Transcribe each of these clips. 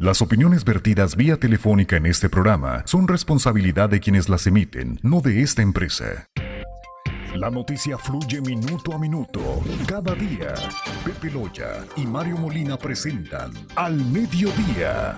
Las opiniones vertidas vía telefónica en este programa son responsabilidad de quienes las emiten, no de esta empresa. La noticia fluye minuto a minuto, cada día. Pepe Loya y Mario Molina presentan Al Mediodía.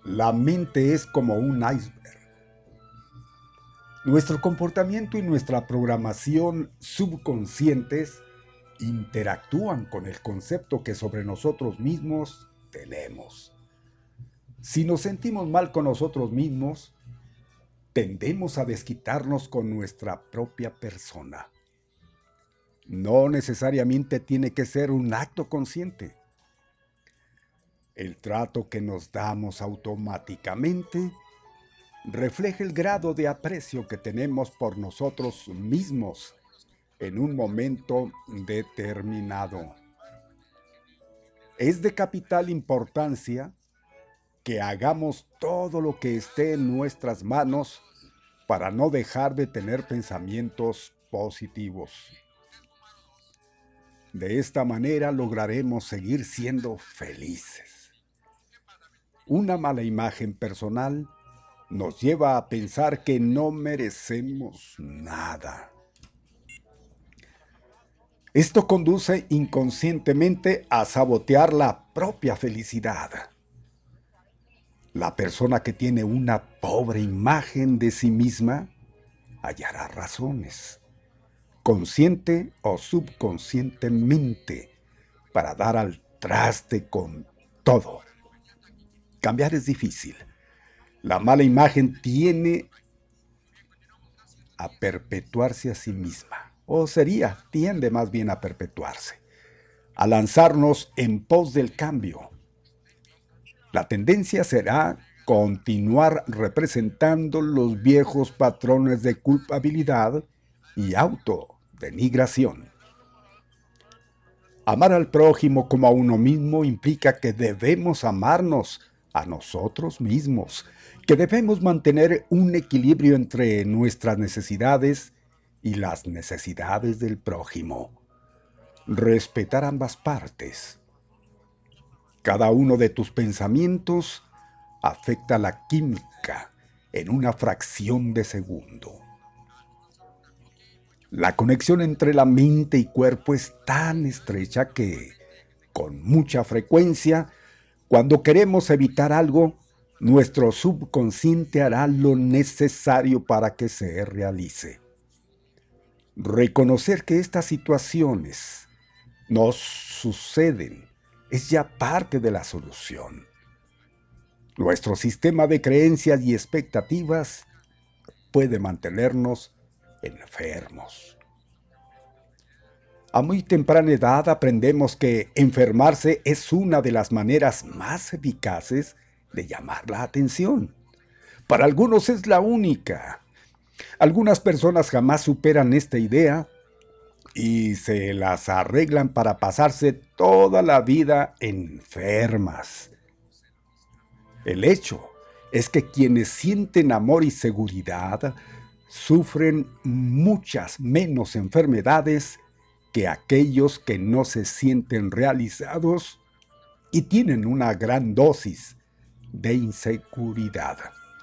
La mente es como un iceberg. Nuestro comportamiento y nuestra programación subconscientes interactúan con el concepto que sobre nosotros mismos tenemos. Si nos sentimos mal con nosotros mismos, tendemos a desquitarnos con nuestra propia persona. No necesariamente tiene que ser un acto consciente. El trato que nos damos automáticamente refleja el grado de aprecio que tenemos por nosotros mismos en un momento determinado. Es de capital importancia que hagamos todo lo que esté en nuestras manos para no dejar de tener pensamientos positivos. De esta manera lograremos seguir siendo felices. Una mala imagen personal nos lleva a pensar que no merecemos nada. Esto conduce inconscientemente a sabotear la propia felicidad. La persona que tiene una pobre imagen de sí misma hallará razones, consciente o subconscientemente, para dar al traste con todo. Cambiar es difícil. La mala imagen tiende a perpetuarse a sí misma, tiende más bien a perpetuarse, a lanzarnos en pos del cambio. La tendencia será continuar representando los viejos patrones de culpabilidad y autodenigración. Amar al prójimo como a uno mismo implica que debemos amarnos a nosotros mismos, que debemos mantener un equilibrio entre nuestras necesidades y las necesidades del prójimo. Respetar ambas partes. Cada uno de tus pensamientos afecta la química en una fracción de segundo. La conexión entre la mente y cuerpo es tan estrecha que, con mucha frecuencia, cuando queremos evitar algo, nuestro subconsciente hará lo necesario para que se realice. Reconocer que estas situaciones nos suceden es ya parte de la solución. Nuestro sistema de creencias y expectativas puede mantenernos enfermos. A muy temprana edad aprendemos que enfermarse es una de las maneras más eficaces de llamar la atención. Para algunos es la única. Algunas personas jamás superan esta idea y se las arreglan para pasarse toda la vida enfermas. El hecho es que quienes sienten amor y seguridad sufren muchas menos enfermedades que aquellos que no se sienten realizados y tienen una gran dosis de inseguridad.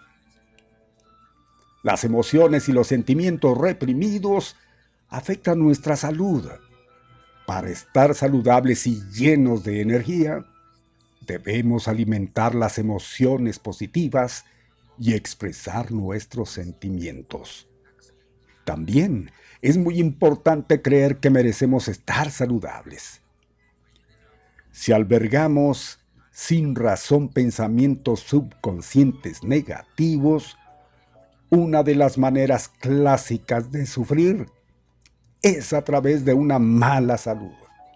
Las emociones y los sentimientos reprimidos afectan nuestra salud. Para estar saludables y llenos de energía, debemos alimentar las emociones positivas y expresar nuestros sentimientos. También es muy importante creer que merecemos estar saludables. Si albergamos sin razón pensamientos subconscientes negativos, una de las maneras clásicas de sufrir es a través de una mala salud,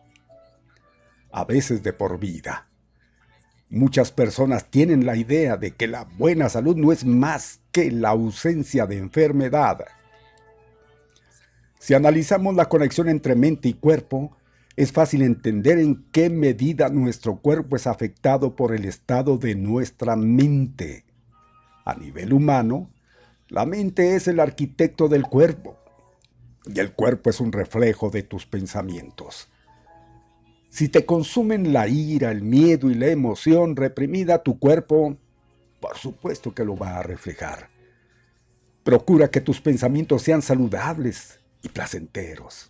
a veces de por vida. Muchas personas tienen la idea de que la buena salud no es más que la ausencia de enfermedad. Si analizamos la conexión entre mente y cuerpo, es fácil entender en qué medida nuestro cuerpo es afectado por el estado de nuestra mente. A nivel humano, la mente es el arquitecto del cuerpo, y el cuerpo es un reflejo de tus pensamientos. Si te consumen la ira, el miedo y la emoción reprimida, tu cuerpo, por supuesto que lo va a reflejar. Procura que tus pensamientos sean saludables y placenteros.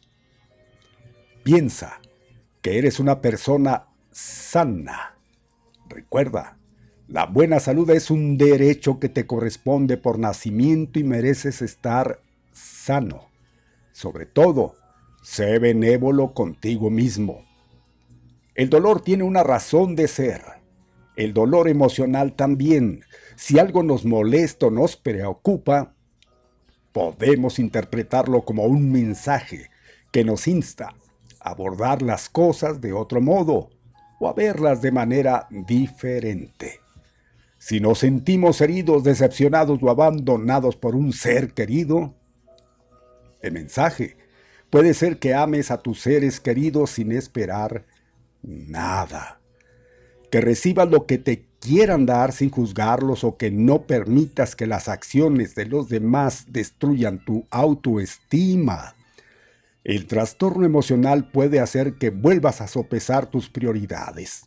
Piensa que eres una persona sana. Recuerda La buena salud es un derecho que te corresponde por nacimiento y mereces estar sano. Sobre todo, sé benévolo contigo mismo. El dolor tiene una razón de ser. El dolor emocional también. Si algo nos molesta o nos preocupa, podemos interpretarlo como un mensaje que nos insta a abordar las cosas de otro modo o a verlas de manera diferente. Si nos sentimos heridos, decepcionados o abandonados por un ser querido, el mensaje puede ser que ames a tus seres queridos sin esperar nada, que recibas lo que te quieran dar sin juzgarlos o que no permitas que las acciones de los demás destruyan tu autoestima. El trastorno emocional puede hacer que vuelvas a sopesar tus prioridades.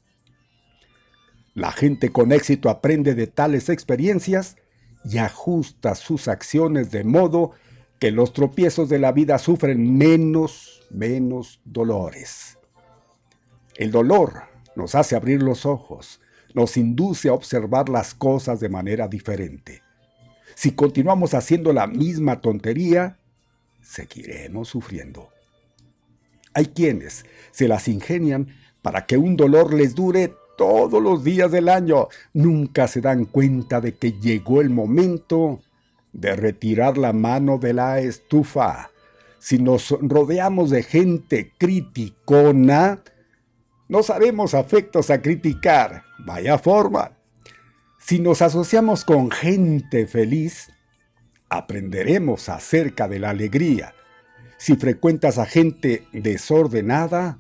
La gente con éxito aprende de tales experiencias y ajusta sus acciones de modo que los tropiezos de la vida sufren menos dolores. El dolor nos hace abrir los ojos, nos induce a observar las cosas de manera diferente. Si continuamos haciendo la misma tontería, seguiremos sufriendo. Hay quienes se las ingenian para que un dolor les dure todos los días del año. Nunca se dan cuenta de que llegó el momento de retirar la mano de la estufa. Si nos rodeamos de gente criticona, nos haremos afectos a criticar. Vaya forma. Si nos asociamos con gente feliz, aprenderemos acerca de la alegría. Si frecuentas a gente desordenada,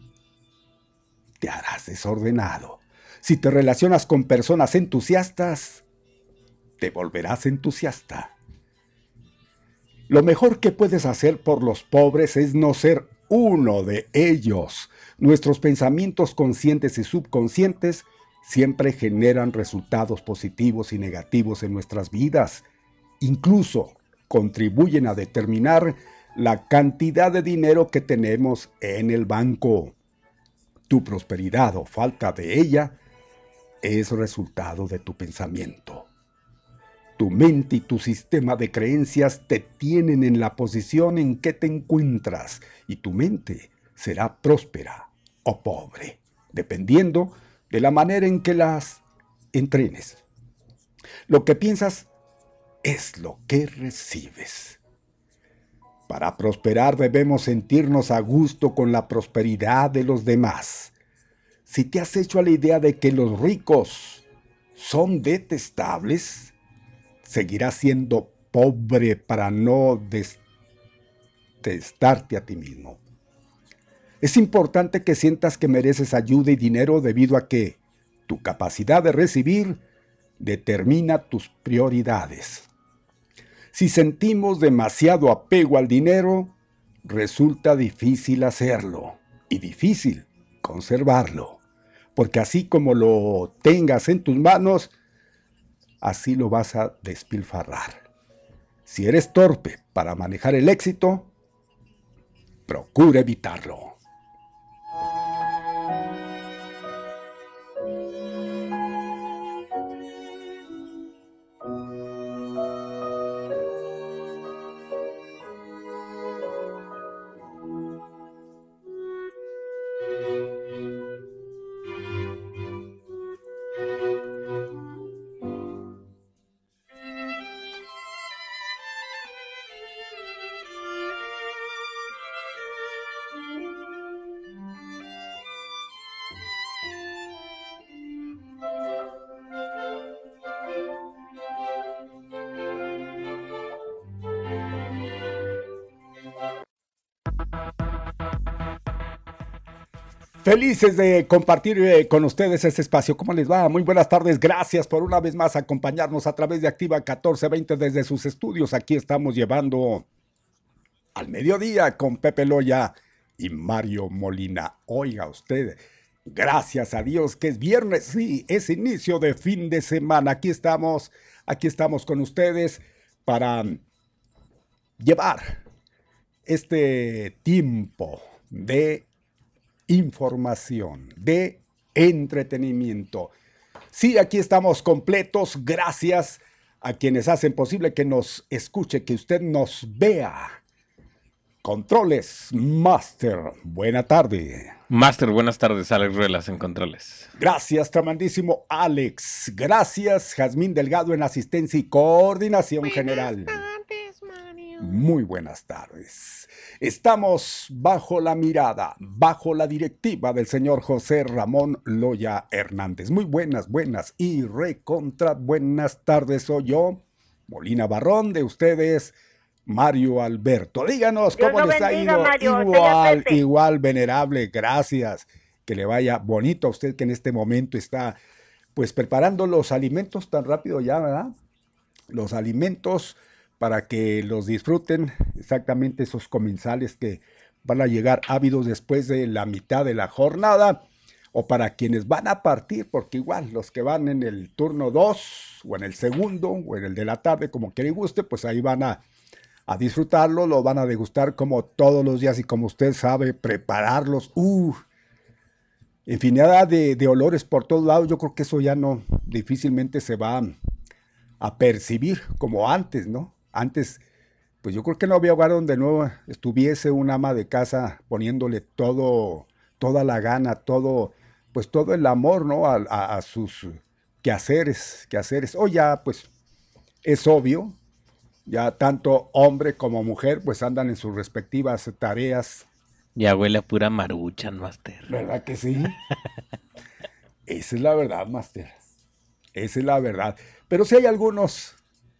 te harás desordenado. Si te relacionas con personas entusiastas, te volverás entusiasta. Lo mejor que puedes hacer por los pobres es no ser uno de ellos. Nuestros pensamientos conscientes y subconscientes siempre generan resultados positivos y negativos en nuestras vidas. Incluso contribuyen a determinar la cantidad de dinero que tenemos en el banco. Tu prosperidad o falta de ella es resultado de tu pensamiento. Tu mente y tu sistema de creencias te tienen en la posición en que te encuentras y tu mente será próspera o pobre, dependiendo de la manera en que las entrenes. Lo que piensas es lo que recibes. Para prosperar debemos sentirnos a gusto con la prosperidad de los demás. Si te has hecho a la idea de que los ricos son detestables, seguirás siendo pobre para no detestarte a ti mismo. Es importante que sientas que mereces ayuda y dinero debido a que tu capacidad de recibir determina tus prioridades. Si sentimos demasiado apego al dinero, resulta difícil hacerlo y difícil conservarlo, porque así como lo tengas en tus manos, así lo vas a despilfarrar. Si eres torpe para manejar el éxito, procura evitarlo. Felices de compartir con ustedes este espacio. ¿Cómo les va? Muy buenas tardes. Gracias por una vez más acompañarnos a través de Activa 1420 desde sus estudios. Aquí estamos llevando al mediodía con Pepe Loya y Mario Molina. Oiga usted, gracias a Dios que es viernes. Sí, es inicio de fin de semana. Aquí estamos con ustedes para llevar este tiempo de información, de entretenimiento. Sí, aquí estamos completos. Gracias a quienes hacen posible que nos escuche, que usted nos vea. Controles Master, buena tarde. Master, buenas tardes, Alex Ruelas en Controles. Gracias, tremendísimo Alex. Gracias, Jazmín Delgado en asistencia y coordinación general. Tardes, Mario. Muy buenas tardes. Estamos bajo la mirada, bajo la directiva del señor José Ramón Loya Hernández. Muy buenas y recontra buenas tardes. Soy yo, Molina Barrón, de ustedes, Mario Alberto. Díganos cómo les ha ido. Igual, venerable, gracias. Que le vaya bonito a usted que en este momento está pues preparando los alimentos tan rápido ya, ¿verdad? Los alimentos para que los disfruten, exactamente esos comensales que van a llegar ávidos después de la mitad de la jornada, o para quienes van a partir, porque igual los que van en el turno 2, o en el segundo, o en el de la tarde, como quiera y guste, pues ahí van a disfrutarlo, lo van a degustar como todos los días, y como usted sabe, prepararlos, infinidad de olores por todos lados. Yo creo que eso ya no, difícilmente se va a percibir como antes, ¿no? Antes, pues yo creo que no había hogar donde no estuviese una ama de casa poniéndole toda la gana, todo el amor, ¿no? A sus quehaceres. Hoy ya, pues, es obvio, ya tanto hombre como mujer, pues andan en sus respectivas tareas. Ya huele a pura maruchan, Master. ¿Verdad que sí? Esa es la verdad, Master. Esa es la verdad. Pero sí hay algunos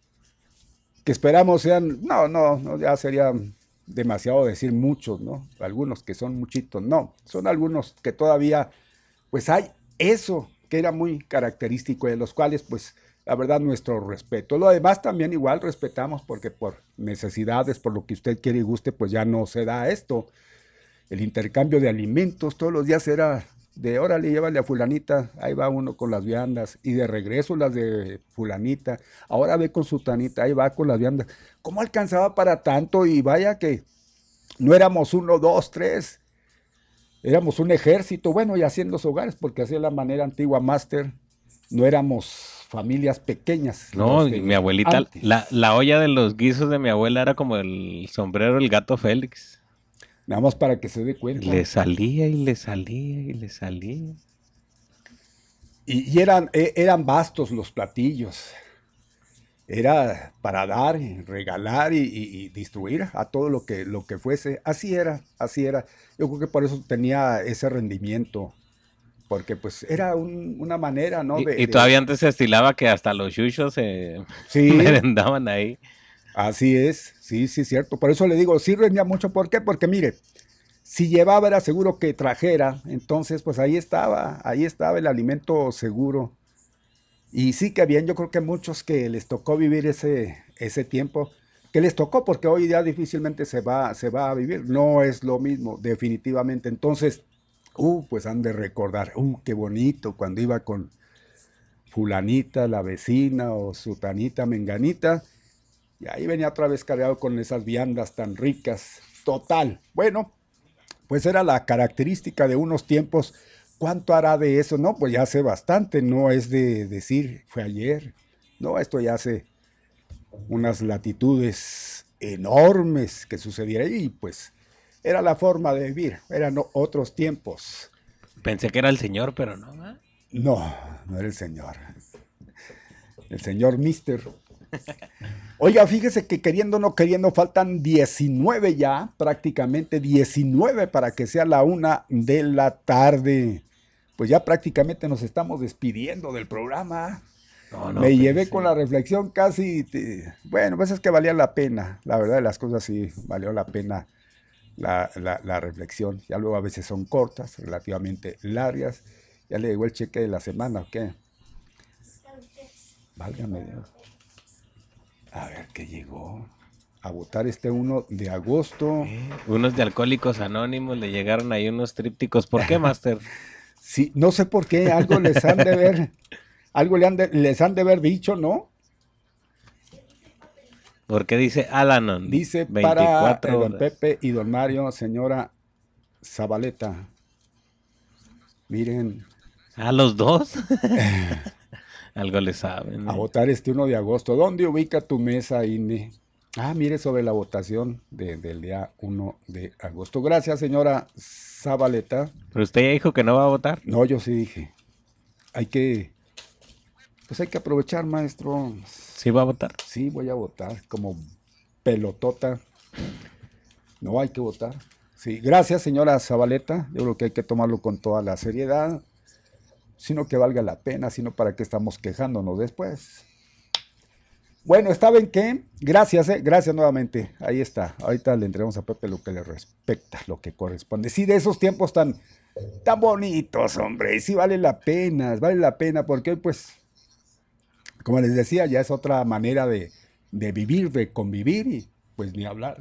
que esperamos sean, no, ya sería demasiado decir muchos, ¿no? Algunos que son muchitos, no, son algunos que todavía, pues hay eso que era muy característico, de los cuales, pues, la verdad, nuestro respeto. Lo demás también igual respetamos, porque por necesidades, por lo que usted quiere y guste, pues ya no se da esto. El intercambio de alimentos todos los días era de órale, llévale a fulanita, ahí va uno con las viandas, y de regreso las de fulanita, ahora ve con su tanita, ahí va con las viandas. ¿Cómo alcanzaba para tanto? Y vaya que no éramos 1, 2, 3, éramos un ejército, bueno, y haciendo hogares, porque así es la manera antigua, Master, no éramos familias pequeñas. No, mi abuelita, la olla de los guisos de mi abuela era como el sombrero del gato Félix. Nada más para que se dé cuenta. Le salía y le salía y le salía. Y eran vastos los platillos. Era para dar, y regalar y distribuir a todo lo que fuese. Así era. Yo creo que por eso tenía ese rendimiento. Porque pues era una manera, ¿no? Y todavía antes se estilaba que hasta los chuchos se merendaban ahí. Así es, sí, cierto. Por eso le digo, sí rendía mucho. ¿Por qué? Porque mire, si llevaba era seguro que trajera. Entonces, pues ahí estaba el alimento seguro. Y sí que bien, yo creo que muchos que les tocó vivir ese tiempo, que les tocó porque hoy día difícilmente se va a vivir. No es lo mismo, definitivamente. Entonces, pues han de recordar, qué bonito cuando iba con fulanita, la vecina, o sutanita, menganita. Y ahí venía otra vez cargado con esas viandas tan ricas. Total. Bueno, pues era la característica de unos tiempos. ¿Cuánto hará de eso? No, pues ya hace bastante. No es de decir, fue ayer. No, esto ya hace unas latitudes enormes que sucediera. Y pues era la forma de vivir. Eran otros tiempos. Pensé que era el señor, pero no. No era el señor. El señor Mister. Oiga, fíjese que queriendo o no queriendo, faltan 19 ya, prácticamente 19 para que sea la 1 de la tarde. Pues ya prácticamente nos estamos despidiendo del programa. Me llevé con la reflexión casi, bueno, pues es que valía la pena, la verdad de las cosas sí, valió la pena la reflexión. Ya luego a veces son cortas, relativamente largas. Ya le llegó el cheque de la semana, ¿o qué? Válgame Dios. A ver qué llegó. A votar 1 de agosto. Unos de Alcohólicos Anónimos le llegaron ahí unos trípticos. ¿Por qué, Master? Sí, no sé por qué. Algo les han de ver. Les han de haber dicho, ¿no? ¿Por qué dice Alanon? Dice 24 para don horas. Pepe y don Mario, señora Zabaleta. Miren. ¿A los dos? Algo le saben. A votar este 1 de agosto. ¿Dónde ubica tu mesa, INE? Ah, mire, sobre la votación del día 1 de agosto. Gracias, señora Zabaleta. ¿Pero usted ya dijo que no va a votar? No, yo sí dije. Pues hay que aprovechar, maestro. ¿Sí va a votar? Sí, voy a votar como pelotota. No, hay que votar. Sí, gracias, señora Zabaleta. Yo creo que hay que tomarlo con toda la seriedad, sino que valga la pena, sino para qué estamos quejándonos después. Bueno, ¿saben qué? Gracias, gracias nuevamente. Ahí está. Ahorita le entregamos a Pepe lo que le respecta, lo que corresponde. Sí, de esos tiempos tan bonitos, hombre. Sí, vale la pena, porque hoy, pues, como les decía, ya es otra manera de vivir, de convivir y pues ni hablar.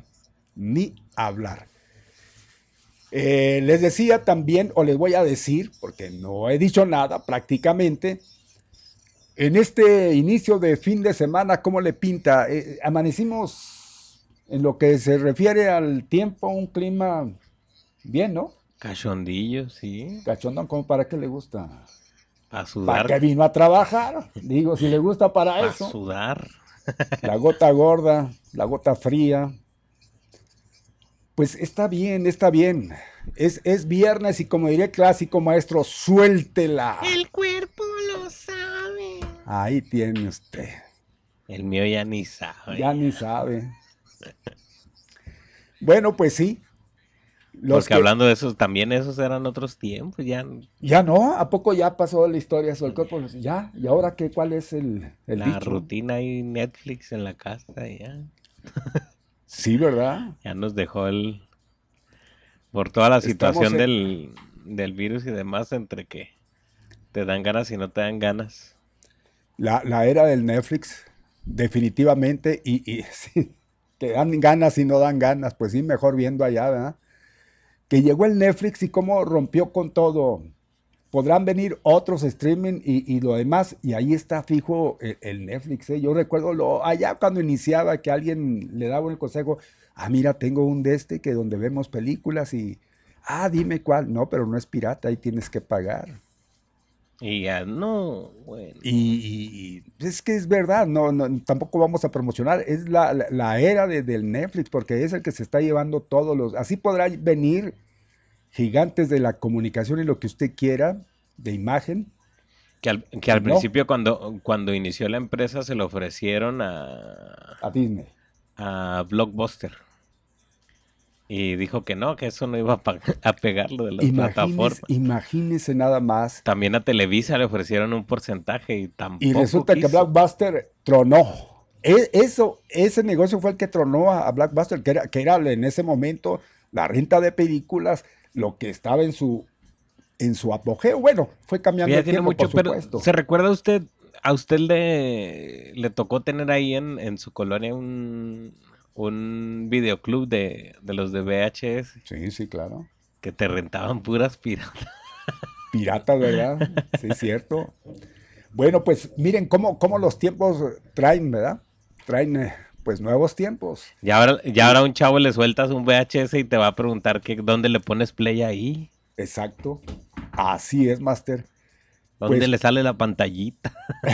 Les decía también, o les voy a decir, porque no he dicho nada prácticamente, en este inicio de fin de semana, ¿cómo le pinta? Amanecimos, en lo que se refiere al tiempo, un clima bien, ¿no? Cachondillo, sí. Cachondón, ¿cómo para qué le gusta? Para sudar. ¿Para qué vino a trabajar? Digo, si le gusta para eso. Para sudar. La gota gorda, la gota fría. Pues está bien, está bien. Es viernes y como diría el clásico maestro, suéltela. El cuerpo lo sabe. Ahí tiene usted. El mío ya ni sabe. Ya ni sabe. Bueno, pues sí. Porque hablando de eso, también esos eran otros tiempos. Ya no, ¿a poco ya pasó la historia sobre el cuerpo? Ya, ¿y ahora qué? ¿Cuál es el la dicho? rutina y Netflix en la casa, ya. Sí, ¿verdad? Ya nos dejó por toda la situación del virus y demás, entre que te dan ganas y no te dan ganas. La era del Netflix, definitivamente, y sí, que dan ganas y no dan ganas, pues sí, mejor viendo allá, ¿verdad? Que llegó el Netflix y cómo rompió con todo. Podrán venir otros streaming y lo demás, y ahí está fijo el Netflix, ¿eh? Yo recuerdo allá cuando iniciaba que alguien le daba el consejo, mira, tengo un que donde vemos películas y, dime cuál. No, pero no es pirata, ahí tienes que pagar. Y ya, no, bueno. Y es que es verdad, no, tampoco vamos a promocionar, es la era del Netflix, porque es el que se está llevando así podrá venir gigantes de la comunicación y lo que usted quiera, de imagen. Que al principio cuando inició la empresa se lo ofrecieron a Disney. A Blockbuster. Y dijo que no, que eso no iba a pegarlo de las plataformas. Imagínese nada más. También a Televisa le ofrecieron un porcentaje y tampoco Y resulta que Blockbuster tronó. Ese negocio fue el que tronó a Blockbuster, que era en ese momento la renta de películas, lo que estaba en su apogeo. Bueno, fue cambiando el tiempo, por supuesto. Pero ¿se recuerda usted? ¿A usted le tocó tener ahí en su colonia un videoclub de los de VHS? Sí, claro. Que te rentaban puras piratas. Piratas, ¿verdad? Sí, es cierto. Bueno, pues miren cómo los tiempos traen, ¿verdad? Traen pues nuevos tiempos. Ya ahora a un chavo le sueltas un VHS y te va a preguntar dónde le pones play ahí. Exacto. Así es, Master. ¿Dónde le sale la pantallita?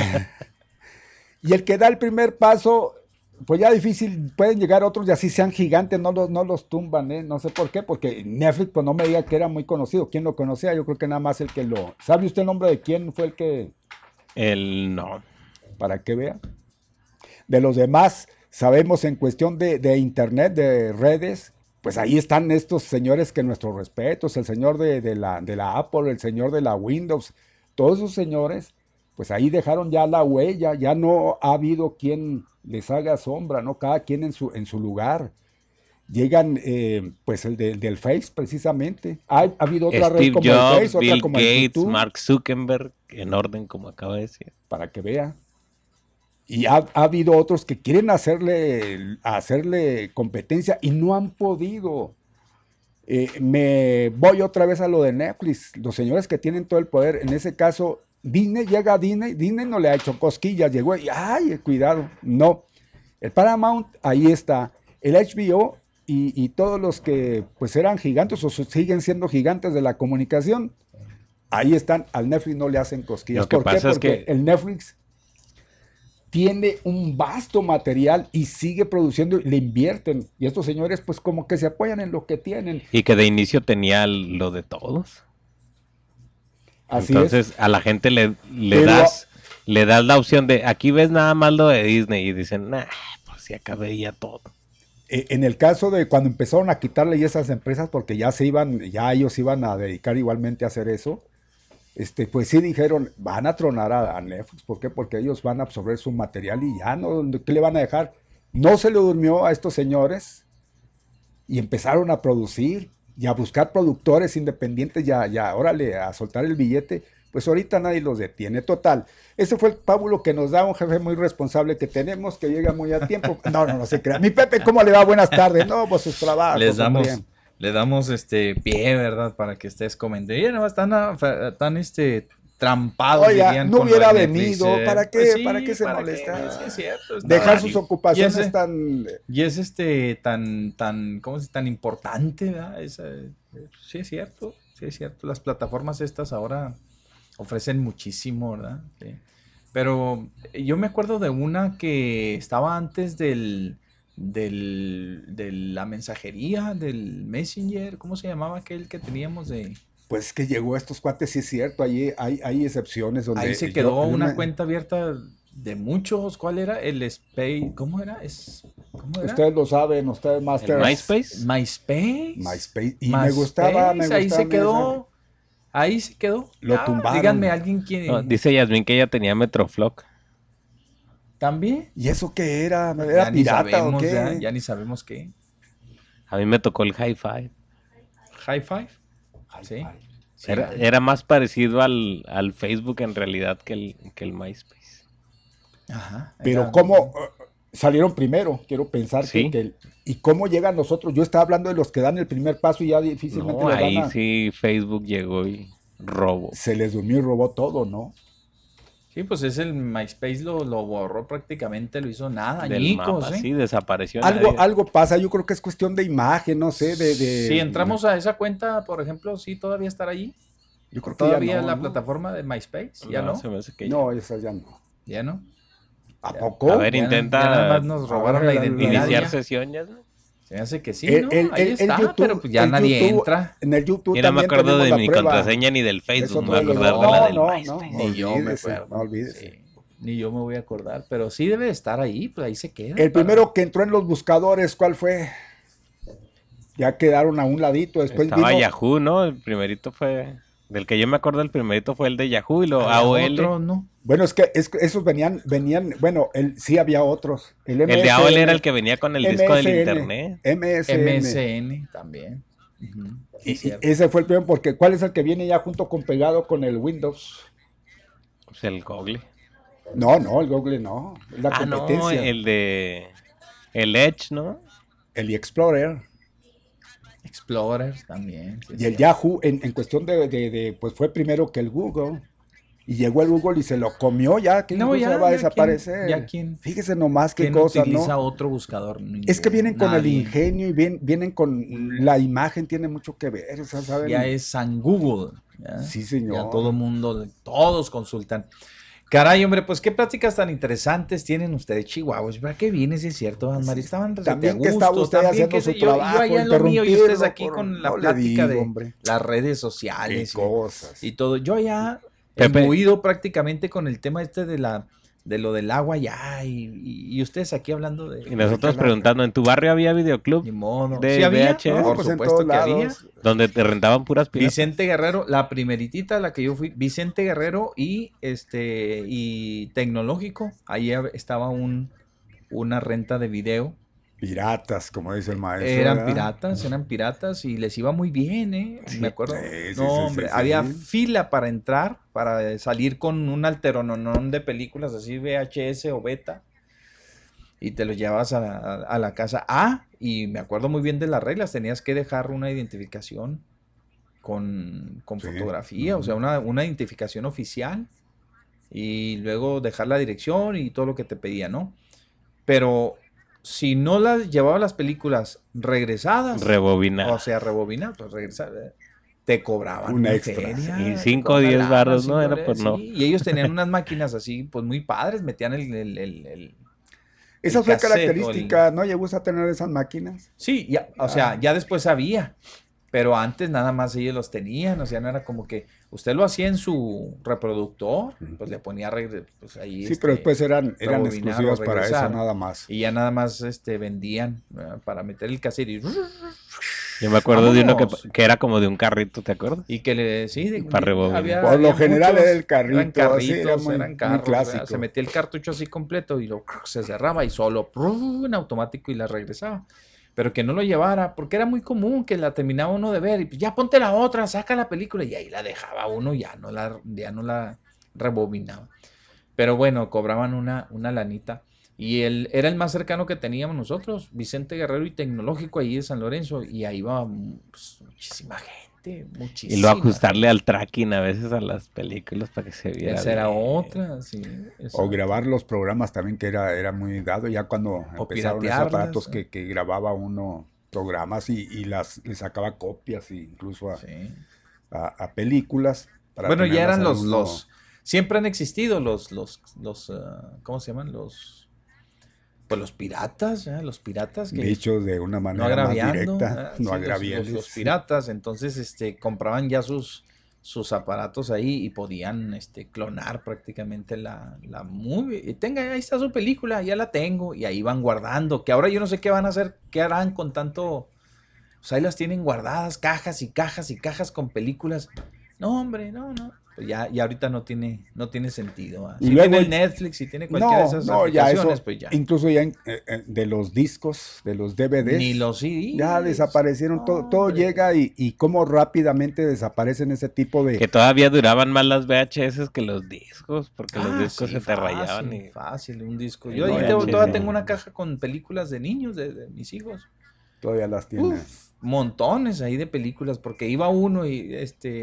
Y el que da el primer paso, pues ya difícil, pueden llegar otros y así sean gigantes, no los tumban, ¿eh? No sé por qué, porque Netflix, pues no me diga que era muy conocido. ¿Quién lo conocía? Yo creo que nada más el que lo... ¿Sabe usted el nombre de quién fue el que...? No. Para que vea. De los demás, sabemos en cuestión de internet, de redes, pues ahí están estos señores que nuestros respetos, el señor de la Apple, el señor de la Windows, todos esos señores, pues ahí dejaron ya la huella, ya no ha habido quien les haga sombra, ¿no? Cada quien en su lugar. Llegan, pues el del Face, precisamente. Ha habido otra red como Jobs, el Face, Bill otra como Gates, el YouTube. Mark Zuckerberg, en orden, como acaba de decir. Para que vea. Y ha habido otros que quieren hacerle competencia y no han podido. Me voy otra vez a lo de Netflix. Los señores que tienen todo el poder, en ese caso, Disney llega a Disney no le ha hecho cosquillas, llegó y ¡ay, cuidado! No. El Paramount, ahí está. El HBO y todos los que pues eran gigantes o siguen siendo gigantes de la comunicación, ahí están. Al Netflix no le hacen cosquillas. Lo que ¿Por qué? pasa es Porque que el Netflix tiene un vasto material y sigue produciendo, le invierten. Y estos señores pues como que se apoyan en lo que tienen. Y que de inicio tenía lo de todos. Así Entonces es. a la gente le Pero- das la opción de, aquí ves nada más lo de Disney. Y dicen, nah, pues si acá veía todo. En el caso de cuando empezaron a quitarle ya esas empresas, porque ya ellos iban a dedicar igualmente a hacer eso, pues sí dijeron, van a tronar a Netflix. ¿Por qué? Porque ellos van a absorber su material y ya no, ¿qué le van a dejar? No se le durmió a estos señores y empezaron a producir y a buscar productores independientes, órale, a soltar el billete. Pues ahorita nadie los detiene. Total, ese fue el pábulo que nos da un jefe muy responsable que tenemos, que llega muy a tiempo. No se crea. Mi Pepe, ¿cómo le va? Buenas tardes. No, pues sus trabajos. Le damos pie, ¿verdad? Para que estés comentando. Y no están tan trampados. Oiga, dirían, no con hubiera lo de Netflix, venido. ¿Para qué? Pues sí, ¿Para qué se ¿para molesta? Sí, es cierto. Dejar No, sus y ocupaciones ese- tan... Y es ¿cómo se dice? Tan importante, ¿verdad? Sí es cierto, sí es cierto. Las plataformas estas ahora ofrecen muchísimo, ¿verdad? Sí. Pero yo me acuerdo de una que estaba antes de la mensajería, del Messenger, ¿cómo se llamaba aquel que teníamos de...? Pues que llegó a estos cuates, sí es cierto, hay excepciones donde... Ahí se yo- quedó yo una me- cuenta abierta de muchos. ¿Cuál era? El Space, ¿cómo era? ¿Cómo era? Ustedes lo saben, ustedes ¿El Masters. MySpace? MySpace. Y me gustaba. Ahí se quedó. Ahí se quedó. Lo Ah, tumbaron. Díganme alguien quién. No, dice Yasmín que ella tenía Metroflog. ¿También? ¿Y eso qué era? Ya ¿Era ni pirata sabemos, o qué? ya ni sabemos qué. A mí me tocó el Hi-Fi. High Five. Sí. Sí. Era más parecido al Facebook en realidad que el MySpace. Ajá. Pero era- ¿cómo salieron primero? Quiero pensar Sí. ¿Y cómo llegan nosotros? Yo estaba hablando de los que dan el primer paso y ya difícilmente No, les ahí van a... sí Facebook llegó y robó. Se les durmió y robó todo, ¿no? Sí, pues es el MySpace lo borró prácticamente, lo hizo nada, Del añicos, mapa, ¿eh? sí, desapareció. Algo, nadie- algo pasa, yo creo que es cuestión de imagen, no sé, Si entramos a esa cuenta, por ejemplo, ¿sí todavía estará allí? Yo creo que ya ¿Todavía no, la ¿no? plataforma de MySpace? ¿Ya no? se me hace que No, esa ya no. ¿Ya no? ¿A poco? A ver, Ya- intenta ya nada más nos robaron la identidad. iniciar ya. sesión ya, ¿no? Se me hace que sí, El- ¿no? el- Ahí el está, YouTube- pero pues ya el nadie YouTube- entra. En el YouTube Y no me también acuerdo tenemos de la mi prueba. contraseña ni del Es Facebook. Me otro voy a de los- acordar de la del no, MySpace. Ni yo me olvídese, acuerdo. no olvídese. Sí, ni yo me voy a acordar, pero sí debe de estar ahí, pues ahí se queda. El primero que entró en los buscadores, ¿cuál fue? Ya quedaron a un ladito, después Estaba vino... Yahoo, ¿no? El primerito fue... Del que yo me acuerdo, el primerito fue el de Yahoo y lo Había AOL. otro, ¿no? Bueno, es que esos venían, bueno, sí había otros. El de AOL era el que venía con el disco del MSN, internet. MSN también. Ujú, sí, Y cierto. ese fue el primero, porque ¿cuál es el que viene ya junto con pegado con el Windows? Pues el Google. No, el Google no, es la Ah, no, competencia. el de... El Edge, ¿no? El Explorer Explorer también. sí, y el cierto. Yahoo, en cuestión pues fue primero que el Google. Y llegó el Google y se lo comió ya, que No, incluso ya, va a ya desaparecer. ya quién- Fíjese nomás qué ¿Quién cosa, utiliza ¿no? otro buscador? Es que vienen con el Nadie. ingenio y vienen con la imagen, tiene mucho que ver, o sea, ¿saben? Ya es San Google. ¿ya? Sí, señor. Ya todo mundo, todos consultan. Caray, hombre, pues qué pláticas tan interesantes tienen ustedes, chihuahuas. ¿Para qué vienes, si es cierto, Don María? Estaban También a que estaba gusto, usted también haciendo que su sé yo trabajo, allá en lo mío y ustedes aquí interrumpirlo, con la no le plática digo, de hombre. las redes Qué sociales cosas. y todo. Yo ya Pepe. imbuido prácticamente con el tema de lo del agua ya y ustedes aquí hablando de... Y nosotros preguntando, ¿en tu barrio había videoclub? Ni modo. de ¿Sí había? VHS. Por pues en supuesto todos que había. lados. Donde te rentaban puras piratas. Vicente Guerrero, la primeritita a la que yo fui, Vicente Guerrero y Tecnológico, ahí estaba una renta de video. Piratas, como dice el maestro. Eran ¿verdad? piratas y les iba muy bien, ¿eh? Sí, Me acuerdo. sí, sí, No, sí, hombre, sí, había sí. fila para entrar, para salir con un alterononón de películas así VHS o beta y te lo llevabas a la casa. Ah, y me acuerdo muy bien de las reglas, tenías que dejar una identificación con Sí. fotografía, o sea, una identificación oficial y luego dejar la dirección y todo lo que te pedía, ¿no? Pero si no las llevaba las películas regresadas, Rebobinada. o sea, rebobinadas, pues regresar, te cobraban una una extra. feria, Y te 5 o cobraban 10 lana, varos, ¿no? 5 Era dólares, pues no. sí, y ellos tenían unas máquinas así, pues muy padres, metían el Esa fue cassette característica, ¿no llegó a tener esas máquinas? Sí, ya, o sea, ya después había, pero antes nada más ellos los tenían, o sea, no era como que usted lo hacía en su reproductor, pues le ponía pues ahí Sí, pero después eran rebobinar o exclusivas para eso, regresar, nada más. y ya nada más vendían para meter el cassette y Yo me acuerdo de uno ¡vámonos! que era como de un carrito, ¿te acuerdas? Y que Para rebobinar. Por lo general era el eran carrito, carritos, así, era muy eran carros, clásico. ¿verdad? Se metía el cartucho así completo y se cerraba y solo en automático y la regresaba. Pero que no lo llevara, porque era muy común que la terminaba uno de ver y pues ya ponte la otra, saca la película y ahí la dejaba uno, ya no la rebobinaba. Pero bueno, cobraban una lanita. Y era el más cercano que teníamos nosotros, Vicente Guerrero y Tecnológico, ahí de San Lorenzo. Y ahí iba pues, muchísima gente, muchísima. Y luego ajustarle al tracking a veces a las películas para que se viera. Esa era bien. otra, sí. O grabar los programas también, que era muy dado, ya cuando O empezaron esos piratearlas, aparatos ¿no? que grababa uno programas y le sacaba copias incluso Sí. a películas. Para Bueno, ya tenerlas eran ahí uno- siempre han existido los ¿cómo se llaman? Pues los piratas, ¿eh? Los piratas que dichos de una no manera más agraviando, directa, ¿eh? no Sí, agraviarles. los piratas, entonces compraban ya sus aparatos ahí y podían clonar prácticamente la movie. Y ahí está su película, ya la tengo, y ahí van guardando, que ahora yo no sé qué van a hacer, qué harán con tanto, pues ahí las tienen guardadas, cajas y cajas y cajas con películas. No, hombre, no. Pues ya ahorita no tiene sentido. ¿Ah? Y Si luego- tiene el Netflix, si tiene cualquiera de esas ya aplicaciones, eso, pues ya. incluso ya de los discos, de los DVDs, Ni los CDs. ya desaparecieron, No, todo hombre. llega y cómo rápidamente desaparecen ese tipo de... Que todavía duraban más las VHS que los discos, porque los Ah, discos sí, se te rayaban. Y... Fácil, un disco. Sí, Yo no, ahí VHS, todavía no. tengo una caja con películas de niños, de mis hijos. Todavía las tienen. Montones ahí de películas, porque iba uno y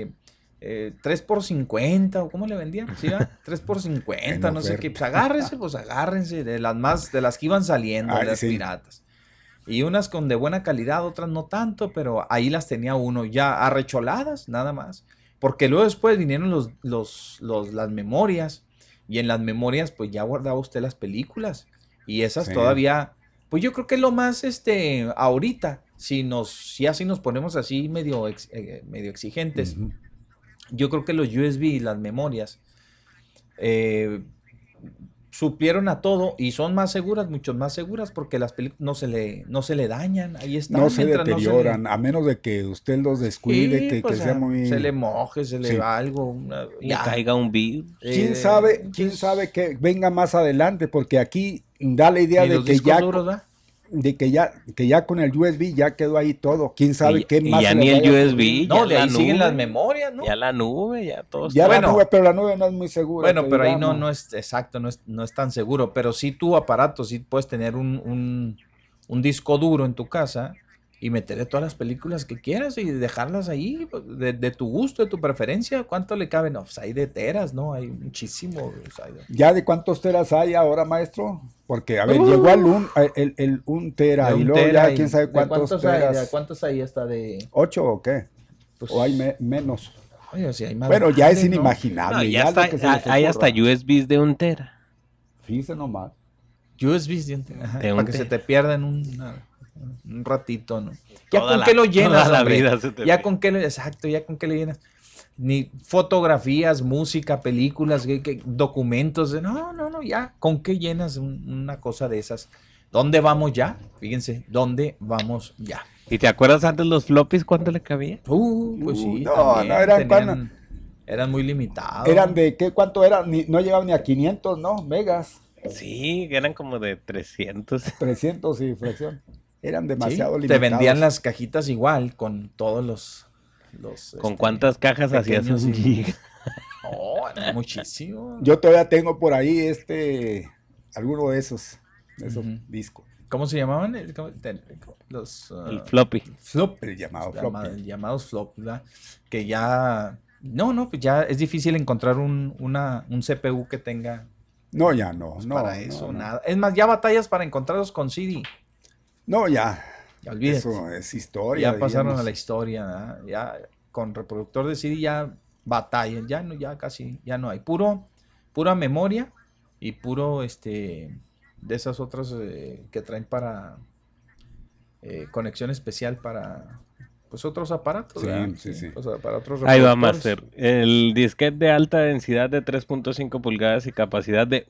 3 por 50, o cómo le vendían, ¿sí, va? 3 por 50, En no sé oferta. qué, pues agárrense de las que iban saliendo, Ay, de las sí. piratas. Y unas con de buena calidad, otras no tanto, pero ahí las tenía uno ya arrecholadas, nada más. Porque luego después vinieron las memorias, y en las memorias pues ya guardaba usted las películas, y esas Sí. todavía, pues yo creo que es lo más ahorita, si así nos ponemos así medio exigentes. Ujú. Yo creo que los USB y las memorias suplieron a todo y son más seguras, mucho más seguras, porque las películas no se le dañan, ahí están. No se mientras deterioran, a menos de que usted los descuide, Sí, que pues, sea muy... se le moje, se le Sí. va algo, Le ya. caiga un virus. ¿Quién Entonces, sabe que venga más adelante? Porque aquí da la idea y de los que discos ya, duros, ¿va? que ya con el USB ya quedó ahí todo. ¿Quién sabe Y- qué y más? ya se ni le el vaya a USB, ocurrir? No, ya de la ahí siguen nube. las memorias, ¿no? Ya la nube, ya todo Ya está. la Bueno. nube, pero la nube no es muy segura. Bueno, que pero ahí digamos. no es exacto, no es tan seguro, pero sí tu aparato, sí puedes tener un disco duro en tu casa y meterle todas las películas que quieras y dejarlas ahí de tu gusto, de tu preferencia. ¿Cuánto le caben? No, pues hay de teras, ¿no? Hay muchísimo. O sea, ¿Ya de cuántos teras hay ahora, maestro? Porque, a ver, llegó el 1 tera de y un luego tera ya y- quién sabe ¿de cuántos hay? teras. ¿De cuántos hay hasta de...? ¿8 o qué? Pues, ¿O hay menos? oye, si hay más Bueno, ya es grandes, ¿no? inimaginable. No, ya ya está, lo que se les hay hasta ocurra. USBs de 1 tera. Fíjese nomás. USBs, ajá, De un para que se tera. te pierda en un ratito, ¿no? ¿Ya Toda con la- qué lo llenas, toda la hombre? vida se te Ya pierde. con qué exacto, ya con qué le llenas. Ni fotografías, música, películas, documentos. No, ya. ¿Con qué llenas una cosa de esas? ¿Dónde vamos ya? Fíjense, ¿dónde vamos ya? ¿Y te acuerdas antes los floppies cuánto le cabía? Pues sí, no, también no, eran eran muy limitados. ¿Eran de qué? ¿Cuánto eran? No llegaban ni a 500, ¿no? Megas. Sí, eran como de 300. 300 y fracción. Eran Sí, demasiado te limitados. vendían las cajitas igual con todos los ¿Con cuántas cajas hacías pequeños un y- giga? No, era muchísimo. Yo todavía tengo por ahí alguno de esos Ujú. discos. ¿Cómo se llamaban? Los El floppy. flop. El llamado floppy. Llamados flop, ¿verdad? Que ya... No, pues ya es difícil encontrar un CPU que tenga No, ya no. No, para no, eso, no. nada. Es más, ya batallas para encontrarlos con CD. No, ya. Ya olvídate. Eso es historia. Ya pasaron digamos. a la historia, ¿verdad? Ya con reproductor de CD ya batallan, ya casi, ya no hay. Pura memoria y puro, de esas otras que traen para conexión especial para, pues, otros aparatos, ¿verdad? Sí. O sea, para otros Ahí va, reproductores. Master. El disquete de alta densidad de 3.5 pulgadas y capacidad de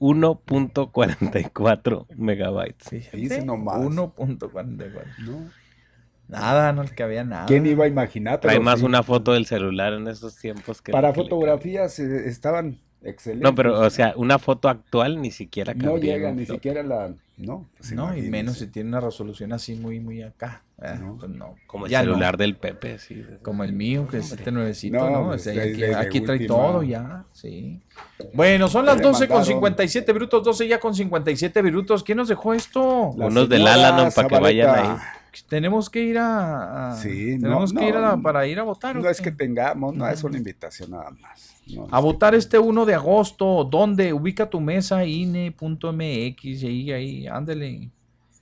1.44 megabytes. Dice nomás. 1.44. No. Nada, no que había nada. ¿Quién iba a imaginar? Trae Pero más sí, una foto del celular en estos tiempos que... para lo que le fotografías estaban excelentes. cabe. No, pero, o sea, una foto actual ni siquiera no cabría en llega un ni flop. siquiera la... No, pues No, y imagínense. menos si tiene una resolución así muy acá. No. Pues no. Como el Ya no. celular del Pepe, sí. Como el mío, que es este nuevecito, No, ¿no? pues, Aquí, de aquí trae última. todo ya, sí. Bueno, son las Le 12 con mandaron. 57 minutos, 12 ya con 57 minutos. ¿Quién nos dejó esto? La Unos del señora Alanon para que vayan Zabaleta. ahí. Tenemos que ir a Sí, tenemos no, que ir no, para ir a votar. ¿o No es qué? que tengamos, no es una invitación nada más. No, A votar este 1 de agosto. ¿Dónde? Ubica tu mesa, INE.mx, y ahí, ándale.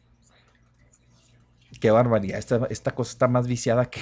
Qué barbaridad. Esta cosa está más viciada que...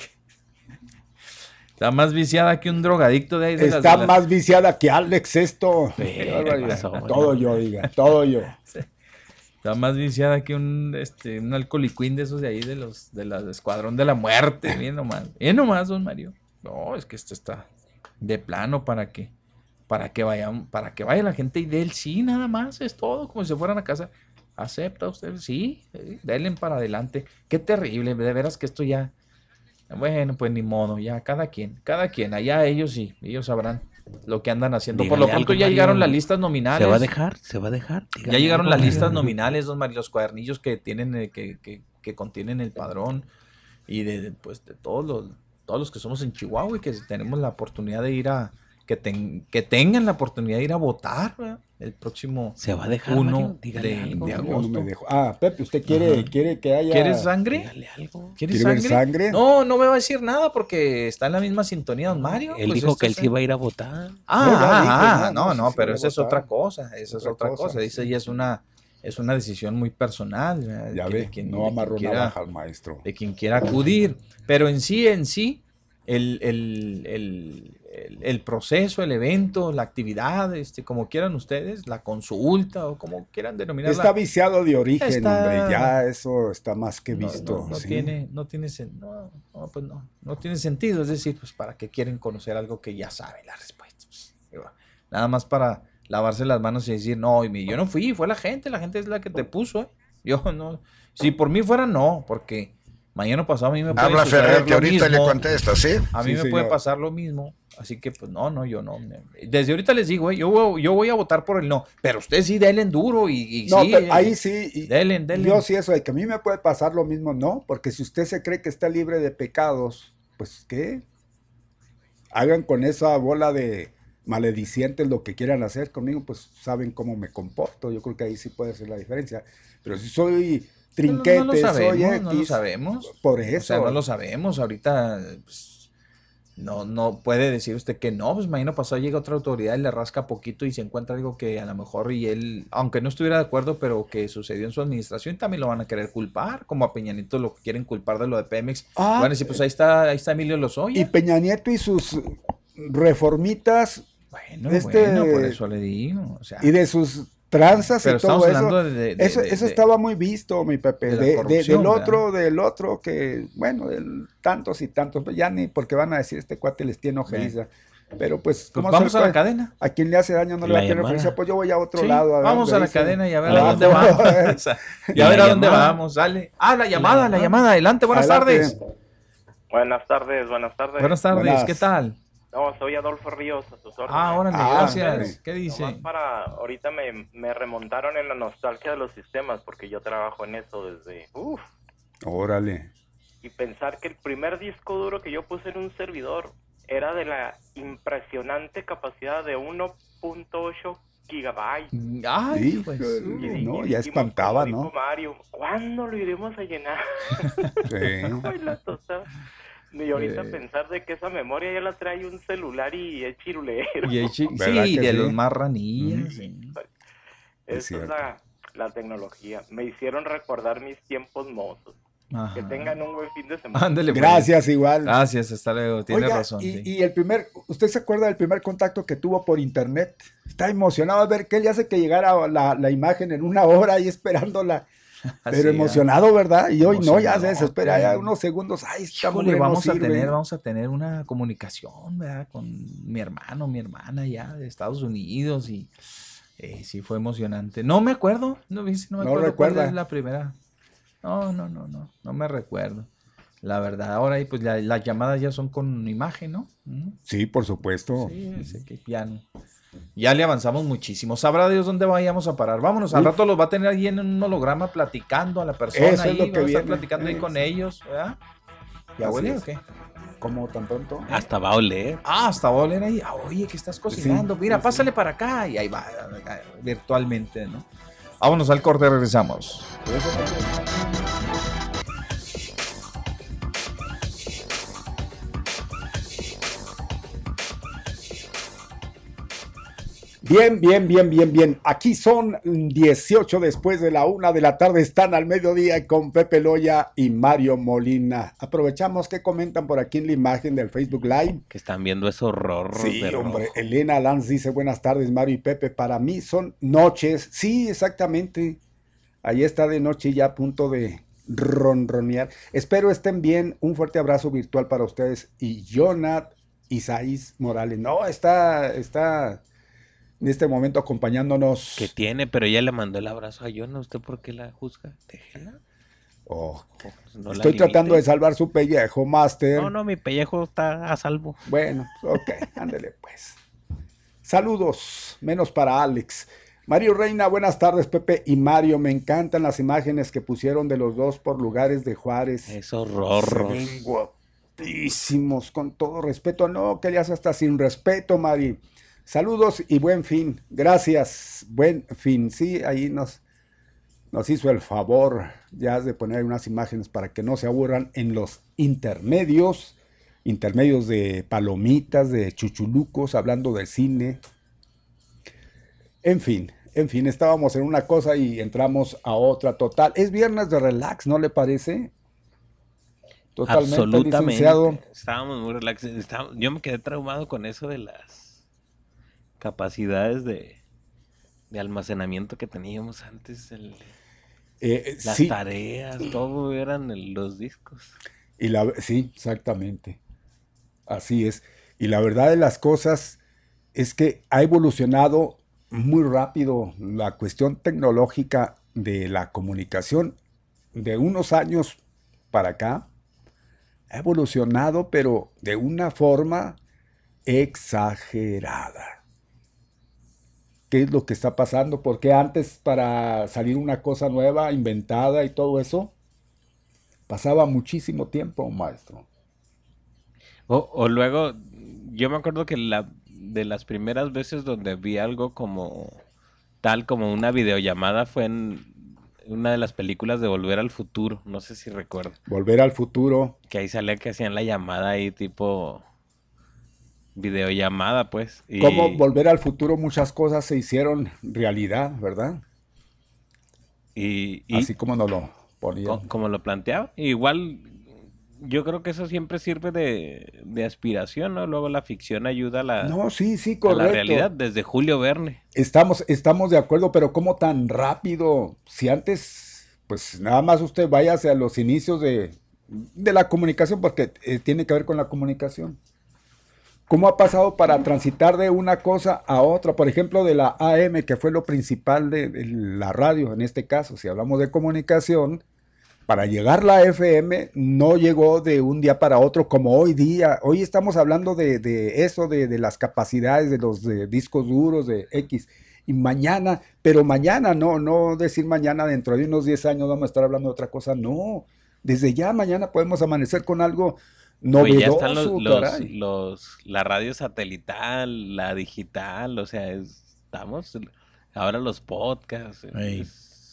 Está más viciada que un drogadicto de ahí. Está más viciada que Alex esto. Sí, Qué barbaridad. ¿qué pasó? Todo yo, diga, todo yo. Está más viciada que un alcoholiquín de esos de ahí, del Escuadrón de la Muerte. Bien nomás, don Mario. No, es que esto está de plano para que vaya la gente y dé el sí, nada más, es todo, como si fueran a casa. ¿Acepta usted? Sí, denle para adelante. Qué terrible, de veras que esto ya... Bueno, pues ni modo, ya cada quien, allá ellos sí, ellos sabrán lo que andan haciendo. Por lo Dígale pronto algo, ya Mario. llegaron las listas nominales. Se va a dejar. Ya Dígale llegaron algo, las Mario. listas nominales, don Mario, los cuadernillos que tienen, que contienen el padrón y de todos los que somos en Chihuahua y que tenemos la oportunidad de ir que tengan la oportunidad de ir a votar, ¿verdad? El próximo Se va a dejar, 1 Mario. Dígale algo. de Yo no agosto. me dejo. Pepe, ¿usted quiere que haya... ¿Quieres sangre? Dígale algo. ¿Quieres ¿Quiere ver sangre? sangre? No me va a decir nada porque está en la misma sintonía, don Mario. Él Pues dijo que él este sí iba a ir a votar. No, ya dije, No, sí, pero voy a esa es votar. otra cosa. Esa es otra cosa. Dice, ya es una decisión muy personal. ¿verdad? Ya Que- ve, de quien- no de quien amarró quiera- navaja al maestro. de quien quiera acudir. Pero en sí, el proceso, el evento, la actividad, como quieran ustedes, la consulta o como quieran denominarla. Está viciado de origen, Está- hombre, ya eso está más que no, visto. no ¿sí? no tiene sentido. Es decir, pues para qué quieren conocer algo que ya saben la respuesta. Pues, digo, nada más para lavarse las manos y decir, no, yo no fui, fue la gente es la que te puso. Yo no, si por mí fuera, no, porque mañana pasado a mí me puede Habla suceder Ferretti, lo ahorita le mismo. contesta, ¿sí? A mí Sí, me puede señor. pasar lo mismo, así que pues no, yo no. Desde ahorita les digo, yo voy a votar por el no, pero ustedes sí denle duro y No, sí, pero ahí sí. denle. Yo sí eso, de que a mí me puede pasar lo mismo, no, porque si usted se cree que está libre de pecados, pues ¿qué? Hagan con esa bola de maledicientes lo que quieran hacer conmigo, pues saben cómo me comporto. Yo creo que ahí sí puede ser la diferencia. Pero si soy trinquete, no lo sabemos, soy X, no lo sabemos. por O eso. sea, no lo sabemos. Ahorita pues, no puede decir usted que no. Pues mañana pasado llega otra autoridad y le rasca poquito y se encuentra algo que a lo mejor y él, aunque no estuviera de acuerdo, pero que sucedió en su administración, también lo van a querer culpar. Como a Peña Nieto lo quieren culpar de lo de Pemex. Van a decir, pues ahí está Emilio Y Lozoya. Peña Nieto y sus reformitas Bueno, por eso le digo. O sea, y de sus tranzas pero y todo estamos eso. hablando de Eso estaba muy visto, mi Pepe, de la corrupción, del otro que, bueno, tantos y tantos, pues ya ni porque van a decir este cuate les tiene ojeriza. Pero pues, pues ¿cómo vamos se a la puede? cadena. A quien le hace daño no le La va a tener llamada. ojeriza, pues yo voy a otro Sí, lado. ver vamos a la dónde cadena y a ver La a dónde llamada. vamos. Y a ver a dónde vamos, sale. La llamada. Adelante, buenas Adelante. tardes. Buenas tardes. Buenas tardes, Buenas. ¿qué tal? No, soy Adolfo Ríos, a tus órdenes. Órale, gracias. sí. ¿Qué dice? Nomás ahorita me remontaron en la nostalgia de los sistemas, porque yo trabajo en eso desde, Órale. y pensar que el primer disco duro que yo puse en un servidor era de la impresionante capacidad de 1.8 gigabytes. Ay, Sí, pues. no, Y ya dijimos, espantaba, como ¿no? dijo Mario, ¿cuándo lo iremos a llenar? Sí. Ay, la tostada. Y ahorita pensar de que esa memoria ya la trae un celular y es chirulero. ¿Verdad Sí, que de sí? los más ranillas. sí. Es Esa es cierto. la tecnología. Me hicieron recordar mis tiempos mozos. Ajá. Que tengan un buen fin de semana. Ándale, pues. Gracias, igual. Gracias, hasta luego. Tiene Oiga, razón. y, Sí. y el ¿usted se acuerda del primer contacto que tuvo por internet? Está emocionado a ver qué le hace que llegara la imagen en una hora ahí esperándola. Pero Sí, emocionado, ¿verdad? Y hoy no, ya se Emocionado, desespera, ya sí. unos segundos. Ay, esta Híjole, mugre no vamos a sirve. tener una comunicación, ¿verdad? Con mi hermano, mi hermana ya de Estados Unidos y sí fue emocionante. No me acuerdo, no me No acuerdo cuál recuerda. es la primera. No me recuerdo. La verdad, ahora ahí pues las llamadas ya son con imagen, ¿no? Sí, por supuesto. Sí, ese que ya le avanzamos muchísimo. Sabrá Dios dónde vayamos a parar. Vámonos, al rato los va a tener ahí en un holograma platicando a la persona Eso es ahí, lo que va a estar viene. platicando ahí con ellos, ¿verdad? ¿Ya Así huele es. o qué? ¿Cómo tan pronto? Hasta va a oler. Ah, hasta va a oler ahí. Ah, oye, que estás cocinando. Sí, Mira, sí, pásale para acá. Y ahí va, virtualmente, ¿no? Vámonos al corte, regresamos. Bien. Aquí son 18 después de la 1 de la tarde. Están al mediodía con Pepe Loya y Mario Molina. Aprovechamos que comentan por aquí en la imagen del Facebook Live. Que están viendo ese horror. Sí, de hombre. rojo. Elena Lanz dice: buenas tardes, Mario y Pepe. Para mí son noches. Sí, exactamente. Ahí está de noche ya a punto de ronronear. Espero estén bien. Un fuerte abrazo virtual para ustedes. Y Jonat Isaías Morales. No, está en este momento acompañándonos. Que tiene, pero ella le mandó el abrazo a Yona. ¿Usted por qué la juzga? Déjela. Oh, No la estoy tratando de limite. salvar su pellejo, Master. No, mi pellejo está a salvo. Bueno, ok, ándele pues. Saludos, menos para Alex. Mario Reina, buenas tardes, Pepe y Mario. Me encantan las imágenes que pusieron de los dos por lugares de Juárez. Esos Se rorros. ven guapísimos, con todo respeto. No, que le hace hasta sin respeto, Mari. Saludos y buen fin. Gracias, buen fin. Sí, ahí nos hizo el favor ya de poner unas imágenes para que no se aburran en los intermedios de palomitas, de chuchulucos, hablando de cine. En fin, estábamos en una cosa y entramos a otra total. Es viernes de relax, ¿no le parece? Totalmente, Absolutamente. licenciado. Estábamos muy relax. Yo me quedé traumado con eso de las capacidades de almacenamiento que teníamos antes. Las Sí, tareas, todo eran los discos. sí, exactamente. Así es. Y la verdad de las cosas es que ha evolucionado muy rápido la cuestión tecnológica de la comunicación de unos años para acá. Ha evolucionado, pero de una forma exagerada. ¿Qué es lo que está pasando? Porque antes, para salir una cosa nueva, inventada y todo eso, pasaba muchísimo tiempo, maestro. O luego, yo me acuerdo que de las primeras veces donde vi algo como una videollamada fue en una de las películas de Volver al Futuro. No sé si recuerdo. Volver al futuro. Que ahí salía que hacían la llamada ahí tipo videollamada, pues. Y Como Volver al futuro, muchas cosas se hicieron realidad, ¿verdad? Así como nos lo ponían. como lo planteaba. Igual, yo creo que eso siempre sirve de aspiración, ¿no? Luego la ficción ayuda a No, sí, a la correcto. realidad, desde Julio Verne. Estamos de acuerdo, pero ¿cómo tan rápido? Si antes, pues nada más usted vaya hacia los inicios de la comunicación, porque tiene que ver con la comunicación. ¿Cómo ha pasado para transitar de una cosa a otra? Por ejemplo, de la AM, que fue lo principal de la radio, en este caso, si hablamos de comunicación, para llegar la FM no llegó de un día para otro como hoy día. Hoy estamos hablando de eso, de las capacidades de los discos duros, de X. Y mañana, pero mañana, no decir mañana, dentro de unos 10 años vamos a estar hablando de otra cosa. No, desde ya mañana podemos amanecer con algo Pues ya están novedoso, caray. la radio satelital, la digital, o sea, estamos ahora los podcasts. Ey.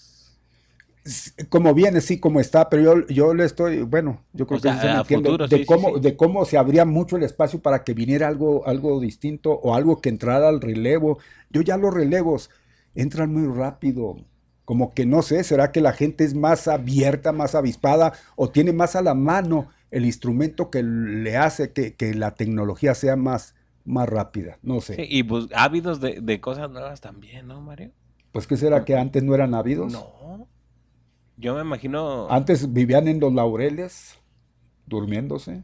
Como viene, sí, como está, pero yo le estoy, bueno, yo creo O sea, que sí se me a entiende, futuro, de sí, cómo, sí. de cómo se abría mucho el espacio para que viniera algo distinto o algo que entrara al relevo. Yo ya los relevos entran muy rápido. como que no sé, ¿será que la gente es más abierta, más avispada o tiene más a la mano el instrumento que le hace que la tecnología sea más rápida? No sé. Sí, y pues ávidos de cosas nuevas también, ¿no, Mario? Pues ¿qué será que antes no eran ávidos? No. Yo me imagino. Antes vivían en los laureles, durmiéndose.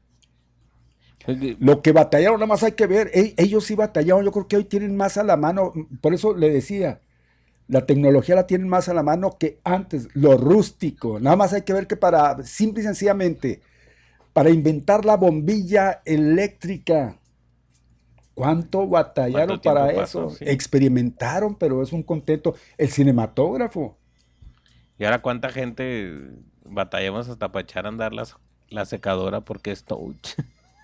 Pues, Lo que batallaron, nada más hay que ver, ellos sí batallaron, yo creo que hoy tienen más a la mano, por eso le decía, la tecnología la tienen más a la mano que antes, lo rústico, nada más hay que ver que para, simple y sencillamente, para inventar la bombilla eléctrica, ¿cuánto batallaron ¿Cuánto tiempo para pasó? eso? Sí. Experimentaron, pero es un contento. El cinematógrafo, Y ahora cuánta gente batallamos hasta para echar a andar la secadora porque es touch.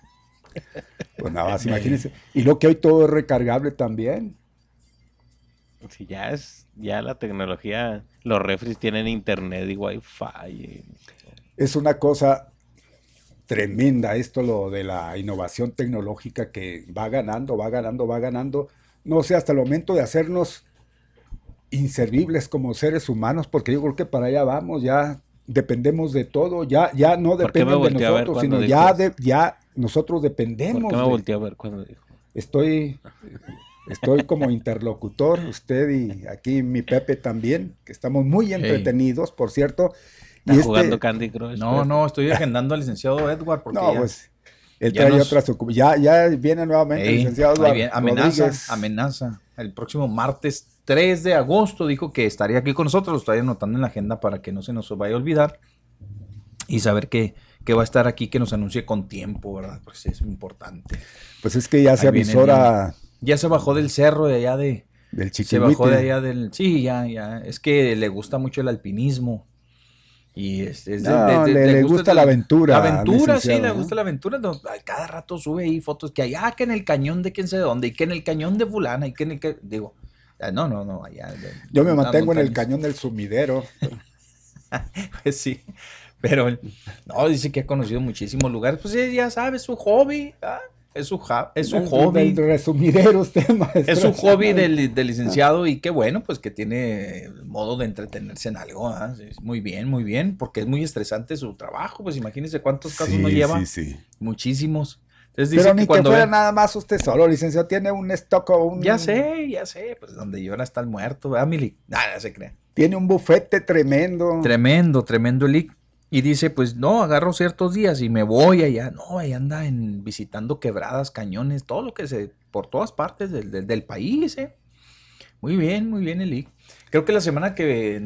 pues nada más, imagínense. Y lo que hoy todo es recargable también. Si ya la tecnología, los refris tienen internet y wifi. Es una cosa tremenda esto, lo de la innovación tecnológica que va ganando, va ganando, va ganando. No sé, hasta el momento de hacernos inservibles como seres humanos, porque yo creo que para allá vamos, ya dependemos de todo, ya no ¿Por qué me dependen de volteó a ver nosotros, cuando sino dijo ya nosotros ¿Por dependemos qué me de... volteé a ver cuando dijo? Estoy como interlocutor, usted y aquí mi Pepe también, que estamos muy entretenidos, por cierto. ¿Está jugando Candy Crush? No, estoy agendando al licenciado Edward porque No, ya, pues él ya trae nos- otras ya viene nuevamente el Ey, licenciado ahí Eduardo viene, amenaza, Rodríguez. amenaza. El próximo martes 3 de agosto dijo que estaría aquí con nosotros, lo estoy anotando en la agenda para que no se nos vaya a olvidar y saber que va a estar aquí, que nos anuncie con tiempo, ¿verdad? Pues es importante. Pues es que ya se Ahí viene avisora Ya se bajó del cerro de allá del se bajó de Chiquihuite. allá del, sí, ya, es que le gusta mucho el alpinismo. Y No, le gusta la aventura, La aventura, sí, licenciado, le ¿no? gusta la aventura. No, ay, cada rato sube ahí fotos que allá, que en el cañón de quién sé dónde, y que en el cañón de fulana, y que en el digo, no, allá. Yo me las mantengo en el montañas. cañón del Sumidero. Pues sí, pero no, dice que ha conocido muchísimos lugares. Pues sí, ya sabes, su hobby, es su hobby. Del resumidero usted, maestro. Es un hobby del licenciado y qué bueno, pues que tiene modo de entretenerse en algo. Sí, muy bien, porque es muy estresante su trabajo. Pues imagínese cuántos casos no lleva. Sí. Muchísimos. Entonces dice Pero que ni que cuando fuera ve- nada más usted solo, licenciado. Tiene un stock o un... Ya sé, pues donde llora está el muerto, ¿verdad, Mili? Nada, se crea. Tiene un bufete tremendo. Tremendo el Lick. Y dice, pues no, agarro ciertos días y me voy allá. No, ahí anda visitando quebradas, cañones, todo lo que por todas partes del país, ¿eh? Muy bien el Lick. Creo que la semana que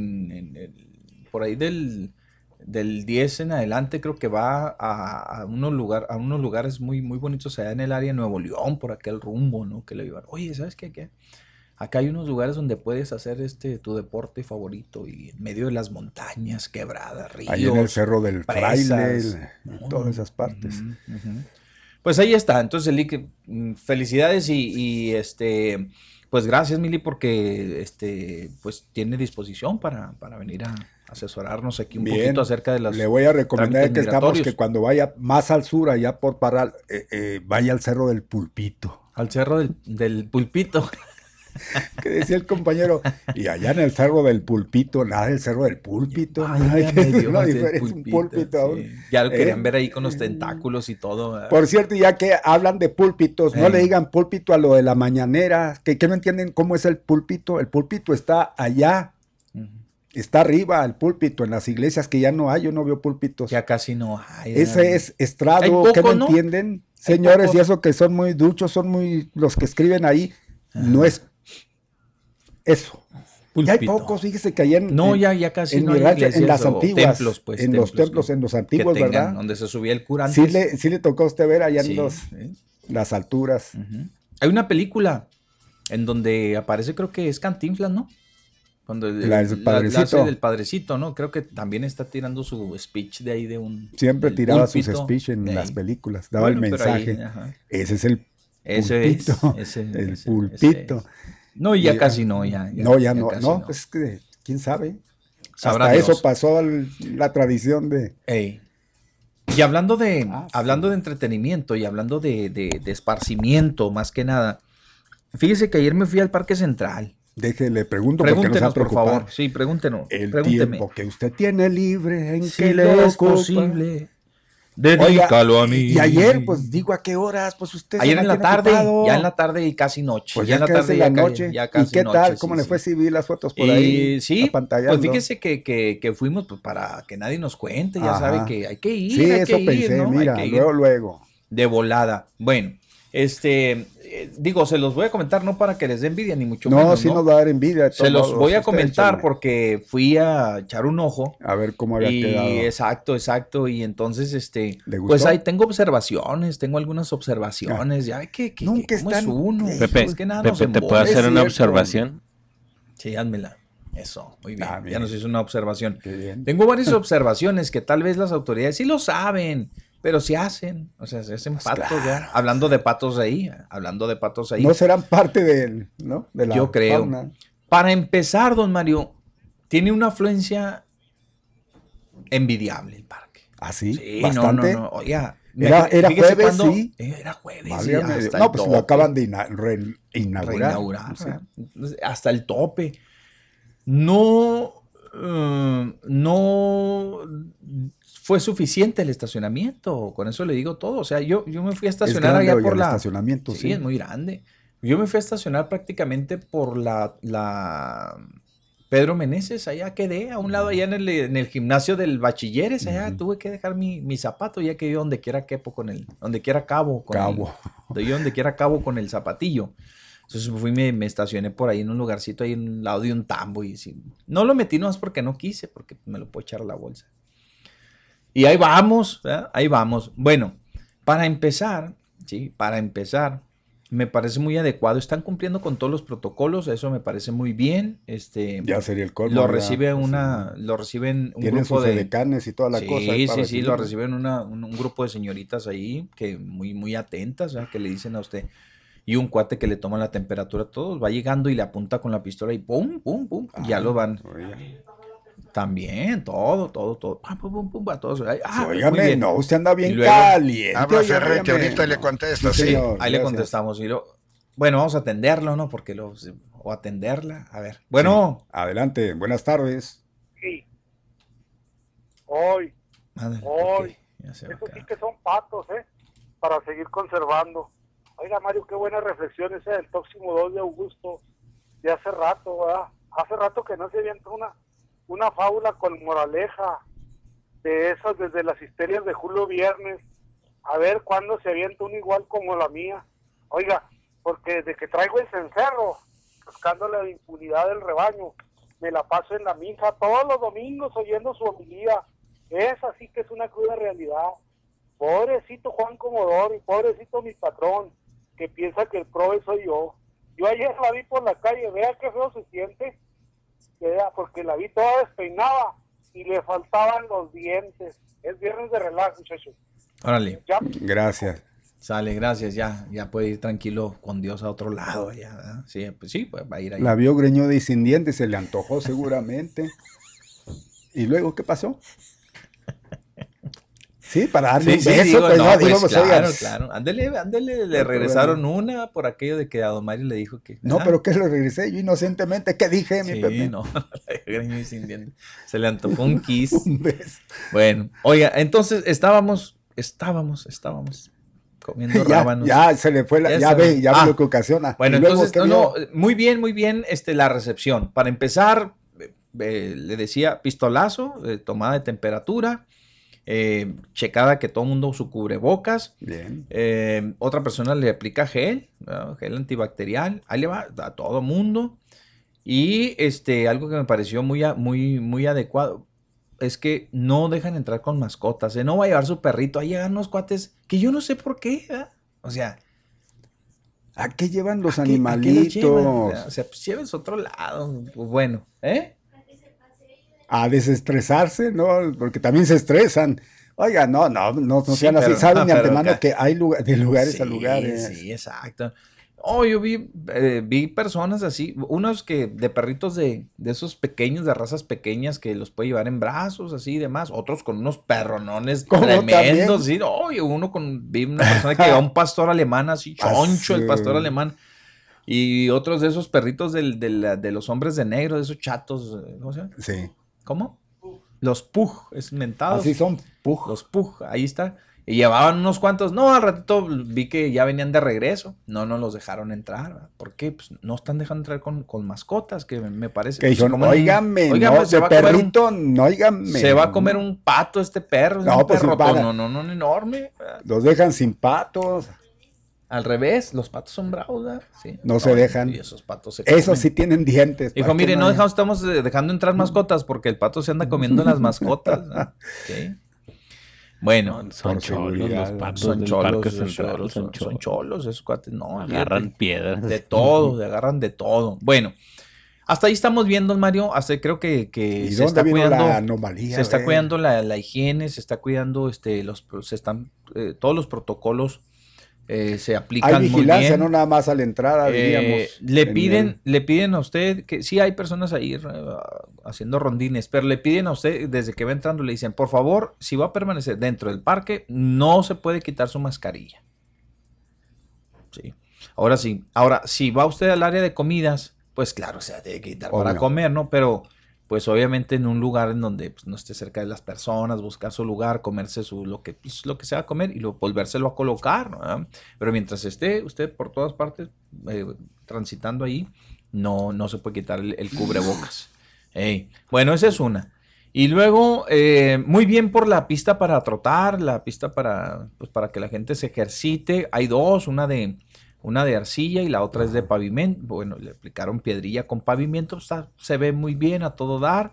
por ahí del 10 en adelante, creo que va a unos lugares muy, muy bonitos allá en el área de Nuevo León, por aquel rumbo, ¿no? Que le iban. Oye, ¿sabes qué? Acá hay unos lugares donde puedes hacer tu deporte favorito y en medio de las montañas, quebradas, ríos. Ahí en el Cerro del Fraile, presas. en todas esas partes. Ujú. Pues ahí está. Entonces, Lick, felicidades y pues gracias, Mili, porque pues tiene disposición para venir a asesorarnos aquí un Bien, poquito acerca de las le voy a recomendar trámites que estamos migratorios. que cuando vaya más al sur, allá por Parral, vaya al Cerro del Pulpito. Al cerro del pulpito. Que decía el compañero, y allá en el Cerro del Pulpito, nada del Cerro del Púlpito. Válgame Dios, Una el diferencia, un púlpito aún. sí. Ya lo querían ¿Eh? ver ahí con los tentáculos y todo. ¿verdad? Por cierto, ya que hablan de púlpitos, no Eh. le digan púlpito a lo de la mañanera, que no entienden cómo es el púlpito. El púlpito está allá, Ujú. está arriba el púlpito, en las iglesias que ya no hay, yo no veo púlpitos. Ya casi no hay. Ese es estrado, Hay poco, ¿qué no ¿no? entienden? Señores, poco. y eso que son muy duchos, son muy los que escriben ahí, no es eso. Ya hay Púlpito. pocos, fíjese que allá No, ya casi en no mi hay rancho, en iglesias las o antiguas, templos, pues. en los templos, en los antiguos, que tengan, ¿verdad? donde se subía el cura antes. Sí le tocó a usted ver allá Sí, en sí. las alturas. Ujú. Hay una película en donde aparece, creo que es Cantinflas, ¿no? Cuando La del Padrecito. hace del Padrecito, ¿no? Creo que también está tirando su speech de ahí de un... Siempre del tiraba sus púlpito. speech en Ahí. las películas, daba el Bueno, pero ahí, mensaje. ajá. Ese es el Ese es, pulpito. ese Pulpito. es. No, y ya Y- casi no, ya no, ya no, casi no, pues es que, quién sabe. Sabrá Hasta Dios. eso pasó la tradición de... Ey. Y hablando de, Ah, sí. hablando de entretenimiento y hablando de esparcimiento, más que nada, fíjese que ayer me fui al Parque Central Déjele, pregunto porque nos va a Pregúntenos, por preocupar. favor. Sí, pregúntenos. El Pregúnteme. tiempo que usted tiene libre, ¿en Si qué le le es ocupa? posible, dedícalo a mí. Y ayer, pues digo, ¿a qué horas? Pues usted Ayer se en la mantiene tarde, ocupado. ya en la tarde y casi noche. Pues ya en la casi tarde la ya ca- noche. ya ¿Y casi qué noche, tal? sí, ¿Cómo le sí. fue si vi las fotos por ahí? Sí, apantallando? pues fíjese que fuimos pues, para que nadie nos cuente, ya Ajá. sabe que hay que ir, Sí, hay eso que ir, pensé, ¿no? mira, Hay que ir luego. de volada. Bueno, digo, se los voy a comentar no para que les dé envidia, ni mucho No, menos, sí ¿no? nos va a dar envidia. de Se todos los modos. voy a Usted comentar échale. porque fui a echar un ojo. A ver cómo había quedado. Exacto. Y entonces, ¿Le gustó? pues ahí tengo observaciones, tengo algunas observaciones. Ya ve que Nunca ¿cómo están- es uno? Pepe, Es que nada nos Pepe, ¿te puedo embona. hacer Es una cierto. observación? Sí, házmela. Eso, muy bien. Ah, bien. Ya nos hizo una observación. Qué bien. Tengo varias observaciones que tal vez las autoridades sí lo saben, pero se hacen. O sea, se hacen patos claro. ya. Hablando de patos ahí. No serán parte de la Yo creo. fauna. Para empezar, don Mario, tiene una afluencia envidiable el parque. ¿Ah, sí? Sí, ¿Bastante? no. Oiga, Era fíjese jueves, cuando- sí. Era jueves, Válgame sí, Dios. hasta No, el pues lo tope. acaban de inaugurar. Reinaugurar, Sí. ¿verdad? Hasta el tope. No fue suficiente el estacionamiento, con eso le digo todo. O sea, yo me fui a Es estacionar grande, allá oiga, por el la... estacionamiento, Sí, sí. es muy grande. Yo me fui a estacionar prácticamente por la Pedro Meneses, allá quedé, a un lado allá en el gimnasio del Bachilleres, allá Ujú. tuve que dejar mi zapato, ya que yo donde quiera quepo donde quiera cabo. Yo donde quiera cabo con el zapatillo. Entonces fui, me estacioné por ahí en un lugarcito, ahí en un lado de un tambo. Y sí, no lo metí nomás porque no quise, porque me lo puedo echar a la bolsa. Y ahí vamos, ¿verdad? Ahí vamos. Bueno, para empezar, me parece muy adecuado. Están cumpliendo con todos los protocolos, eso me parece muy bien. Ya sería el colmo. Lo ¿verdad? reciben un Tienen grupo sus de... edecanes y toda la cosa. ahí para Sí, lo recibir. reciben un grupo de señoritas ahí que muy atentas, ¿verdad? Que le dicen a usted, y un cuate que le toma la temperatura a todos, va llegando y le apunta con la pistola y pum, y ya lo van. Oiga. También, todo, pum, a todos. Ay, Sí, muy óigame, bien. no, usted anda bien Y luego- caliente. Habla oiga, Ferre, que óigame. ahorita le contesta, Sí, sí. señor, Ahí le gracias. contestamos. Bueno, vamos a atenderlo, ¿no? O atenderla. A ver. Bueno. Sí. Adelante, buenas tardes. Sí. Hoy, Ándale, Hoy. ok, ya se va a esos sí quedar. que son patos, para seguir conservando. Oiga, Mario, qué buena reflexión esa del próximo 2 de Augusto, de hace rato, ¿verdad? Hace rato que no se avienta una fábula con moraleja, de esas desde las histerias de Julio Viernes, a ver cuándo se avienta una igual como la mía. Oiga, porque desde que traigo el cencerro, buscando la impunidad del rebaño, me la paso en la misa todos los domingos oyendo su homilía. Esa sí que es una cruda realidad. Pobrecito Juan Comodoro y pobrecito mi patrón, que piensa que el prove soy yo. Yo ayer la vi por la calle, vea qué feo se siente, vea, porque la vi toda despeinada y le faltaban los dientes. Es viernes de relax, muchachos. Órale. Ya, Gracias. Sale, gracias. Ya puede ir tranquilo con Dios a otro lado. Ya, ¿verdad? Sí, pues sí, pues va a ir ahí. La vio greñuda y sin dientes, se le antojó seguramente. ¿Y luego qué pasó? Sí, para darle un beso, digo, pues, no, no, pues, digo, pues, oiga, claro. Ándele, le regresaron una por aquello de que a don Mario le dijo que... No, ¿verdad? pero que le regresé yo inocentemente. ¿Qué dije, mi Sí, Pepe? no, greñuda y sin dientes. Se le antojó un kiss. Un beso. Bueno, oiga, entonces estábamos comiendo rábanos. Ya se le fue Ya ya se- ve Ah, lo que ocasiona. Bueno, Y luego, entonces, ¿qué no, vio? muy bien, la recepción. Para empezar, le decía pistolazo, tomada de temperatura, checada que todo el mundo su cubrebocas, Bien. otra persona le aplica gel, ¿no? Gel antibacterial, ahí le va a todo mundo. Y algo que me pareció muy adecuado es que no dejan entrar con mascotas, no va a llevar su perrito, ahí llegan unos cuates que yo no sé por qué, ¿verdad? O sea, ¿A qué llevan los ¿a qué los animalitos? llevan? O sea, pues llévense a otro lado. Pues bueno, A desestresarse, ¿no? Porque también se estresan. Oiga, no Sí, sean así. pero- Saben de pero antemano acá- que hay de lugares a Sí, lugares. Sí, exacto. Oh, yo vi personas así, unos que de perritos de esos pequeños, de razas pequeñas que los puede llevar en brazos, así y demás. Otros con unos perronones ¿Cómo tremendos, también? sí. Oh, vi una persona que llevaba un pastor alemán así, choncho, el Así. pastor alemán. Y otros de esos perritos de los hombres de negro, de esos chatos, ¿cómo se llama? Sí. ¿Cómo? Los Pug, es mentados. Así son, Pug. Los Pug, ahí está. Y llevaban unos cuantos. No, al ratito vi que ya venían de regreso. No los dejaron entrar. ¿Verdad? ¿Por qué? Pues no están dejando entrar con mascotas, que me parece. Que Pues, dijeron, óigame, no, se de va a comer perrito, no, óigame. Se va a comer un pato este perro. Es No, un pues, perro van a- no, enorme. ¿verdad? Los dejan sin patos. Al revés, los patos son bravos, ¿verdad? Sí. No se dejan. Y esos patos se Esos comen. sí tienen dientes. Dijo, ¿para qué mire, no haya? estamos dejando entrar mascotas porque el pato se anda comiendo las mascotas. ¿no? Ok. Bueno, Son por cholos seguridad, los patos son del cholos, Parque son Central, cholos, son cholos, esos cuates, no, Agarran fíjate, piedras. de todo, se agarran de todo. Bueno, hasta ahí estamos viendo, Mario, hasta creo que ¿Y se dónde está vino cuidando, la anomalía? se está Ve? cuidando la higiene, se está cuidando, todos los protocolos se aplican Hay muy vigilancia, bien. no nada más a la entrada, diríamos. Le piden a usted que sí hay personas ahí haciendo rondines, pero le piden a usted desde que va entrando, le dicen, por favor, si va a permanecer dentro del parque, no se puede quitar su mascarilla. Sí. Ahora sí. Ahora, si va usted al área de comidas, pues claro, se debe quitar para Obvio. comer, ¿no? Pero pues obviamente en un lugar en donde pues, no esté cerca de las personas, buscar su lugar, comerse lo que se va a comer y luego volvérselo a colocar, ¿no? Pero mientras esté usted por todas partes transitando ahí, no se puede quitar el cubrebocas. Bueno, esa es una. Y luego, muy bien por la pista para trotar, la pista para que la gente se ejercite. Hay dos, una de arcilla y la otra es de pavimento. Bueno, le aplicaron piedrilla con pavimento, se ve muy bien a todo dar.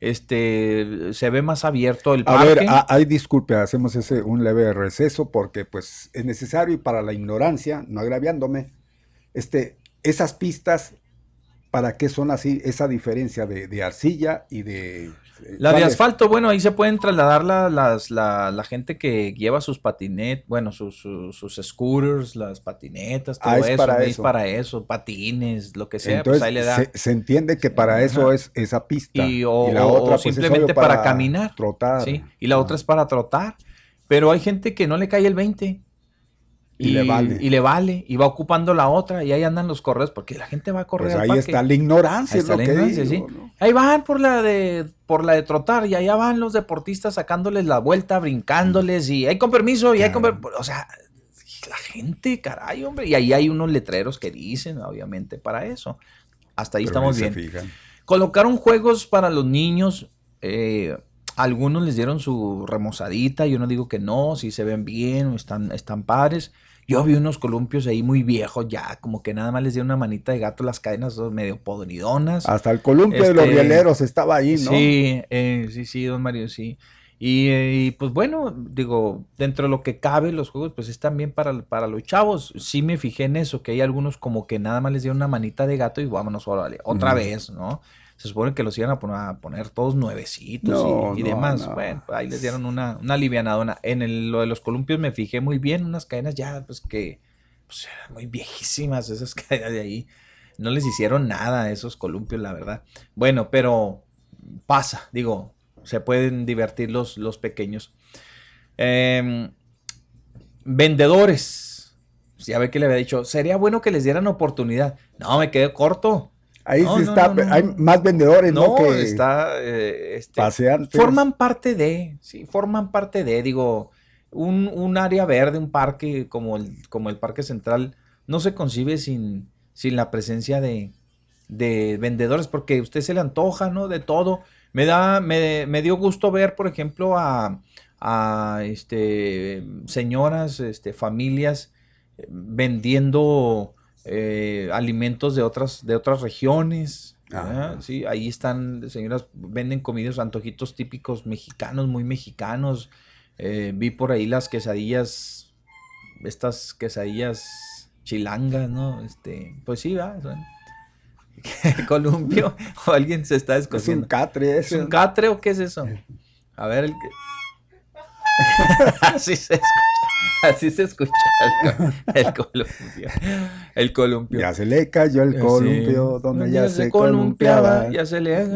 Se ve más abierto el A parque. ver, disculpe, hacemos un leve receso porque pues es necesario y para la ignorancia, no agraviándome, esas pistas, ¿para qué son así? Esa diferencia de arcilla y de... La de ¿cuál es? asfalto, bueno, ahí se pueden trasladar la gente que lleva sus patinetas, bueno, sus scooters, las patinetas, todo es eso, para es eso. para eso, patines, lo que sea, Entonces, pues ahí le da. se entiende que para eso Ajá. es esa pista. O la otra, pues, es simplemente obvio para caminar. trotar. Sí, y la otra es para trotar. Pero hay gente que no le cae el 20. Y le vale. Y le vale. Y va ocupando la otra. Y ahí andan los correos. Porque la gente va a correr Pues al ahí parque. está la ignorancia, Ahí es está lo la que ignorancia, digo, sí. ¿no? Ahí van por la de trotar. Y allá van los deportistas sacándoles la vuelta, brincándoles. Y hay con permiso. Y hay con o sea, la gente, caray, hombre. Y ahí hay unos letreros que dicen, obviamente, para eso. Hasta ahí Pero estamos ahí se bien. fijan. Colocaron juegos para los niños. Algunos les dieron su remozadita. Yo no digo que no, si se ven bien, están padres. Yo vi unos columpios ahí muy viejos ya, como que nada más les dieron una manita de gato, las cadenas medio podridonas. Hasta el columpio de los rieleros estaba ahí, ¿no? Sí, don Mario, sí. Y pues bueno, digo, dentro de lo que cabe, los juegos pues están bien para los chavos. Sí me fijé en eso, que hay algunos como que nada más les dieron una manita de gato y vámonos, órale, otra vez, ¿no? Se supone que los iban a poner todos nuevecitos y demás. No. Bueno, pues ahí les dieron una alivianadona. Lo de los columpios me fijé muy bien, unas cadenas ya, pues que pues, eran muy viejísimas esas cadenas de ahí. No les hicieron nada a esos columpios, la verdad. Bueno, pero pasa, digo, se pueden divertir los pequeños. Vendedores. Ya ve que le había dicho, sería bueno que les dieran oportunidad. No, me quedé corto. Ahí sí está, hay más vendedores, ¿no? Que está paseantes. Forman parte de, digo, un área verde, un parque como el Parque Central, no se concibe sin la presencia de vendedores, porque a usted se le antoja, ¿no? De todo. Me dio gusto ver, por ejemplo, a señoras, familias vendiendo alimentos de otras regiones. Sí, ahí están señoras, venden comidas, antojitos típicos mexicanos, muy mexicanos. Vi por ahí las quesadillas, estas quesadillas chilangas, ¿no? Pues sí, va. Columpio, o alguien se está descosiendo. Es un catre ese. ¿Es un catre o qué es eso? A ver, así se escucha el columpio. El columpio. Ya se le cayó el columpio, donde ya se columpiaba. Ya se le...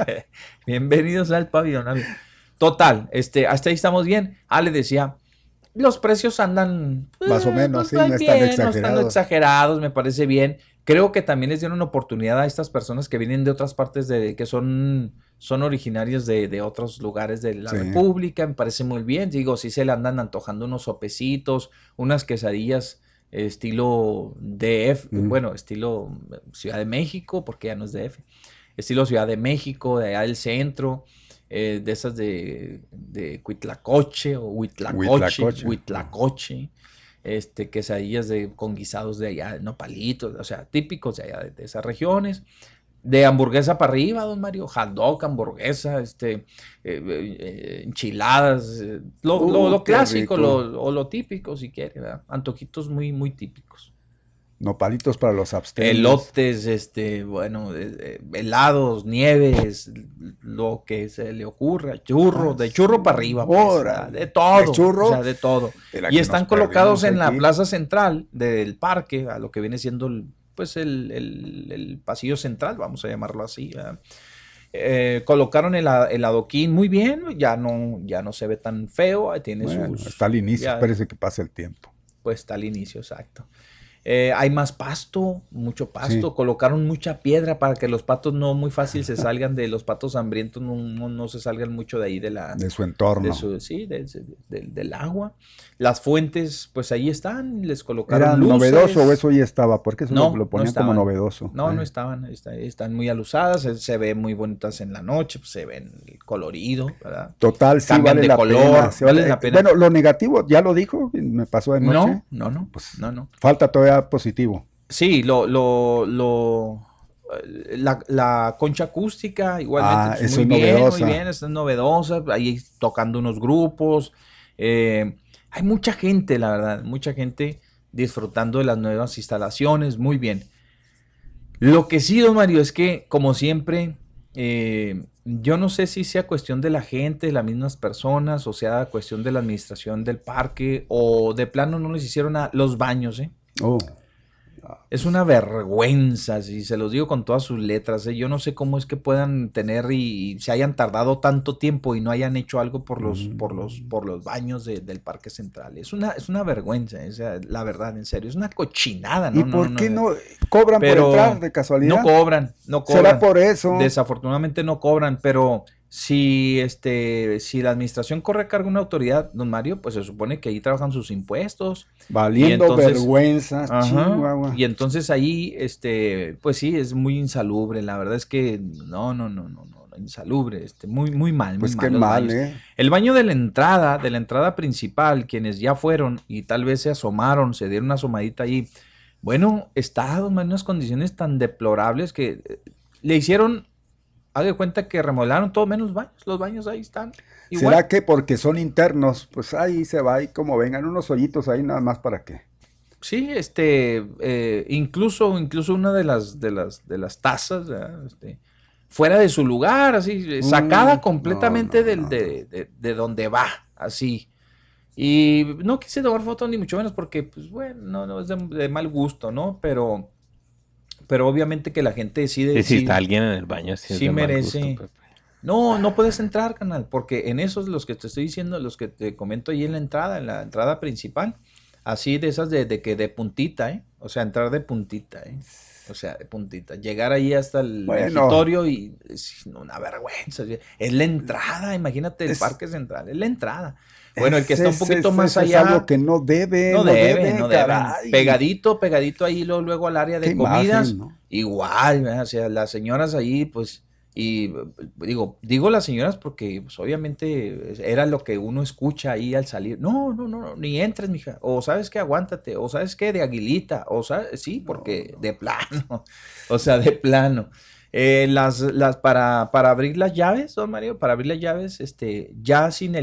Bienvenidos al pabellón. Total, hasta ahí estamos bien. Le decía, Los precios andan más o menos, sí, pues, no bien, están no están exagerados, me parece bien. Creo que también les dieron oportunidad a estas personas que vienen de otras partes que son originarios de otros lugares de la República, me parece muy bien. Digo, sí se le andan antojando unos sopecitos, unas quesadillas estilo DF, bueno, estilo Ciudad de México, porque ya no es DF, estilo Ciudad de México, de allá del centro. De esas de Cuitlacoche o Huitlacoche, quesadillas con guisados de allá, nopalitos, o sea, típicos de allá, de esas regiones. De hamburguesa para arriba, don Mario, hot dog, hamburguesa, enchiladas, lo clásico, lo típico, si quiere, ¿verdad? Antojitos muy, muy típicos. Nopalitos para los abstemios. Elotes, helados, nieves, lo que se le ocurra, churro, de churro para arriba, pues, de todo, ¿de churro? O sea, de todo. Y están colocados en la plaza central del parque, a lo que viene siendo el pasillo central, vamos a llamarlo así, ¿verdad? Colocaron el adoquín muy bien, ya no se ve tan feo, tiene está al inicio, parece que pasa el tiempo. Pues está al inicio, exacto. Hay más pasto, mucho pasto, colocaron mucha piedra para que los patos no muy fácil se salgan los patos hambrientos, no se salgan mucho de ahí de su entorno. Del agua. Las fuentes, pues ahí están, les colocaron ¿Era luces. ¿Novedoso o eso ya estaba? Porque eso lo ponían estaban, como novedoso. No estaban, están muy alusadas, se ven muy bonitas en la noche, pues se ven colorido, ¿verdad? Total, sí, cambian de color, vale la pena. Bueno, lo negativo, ya lo dijo, me pasó de noche. No. Falta todavía positivo. Sí, la concha acústica igualmente es muy bien, es novedosa, ahí tocando unos grupos, hay mucha gente, la verdad, mucha gente disfrutando de las nuevas instalaciones, muy bien. Lo que sí, don Mario, es que, como siempre, yo no sé si sea cuestión de la gente, de las mismas personas, o sea cuestión de la administración del parque, o de plano no les hicieron los baños, Es una vergüenza, si se los digo con todas sus letras, Yo no sé cómo es que puedan tener y se hayan tardado tanto tiempo y no hayan hecho algo por los baños del Parque Central. Es una vergüenza, la verdad, en serio. Es una cochinada, ¿no? ¿Y por qué no cobran por entrar de casualidad? No cobran. ¿Será por eso? Desafortunadamente no cobran, pero si la administración corre a cargo de una autoridad, don Mario, pues se supone que ahí trabajan sus impuestos. Valiendo vergüenza, Chihuahua. Y entonces ahí, pues sí, es muy insalubre. La verdad es que no, insalubre, muy, muy mal. Pues muy qué mal, El baño de la entrada principal, quienes ya fueron y tal vez se asomaron, se dieron una asomadita ahí. Bueno, está en unas condiciones tan deplorables que le hicieron. Haga de cuenta que remodelaron todo menos los baños ahí están. Igual. ¿Será que porque son internos? Pues ahí se va, y como vengan unos hoyitos ahí nada más para qué. Sí, incluso una de las tazas, fuera de su lugar, así, sacada completamente de donde va, así. Y no quise tomar fotos ni mucho menos porque, pues bueno, no es de mal gusto, ¿no? Pero obviamente que la gente decide. Y si está alguien en el baño, sí merece. Gusto, no puedes entrar, canal, porque en esos los que te estoy diciendo, los que te comento ahí en la entrada principal, así de esas de puntita, o sea, entrar de puntita, o sea, de puntita, llegar ahí hasta el escritorio y es una vergüenza. Es la entrada, imagínate el Parque Central, es la entrada. Bueno, el que está un poquito más allá. Es algo que no debe. Pegadito ahí luego al área de comidas. Imagen, ¿no? Igual, o sea, las señoras ahí, pues, y digo las señoras porque pues, obviamente era lo que uno escucha ahí al salir. No, ni entres, mija. O sabes qué, aguántate. O sabes qué, de aguilita. O sabes, sí, porque de plano. O sea, de plano. Para abrir las llaves, don Mario, para abrir las llaves, ya sin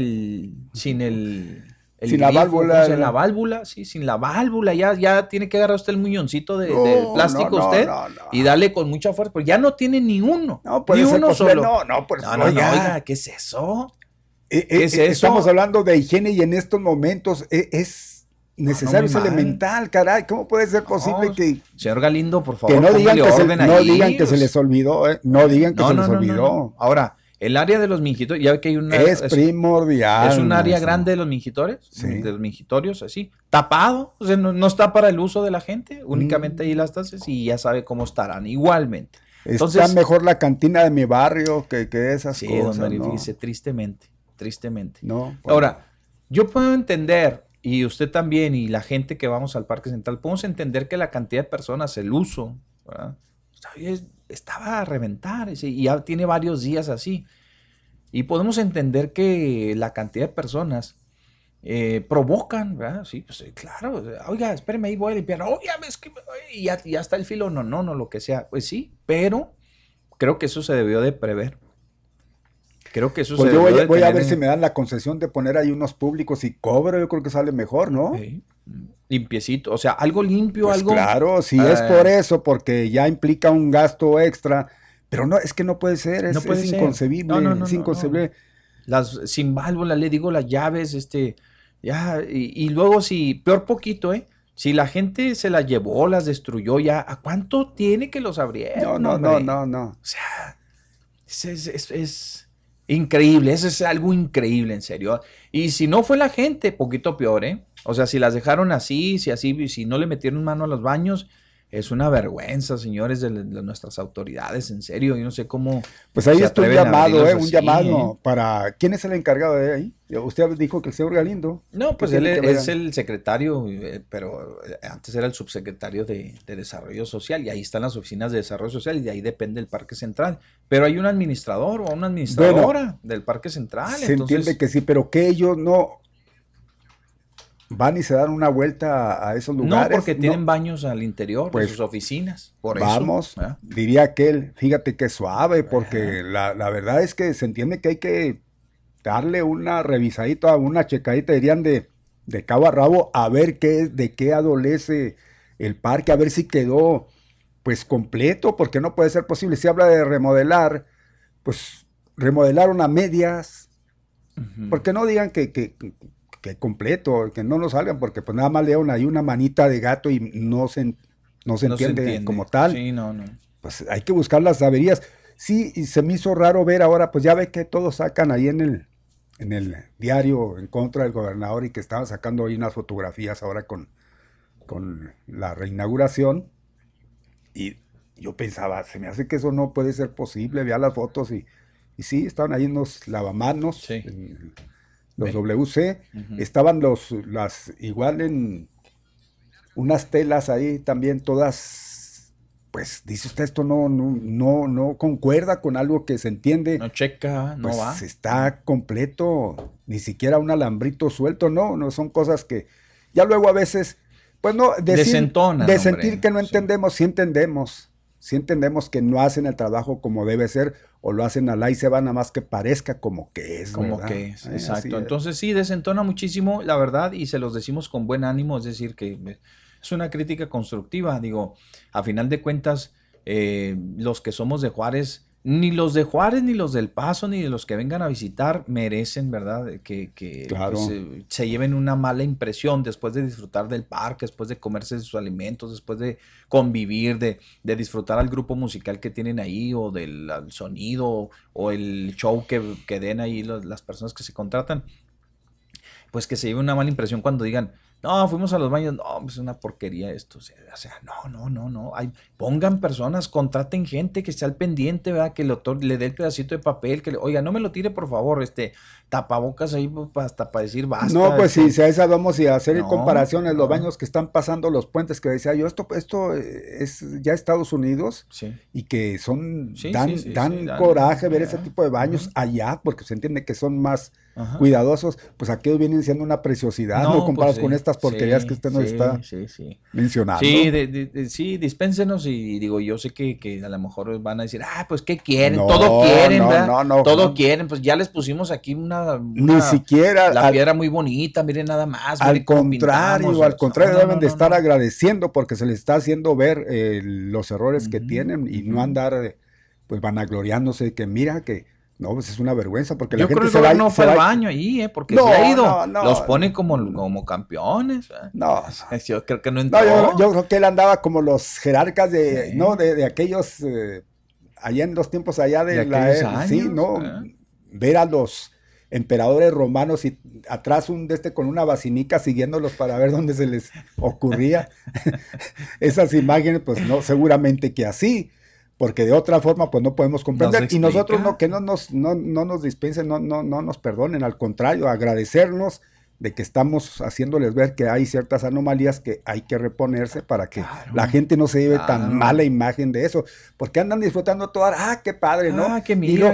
la válvula. Sin la válvula, sí, sin la válvula, ya tiene que agarrar usted el muñoncito de plástico y darle con mucha fuerza, porque ya no tiene ni uno. No, puede ser uno solo. Oiga, ¿qué es eso? ¿Qué es eso? Estamos hablando de higiene y en estos momentos es necesario, es elemental, caray. ¿Cómo puede ser posible que... Señor Galindo, por favor, que no digan que se les olvidó, no digan que se les olvidó. Ahora, El área de los mingitorios, ya ve que hay una... Es primordial. Es un área maestro. grande de los mingitorios, Sí. de los mingitorios, así, tapado, o sea, no está para el uso de la gente, únicamente ahí las tases y ya sabe cómo estarán, igualmente. Está Entonces, mejor la cantina de mi barrio que esas sí, cosas, don Mario, ¿no? fíjese, tristemente. No, bueno. Ahora, yo puedo entender, y usted también, y la gente que vamos al Parque Central, podemos entender que la cantidad de personas, el uso, ¿verdad? Estaba a reventar, y ya tiene varios días así. Y podemos entender que la cantidad de personas provocan, ¿verdad? Sí, pues claro, oiga, espéreme, ahí voy a limpiar, oiga, es que y ya está el filo, no, lo que sea. Pues sí, pero creo que eso se debió de prever. Creo que eso Pues se yo debió de voy a tener ver en- si me dan la concesión de poner ahí unos públicos y cobro, yo creo que sale mejor, ¿no? Sí, limpiecito, o sea, algo limpio, Pues algo... claro, si es por eso, porque ya implica un gasto extra, pero no, es que no puede ser, No puede es ser. inconcebible, No, es inconcebible. Las sin válvula, le digo las llaves, ya, y luego si, peor poquito, si la gente se las llevó, las destruyó ya, ¿a cuánto tiene que los abrieron? No. O sea, es increíble, eso es algo increíble, en serio. Y si no fue la gente, poquito peor, O sea, si las dejaron así, si no le metieron mano a los baños, es una vergüenza, señores, de nuestras autoridades, en serio. Yo no sé cómo. Pues ahí se está un atreven a llamado, abrirlos un así, llamado para... ¿Quién es el encargado de ahí? Usted dijo que el señor Galindo. No, pues ¿Qué él tiene que ver? es el secretario, pero antes era el subsecretario de Desarrollo Social, y ahí están las oficinas de Desarrollo Social, y de ahí depende el Parque Central. Pero hay un administrador o una administradora del Parque Central. Se entonces, entiende que sí, pero que ellos no van y se dan una vuelta a esos lugares. no, porque No. tienen baños al interior Pues, de sus oficinas. Por Vamos, eso. ¿verdad? diría aquel, fíjate que suave, porque la verdad es que se entiende que hay que darle una revisadita, una checadita, dirían de cabo a rabo, a ver de qué adolece el parque, a ver si quedó pues completo, porque no puede ser posible. Si habla de remodelar, pues remodelaron a medias, Ujú. porque no digan que completo, que no lo salgan, porque pues nada más le dan ahí una manita de gato y no se entiende como tal. Sí, no. Pues hay que buscar las averías. Sí, y se me hizo raro ver ahora, pues ya ve que todos sacan ahí en el diario en contra del gobernador y que estaban sacando ahí unas fotografías ahora con la reinauguración. Y yo pensaba, se me hace que eso no puede ser posible, vea las fotos y sí, estaban ahí unos lavamanos, Sí. los Sí. WC, Ujú. estaban igual en unas telas ahí también todas, pues dice usted, esto no concuerda con algo que se entiende. No checa, no Pues va. está completo, ni siquiera un alambrito suelto, no son cosas que ya luego a veces, pues no, Desentonan, de hombre, sentir que no sí. entendemos, sí entendemos que no hacen el trabajo como debe ser, o lo hacen al ahí se va nada más que parezca como que es, Como ¿verdad? que es, Así exacto. es. Entonces sí, desentona muchísimo, la verdad, y se los decimos con buen ánimo, es decir, que es una crítica constructiva. Digo, a final de cuentas, los que somos de Juárez, ni los de Juárez, ni los del Paso, ni de los que vengan a visitar merecen, ¿verdad? Que Claro. pues, se lleven una mala impresión después de disfrutar del parque, después de comerse sus alimentos, después de convivir, de disfrutar al grupo musical que tienen ahí, o del al sonido, o el show que den ahí las personas que se contratan. Pues que se lleve una mala impresión cuando digan, no, fuimos a los baños, no, pues es una porquería esto. O sea, no. Pongan personas, contraten gente que esté al pendiente, ¿verdad? Que le dé el pedacito de papel, oiga, no me lo tire, por favor, tapabocas ahí hasta para decir basta. No, pues si a esa vamos a hacer No, comparaciones, no. los baños que están pasando, los puentes que decía yo, esto es ya Estados Unidos Sí. y que son, Sí, dan sí, coraje ver ese ajá, tipo de baños ujú. allá, porque se entiende que son más Ajá. cuidadosos, pues aquellos vienen siendo una preciosidad, no comparados pues con sí, estas porquerías que usted nos está Sí. mencionando. Sí, dispénsenos, y digo, yo sé que a lo mejor van a decir, pues ¿qué quieren? No, Todo quieren, ¿verdad? no, Todo no. quieren, pues ya les pusimos aquí Ni siquiera la piedra muy bonita, miren nada más. miren cómo pintamos. al contrario, No, deben de no, estar no. agradeciendo porque se les está haciendo ver los errores que Ujú, tienen y no ujú. andar pues vanagloriándose de que mira que no, pues es una vergüenza porque Yo la creo gente que el se va gobierno se fue al va- baño ahí, porque No, se ha ido. no, Los pone como campeones. No, Yo creo que no no, entró. yo creo que él andaba como los jerarcas Sí. de aquellos allá en los tiempos allá de De la aquellos era, sí, años, ¿no? Ver a los emperadores romanos y atrás con una basinica siguiéndolos para ver dónde se les ocurría esas imágenes, pues no, seguramente que así, porque de otra forma pues no podemos comprender, y nosotros no, que no nos dispensen, no nos perdonen, al contrario, agradecernos de que estamos haciéndoles ver que hay ciertas anomalías que hay que reponerse para que la gente no se lleve tan mala imagen de eso, porque andan disfrutando todo, qué padre, ¿no? Que mira,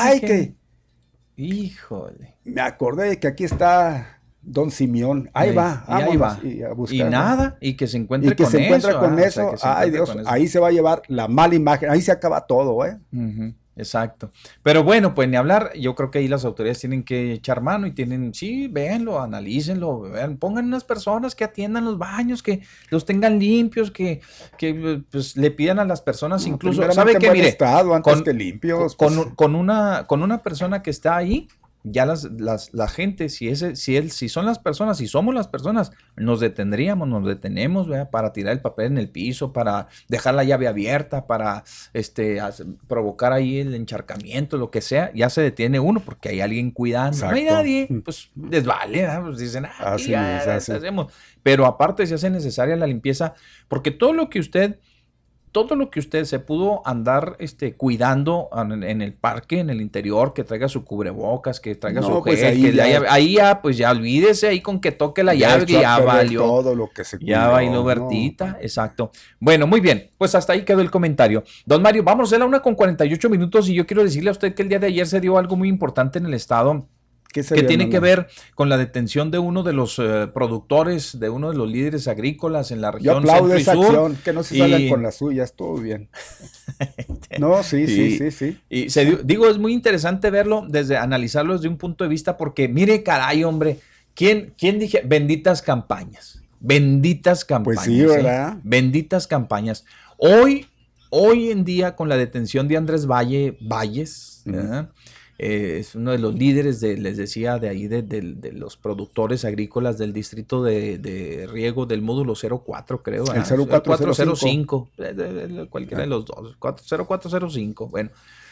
Híjole. Me acordé de que aquí está Don Simeón. Ahí va, ahí va. Y a buscar, y nada, y que se encuentre con eso. Y que se encuentra con eso. O sea, ay, Dios, con eso. Ahí se va a llevar la mala imagen. Ahí se acaba todo, ¿eh? Exacto. Pero bueno, pues ni hablar, yo creo que ahí las autoridades tienen que echar mano y sí, véanlo, analícenlo, pongan unas personas que atiendan los baños, que los tengan limpios, que pues le pidan a las personas incluso, ¿sabe qué? Mire, estado, antes que limpios, con una persona que está ahí, ya la gente, si son las personas, si somos las personas, nos detenemos, ¿verdad? Para tirar el papel en el piso, para dejar la llave abierta, para provocar ahí el encharcamiento, lo que sea, ya se detiene uno porque hay alguien cuidando. Exacto. No hay nadie, pues les vale, ¿verdad? Pues dicen, así hacemos. Pero aparte se hace necesaria la limpieza, porque todo lo que usted se pudo andar cuidando en el parque, en el interior, que traiga su cubrebocas, que traiga su pues gel, ahí ya olvídese, ahí con que toque la llave, que ya valió. Todo lo que se ya bailó Bertita, exacto. Bueno, muy bien, pues hasta ahí quedó el comentario. Don Mario, vamos a hacer la 1:48 y yo quiero decirle a usted que el día de ayer se dio algo muy importante en el estado, que tiene que ver con la detención de uno de los productores, de uno de los líderes agrícolas en la región Centro y Sur. Yo aplaudo esa acción, que no se salgan con las suyas, todo bien. No, sí. Y es muy interesante verlo, analizarlo desde un punto de vista, porque mire, caray, hombre, ¿quién dije? Benditas campañas. Pues sí, ¿verdad? Benditas campañas. Hoy en día, con la detención de Andrés Valles, es uno de los líderes les decía, de ahí de los productores agrícolas del distrito de riego del módulo 04, creo. El 0405. Cualquiera de los dos. 0405. Bueno.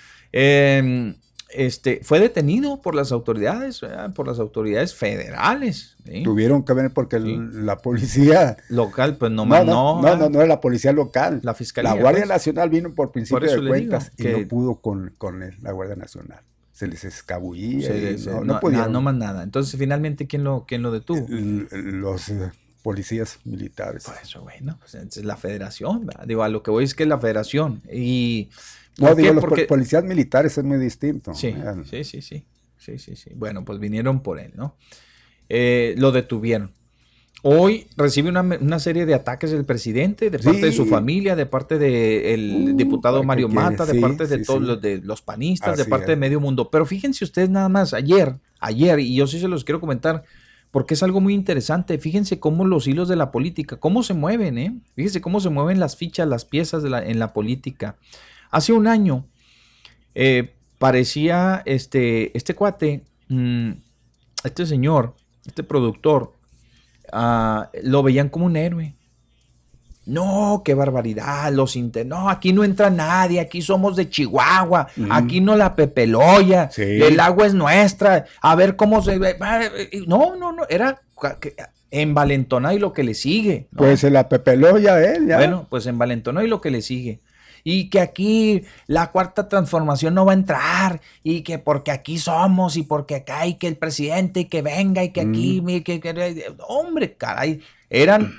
Fue detenido por las autoridades federales. ¿Sí? Tuvieron que venir porque la policía local, pues no es la policía local. La fiscalía. La Guardia Nacional vino por principio de cuentas y no pudo con la Guardia Nacional. Se les escabullía. No podían. No más nada. Entonces, finalmente, ¿quién lo detuvo? Los policías militares. Por eso, bueno, pues es la federación, ¿verdad? Digo, a lo que voy es que es la federación. Y los policías militares es muy distinto. Sí. Bueno, pues vinieron por él, ¿no? Lo detuvieron. Hoy recibe una serie de ataques del presidente, de parte de su familia, de parte del diputado Mario Mata, de parte de todos los panistas, de parte de medio mundo. Pero fíjense ustedes nada más, ayer, y yo sí se los quiero comentar, porque es algo muy interesante. Fíjense cómo los hilos de la política, cómo se mueven, ¿eh? Fíjense cómo se mueven las fichas, las piezas en la política. Hace un año parecía este cuate, este señor, este productor, lo veían como un héroe. No, qué barbaridad, no, aquí no entra nadie, aquí somos de Chihuahua, aquí no la Pepeloya, el agua es nuestra, a ver cómo se ve. No, era envalentonado y lo que le sigue, ¿no? Pues se la Pepeloya él, ya. Bueno, pues envalentonado y lo que le sigue. Y que aquí la cuarta transformación no va a entrar, y que porque aquí somos, y porque acá hay que el presidente, y que venga, y que aquí, hombre, caray, eran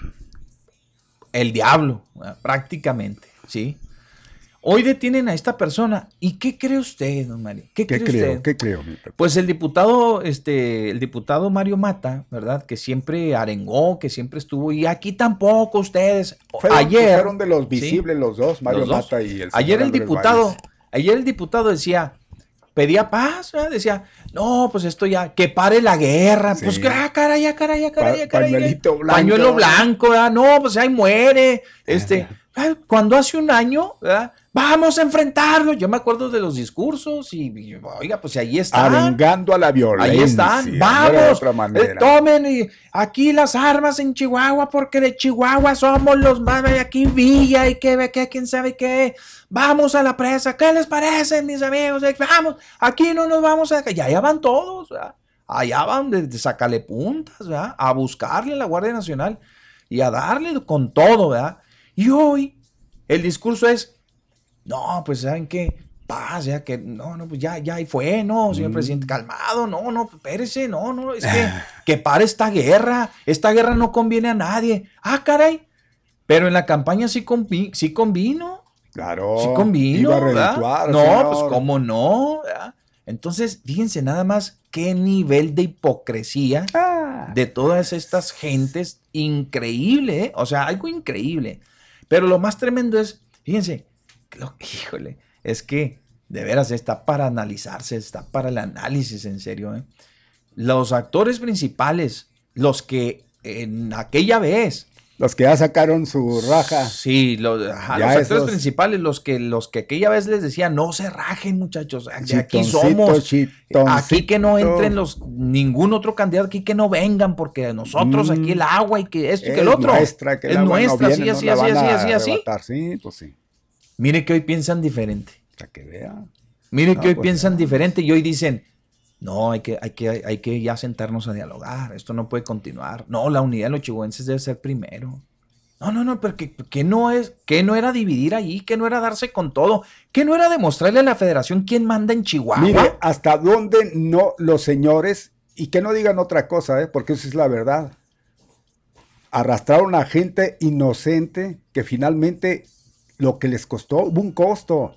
el diablo, prácticamente, ¿sí? Hoy detienen a esta persona, ¿y qué cree usted, don Mario? ¿Qué cree usted? ¿Qué creo? Pues el diputado Mario Mata, ¿verdad? Que siempre arengó, que siempre estuvo, y aquí tampoco ustedes. Fueron de los visibles, ¿sí? Los dos, Mario Mata y el señor ayer el diputado decía, pedía paz, ¿verdad? Decía, no, pues esto ya, que pare la guerra, sí. Pues caray. Pañuelo blanco, ¿verdad? No, pues ahí muere, cuando hace un año, ¿verdad? vamos a enfrentarlo. Yo me acuerdo de los discursos y oiga, pues ahí están. Arengando a la violencia. Ahí están, no era de vamos, otra manera. tomen aquí las armas en Chihuahua porque de Chihuahua somos los más, aquí Villa y que quién sabe qué. Vamos a la presa, ¿qué les parece, mis amigos? Vamos, aquí no nos vamos a... Y allá van todos, ¿verdad? Allá van de sacarle puntas, ¿verdad? A buscarle a la Guardia Nacional y a darle con todo, ¿verdad? Y hoy el discurso es, no, pues ¿saben qué? Paz, ya que, no, pues ya ahí fue, no, señor presidente, calmado, no, espérese, no, es que pare esta guerra no conviene a nadie. Ah, caray, pero en la campaña sí convino. Claro. Sí convino, iba a ¿verdad? redituar, No, señor. pues cómo no, ¿verdad? Entonces, fíjense nada más qué nivel de hipocresía de todas estas gentes, increíble, ¿eh? O sea, algo increíble. Pero lo más tremendo es, fíjense, híjole, es que de veras está para analizarse, está para el análisis, en serio, ¿eh? Los actores principales, los que en aquella vez... Los que ya sacaron su raja. Sí, los actores principales, los que aquella vez les decían, no se rajen, muchachos, aquí somos, aquí que no entren ningún otro candidato, aquí que no vengan, porque nosotros aquí el agua y que esto y que el otro. Nuestra, que es nuestra, no viene, así. Sí, pues sí. Mire que hoy piensan diferente. Para que vea. Mire que hoy piensan diferente y hoy dicen, no, hay que ya sentarnos a dialogar, esto no puede continuar. No, la unidad de los chihuahuenses debe ser primero. No, pero que no era dividir ahí, que no era darse con todo, que no era demostrarle a la federación quién manda en Chihuahua. Mire, hasta dónde no los señores, y que no digan otra cosa, porque eso es la verdad, arrastraron a gente inocente que finalmente lo que les costó, hubo un costo.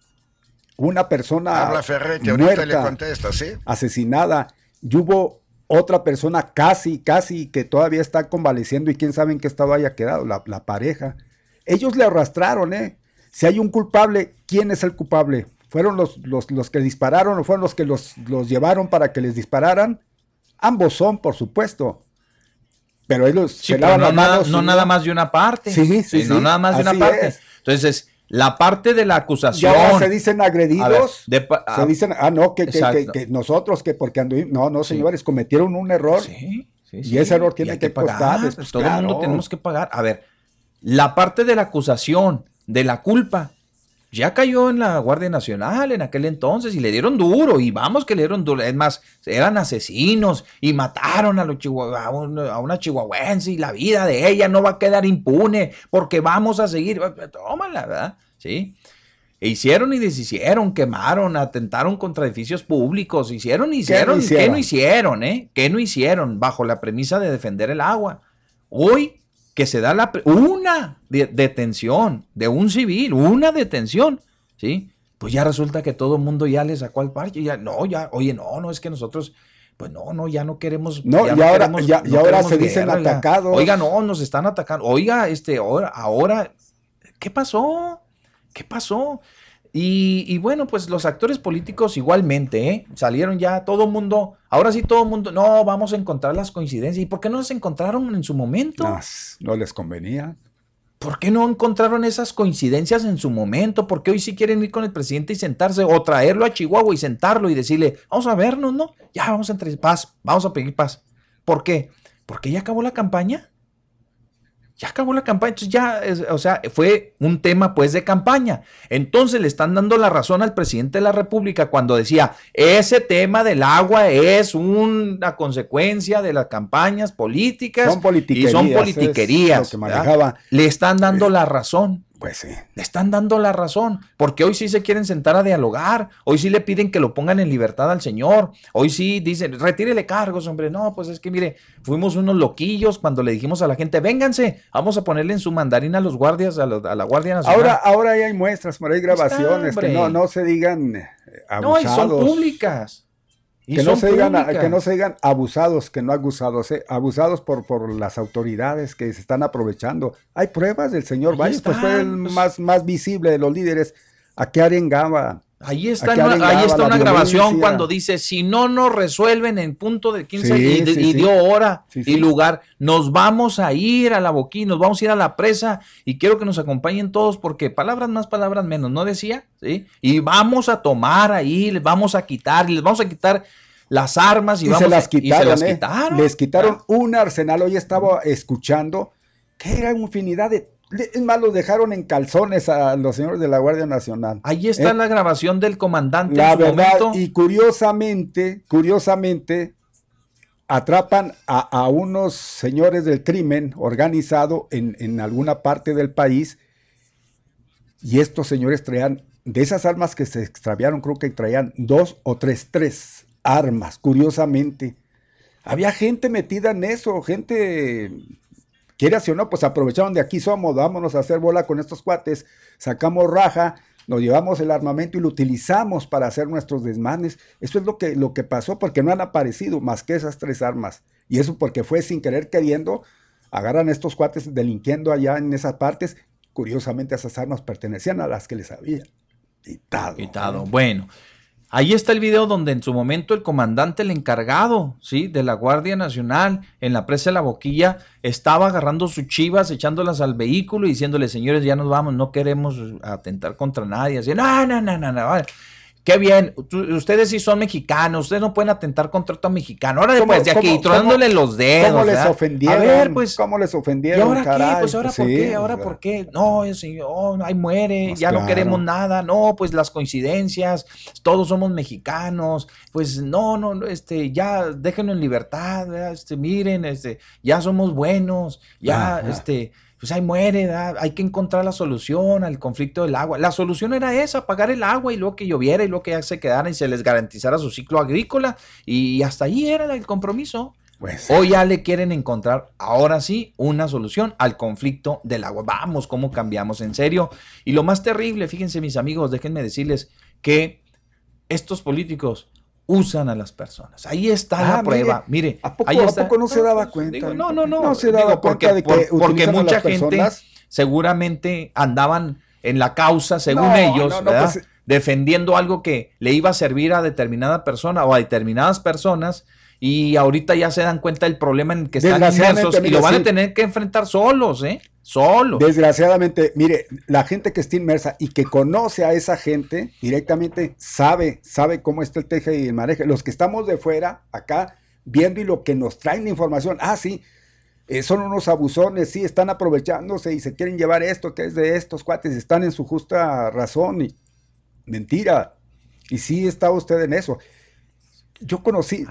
Una persona habla Ferré, que ahorita muerta, le contesta, ¿sí? asesinada, y hubo otra persona casi que todavía está convaleciendo y quién sabe en qué estado haya quedado, la pareja. Ellos le arrastraron, ¿eh? Si hay un culpable, ¿quién es el culpable? ¿Fueron los que dispararon o fueron los que los llevaron para que les dispararan? Ambos son, por supuesto. Pero ellos se lavan las manos. No nada más de una parte. Sí. No nada más de una parte. Es. Entonces, la parte de la acusación. Ya se dicen agredidos. Se dicen, que nosotros, que porque anduvimos. No, señores, cometieron un error. Sí. Y ese error tiene que pagar. Pues todo el mundo tenemos que pagar. A ver, la parte de la acusación, de la culpa, ya cayó en la Guardia Nacional en aquel entonces y le dieron duro, y vamos que le dieron duro. Es más, eran asesinos y mataron a una chihuahuense y la vida de ella no va a quedar impune porque vamos a seguir. Tómala, ¿verdad? Sí. E hicieron y deshicieron, quemaron, atentaron contra edificios públicos, ¿Qué no hicieron? ¿Qué no hicieron? Bajo la premisa de defender el agua. Hoy que se da una detención de un civil, una detención, ¿sí? Pues ya resulta que todo el mundo ya le sacó al parche, no, es que nosotros, pues no, ya no queremos. No, y ahora se dicen atacados. Oiga, no, nos están atacando. Oiga, ahora, ¿qué pasó? Y bueno, pues los actores políticos igualmente, salieron ya todo el mundo, ahora sí todo el mundo, no, vamos a encontrar las coincidencias. ¿Y por qué no las encontraron en su momento? No les convenía. ¿Por qué no encontraron esas coincidencias en su momento? ¿Por qué hoy sí quieren ir con el presidente y sentarse o traerlo a Chihuahua y sentarlo y decirle, vamos a vernos, ¿no? Ya vamos a entrar paz, vamos a pedir paz. ¿Por qué? ¿Porque ya acabó la campaña? Ya acabó la campaña, entonces fue un tema pues de campaña. Entonces le están dando la razón al presidente de la República cuando decía, ese tema del agua es una consecuencia de las campañas políticas. Son politiquerías. Es lo que manejaba. Le están dando la razón. Pues sí. Le están dando la razón, porque hoy sí se quieren sentar a dialogar, hoy sí le piden que lo pongan en libertad al señor, hoy sí dicen, retírele cargos, hombre. No, pues es que mire, fuimos unos loquillos cuando le dijimos a la gente, vénganse, vamos a ponerle en su mandarín a los guardias, a la Guardia Nacional. Ahora ya hay muestras, por ahí grabaciones, que no se digan abusados. No, y son públicas. Que no se digan abusados, que no abusados, abusados por las autoridades que se están aprovechando. Hay pruebas del señor Valle, pues fue el más visible de los líderes. ¿A qué arengaba? Ahí está, Aquí ahí está una grabación violencia. cuando dice, si no nos resuelven en punto de 15 Sí, y sí. dio hora Sí, sí. y lugar, nos vamos a ir a la boquilla, nos vamos a ir a la presa y quiero que nos acompañen todos porque palabras más, palabras menos, ¿no decía? ¿Sí? Y vamos a tomar ahí, les vamos a quitar las armas y se las quitaron, quitaron. Les quitaron un arsenal. Hoy estaba escuchando que era una infinidad de... Es más, los dejaron en calzones a los señores de la Guardia Nacional. Ahí está la grabación del comandante La en su verdad, momento. y curiosamente, atrapan a unos señores del crimen organizado en alguna parte del país, y estos señores traían, de esas armas que se extraviaron, creo que traían 2 o 3 armas, curiosamente. Había gente metida en eso, gente... Quieras o no, pues aprovecharon de aquí somos, vámonos a hacer bola con estos cuates, sacamos raja, nos llevamos el armamento y lo utilizamos para hacer nuestros desmanes. Eso es lo que pasó, porque no han aparecido más que esas 3 armas. Y eso porque fue sin querer queriendo, agarran a estos cuates delinquiendo allá en esas partes. Curiosamente esas armas pertenecían a las que les habían quitado. Bueno. Ahí está el video donde en su momento el comandante, el encargado, ¿sí?, de la Guardia Nacional en la presa de La Boquilla, estaba agarrando sus chivas, echándolas al vehículo y diciéndole, señores, ya nos vamos, no queremos atentar contra nadie. Así, no. Qué bien, ustedes sí son mexicanos, ustedes no pueden atentar contra otro mexicano. Ahora después de aquí, tronándole los dedos. ¿Cómo les ¿verdad? ofendieron? A ver, pues. ¿Cómo les ofendieron? ¿Y ahora caray? qué? Pues ahora por qué, ahora por qué. No, señor, ahí muere, Pues ya claro. no queremos nada. No, pues las coincidencias, todos somos mexicanos. Pues no, ya déjenlo en libertad, ¿verdad? Miren, ya somos buenos, ya, pues ahí muere, ¿verdad? Hay que encontrar la solución al conflicto del agua. La solución era esa, pagar el agua y luego que lloviera y luego que ya se quedaran y se les garantizara su ciclo agrícola y hasta ahí era el compromiso. Pues, Hoy ya le quieren encontrar, ahora sí, una solución al conflicto del agua. Vamos, cómo cambiamos, en serio. Y lo más terrible, fíjense mis amigos, déjenme decirles que estos políticos usan a las personas. Ahí está la prueba. Mire, ¿a poco, ahí está. ¿a poco no se daba cuenta? Digo, no. No se daba cuenta de que porque utilizan a mucha las gente personas. seguramente andaban en la causa, según ellos, ¿verdad? Pues, defendiendo algo que le iba a servir a determinada persona o a determinadas personas, y ahorita ya se dan cuenta del problema en el que están inmersos y lo van a tener que enfrentar solos, solos. Desgraciadamente, mire, la gente que está inmersa y que conoce a esa gente directamente sabe cómo está el teje y el maneje. Los que estamos de fuera, acá, viendo y lo que nos traen de información, sí, son unos abusones, sí, están aprovechándose y se quieren llevar esto, que es de estos cuates, están en su justa razón y mentira. Y sí está usted en eso. Yo conocí,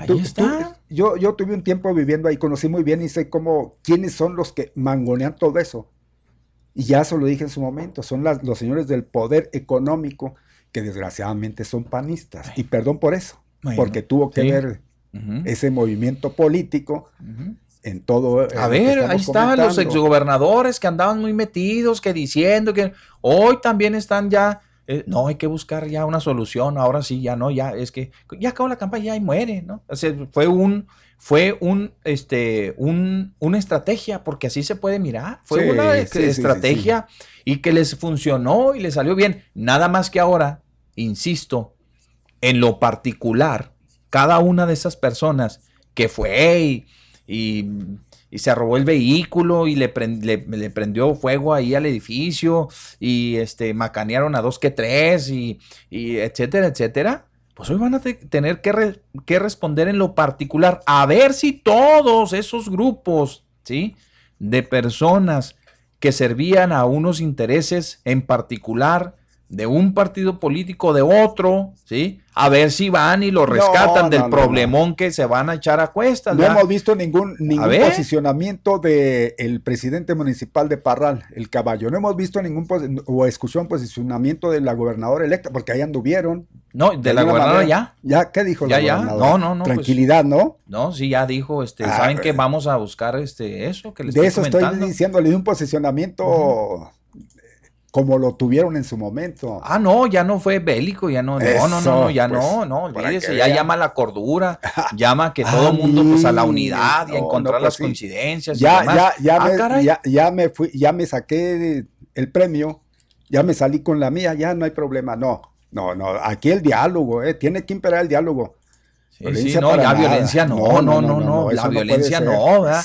yo tuve un tiempo viviendo ahí, conocí muy bien y sé quiénes son los que mangonean todo eso. Y ya se lo dije en su momento, son los señores del poder económico que desgraciadamente son panistas. Y perdón por eso, porque tuvo que ver ese movimiento político en todo. A ver, ahí estaban los exgobernadores que andaban muy metidos, que diciendo que hoy también están ya... no, hay que buscar ya una solución, ahora sí, ya no, ya es que ya acabó la campaña y muere, ¿no? O sea, fue una estrategia, porque así se puede mirar, fue una estrategia y que les funcionó y les salió bien, nada más que ahora, insisto, en lo particular, cada una de esas personas que fue y se robó el vehículo y le prendió fuego ahí al edificio y macanearon a 2 que 3 y etcétera, etcétera, pues hoy van a tener que responder en lo particular, a ver si todos esos grupos, ¿sí?, de personas que servían a unos intereses en particular de un partido político de otro, ¿sí?, a ver si van y lo rescatan del problemón que se van a echar a cuestas. No hemos visto ningún posicionamiento del presidente municipal de Parral, el Caballo. No hemos visto o escuchado un posicionamiento de la gobernadora electa, porque ahí anduvieron. No, de la gobernadora ya. ¿Ya? ¿Qué dijo la gobernadora? No. Tranquilidad, pues, ¿no? No, sí, ya dijo, ¿saben que vamos a buscar eso que les de estoy eso comentando? estoy diciéndole, de un posicionamiento... como lo tuvieron en su momento. No, ya no fue bélico, ya no, olvídese, ya llama a la cordura, llama a que todo el mundo, pues, a la unidad y a encontrar las coincidencias y demás. Ya me saqué el premio, ya me salí con la mía, ya no hay problema, no. No, aquí el diálogo, tiene que imperar el diálogo. Sí, no, ya violencia no, la violencia no, ¿verdad?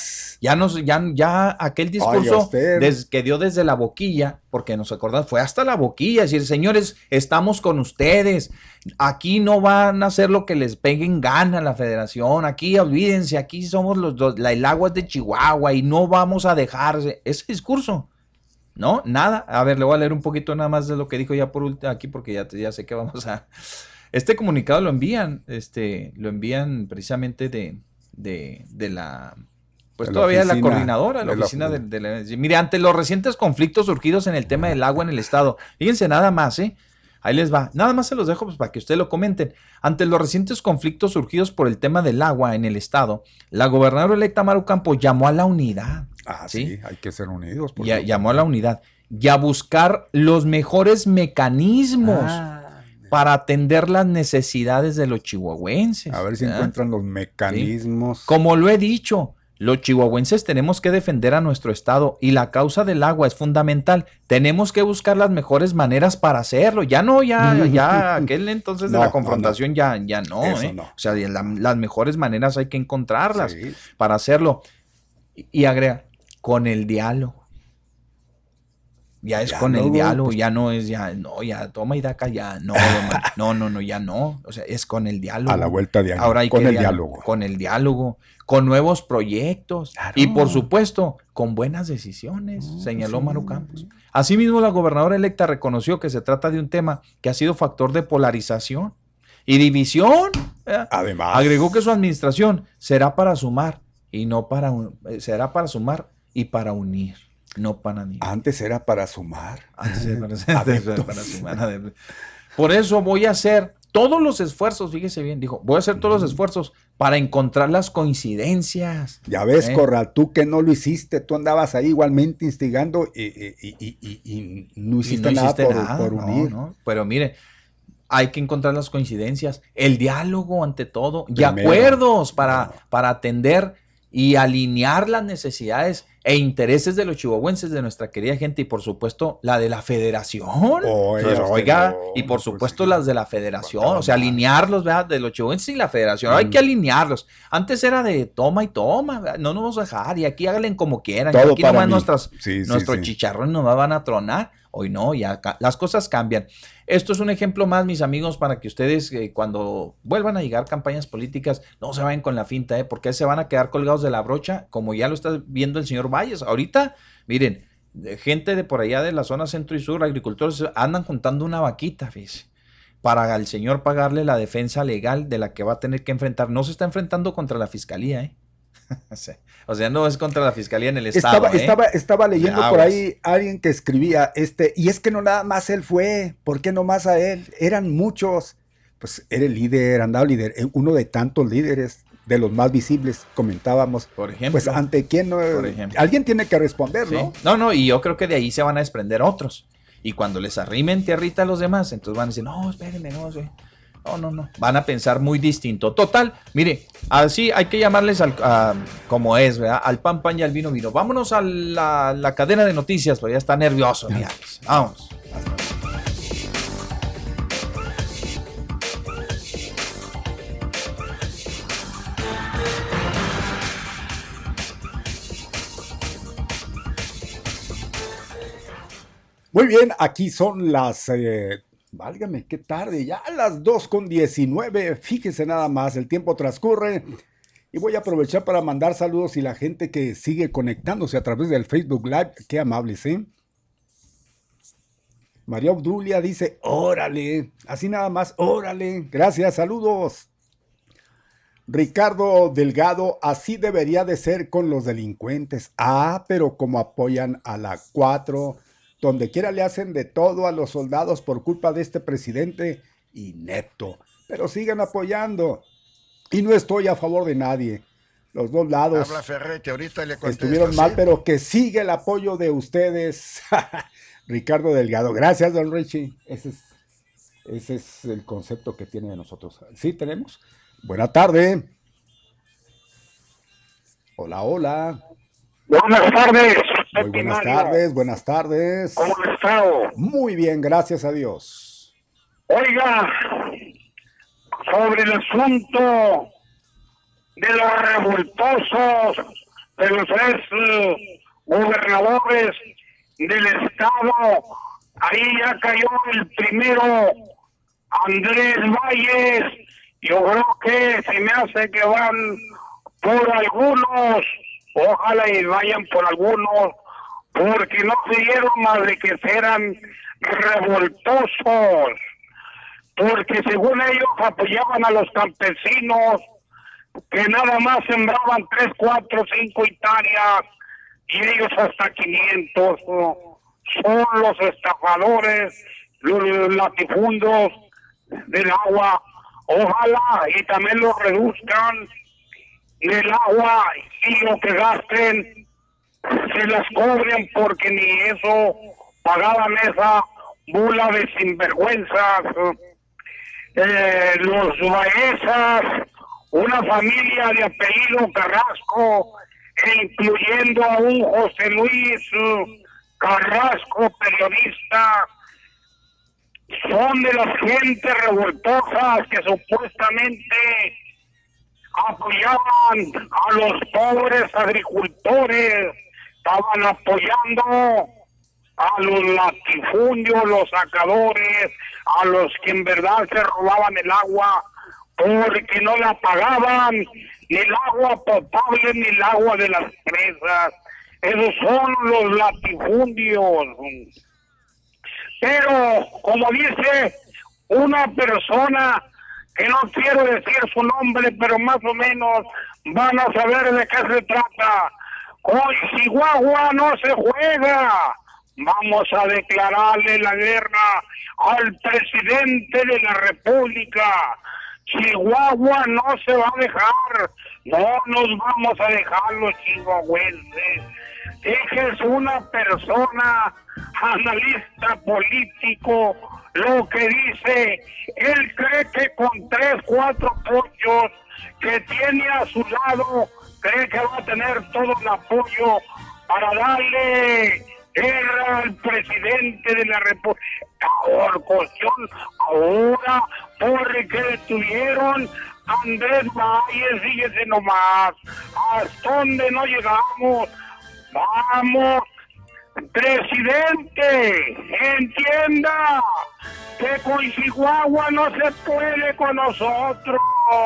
Ya aquel discurso que dio desde la boquilla, porque nos acordamos, fue hasta la boquilla, decir, señores, estamos con ustedes, aquí no van a hacer lo que les peguen gana la federación, aquí olvídense, aquí somos el agua es de Chihuahua y no vamos a dejarse, ese discurso. No, nada, a ver, le voy a leer un poquito nada más de lo que dijo ya por último aquí, porque ya sé que vamos a... Este comunicado lo envían precisamente de la, pues todavía de la coordinadora, la oficina de la... Mire, ante los recientes conflictos surgidos en el tema del agua en el estado, fíjense nada más, ahí les va, nada más se los dejo pues para que ustedes lo comenten. Ante los recientes conflictos surgidos por el tema del agua en el estado, la gobernadora electa Maru Campos llamó a la unidad. Sí, hay que ser unidos. Llamó a la unidad y a buscar los mejores mecanismos para atender las necesidades de los chihuahuenses. A ver si encuentran los mecanismos. ¿Sí? Como lo he dicho, los chihuahuenses tenemos que defender a nuestro estado y la causa del agua es fundamental. Tenemos que buscar las mejores maneras para hacerlo. Ya aquel entonces de la confrontación ya no. O sea, las mejores maneras hay que encontrarlas para hacerlo. Y agrega, con el diálogo. Ya es con el diálogo, pues, ya no es, ya toma y daca, ya no, ya no. O sea, es con el diálogo. A la vuelta de año. Ahora hay con el diálogo. Con el diálogo, con nuevos proyectos. Claro. Y por supuesto, con buenas decisiones, señaló Maru Campos. Asimismo, la gobernadora electa reconoció que se trata de un tema que ha sido factor de polarización y división. Además, agregó que su administración será para sumar y será para sumar y para unir. No para ni. Antes era para sumar. Antes era para sumar. Por eso voy a hacer todos los esfuerzos, fíjese bien, dijo, voy a hacer todos los esfuerzos para encontrar las coincidencias. Ya ves, Corral, tú que no lo hiciste, tú andabas ahí igualmente instigando y no hiciste nada por unir. No. Pero mire, hay que encontrar las coincidencias, el diálogo ante todo, y acuerdos para atender y alinear las necesidades e intereses de los chihuahuenses, de nuestra querida gente, y por supuesto la de la federación. Y por supuesto las de la federación, o sea, alinearlos, ¿verdad? De los chihuahuenses y la federación. Hay que alinearlos. Antes era de toma y toma, ¿verdad? No nos vamos a dejar, y aquí háganle como quieran. Todo aquí nomás nuestros chicharrones nos van a tronar. Hoy no, ya las cosas cambian. Esto es un ejemplo más, mis amigos, para que ustedes cuando vuelvan a llegar campañas políticas, no se vayan con la finta, porque se van a quedar colgados de la brocha, como ya lo está viendo el señor Valles. Ahorita, miren, gente de por allá de la zona centro y sur, agricultores, andan juntando una vaquita, fíjense, para al señor pagarle la defensa legal de la que va a tener que enfrentar. No se está enfrentando contra la fiscalía, O sea, no es contra la fiscalía en el estado. Estaba leyendo por ahí alguien que escribía, y es que no nada más él fue, ¿por qué no más a él? Eran muchos. Pues era el líder, andaba líder, uno de tantos líderes, de los más visibles, comentábamos. Por ejemplo. Pues ante quién no, alguien tiene que responder, ¿no? No, y yo creo que de ahí se van a desprender otros. Y cuando les arrimen tierrita a los demás, entonces van a decir, no, espérenme, no. Van a pensar muy distinto. Total, mire, así hay que llamarles como es, ¿verdad? Al pan y al vino. Vámonos a la cadena de noticias, pues ya está nervioso. Mira. Vamos. Muy bien, aquí son las... válgame, qué tarde, ya las 2:19, fíjese nada más, el tiempo transcurre y voy a aprovechar para mandar saludos y la gente que sigue conectándose a través del Facebook Live, qué amables, María Obdulia dice, órale, así nada más, órale, gracias, saludos. Ricardo Delgado, así debería de ser con los delincuentes, pero como apoyan a la 4, donde quiera le hacen de todo a los soldados por culpa de este presidente inepto. Pero sigan apoyando. Y no estoy a favor de nadie. Los dos lados habla Ferretti, ahorita le contesto, estuvieron mal, pero que siga el apoyo de ustedes. Ricardo Delgado. Gracias, don Richie. Ese es el concepto que tiene de nosotros. ¿Sí tenemos? Buena tarde. Hola. Buenas tardes. Muy buenas tardes. ¿Cómo has estado? Muy bien, gracias a Dios. Oiga, sobre el asunto de los revoltosos, de los tres gobernadores del estado, ahí ya cayó el primero, Andrés Valles. Yo creo que se me hace que van por algunos, ojalá y vayan por algunos, porque no se dieron más de que eran revoltosos, porque según ellos apoyaban a los campesinos que nada más sembraban 3, 4, 5 hectáreas y ellos hasta 500. Son los estafadores, los latifundios del agua. Ojalá y también lo reduzcan el agua y lo que gasten se las cobren, porque ni eso pagaban esa bula de sinvergüenzas. Los Baezas, una familia de apellido Carrasco, incluyendo a un José Luis Carrasco, periodista, son de las gentes revoltosas que supuestamente apoyaban a los pobres agricultores, estaban apoyando a los latifundios, los sacadores, a los que en verdad se robaban el agua porque no la pagaban, ni el agua potable ni el agua de las presas. Esos son los latifundios. Pero, como dice una persona, que no quiero decir su nombre, pero más o menos van a saber de qué se trata. Con Chihuahua no se juega. Vamos a declararle la guerra al presidente de la República. Chihuahua no se va a dejar. No nos vamos a dejar los chihuahuenses. Es una persona, analista político, lo que dice, él cree que con 3, 4 pollos que tiene a su lado, cree que va a tener todo el apoyo para darle guerra al presidente de la República. Ahora, porque detuvieron a Andrés Valles, fíjese nomás, hasta dónde no llegamos. Vamos, presidente, entienda que con Chihuahua no se puede con nosotros.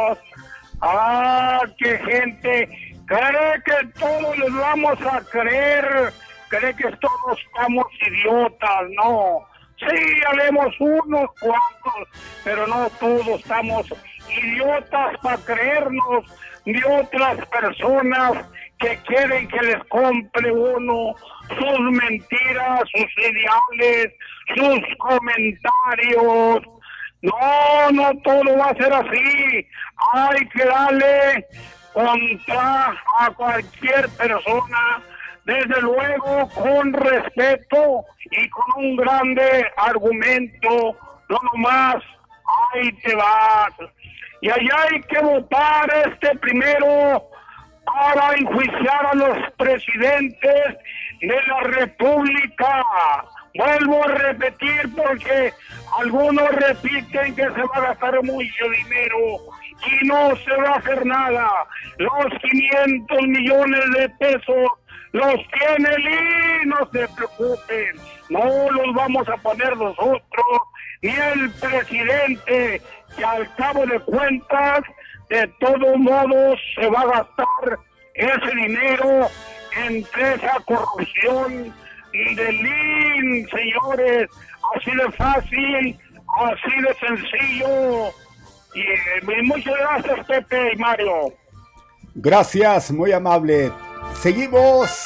Qué gente cree que todos les vamos a creer, cree que todos estamos idiotas. No, sí, habemos unos cuantos, pero no todos estamos idiotas para creernos de otras personas que quieren que les compre uno sus mentiras, sus ideales, sus comentarios. No todo va a ser así. Hay que darle contra a cualquier persona, desde luego con respeto y con un grande argumento, no nomás, ahí te vas. Y allá hay que votar primero para enjuiciar a los presidentes de la República. Vuelvo a repetir porque algunos repiten que se va a gastar mucho dinero y no se va a hacer nada. Los 500 millones de pesos los tiene el INE, no se preocupen, no los vamos a poner nosotros, ni el presidente, que al cabo de cuentas, de todos modos, se va a gastar ese dinero entre esa corrupción del INE, señores, así de fácil, así de sencillo. Y muchas gracias, Pepe y Mario. Gracias, muy amable. Seguimos.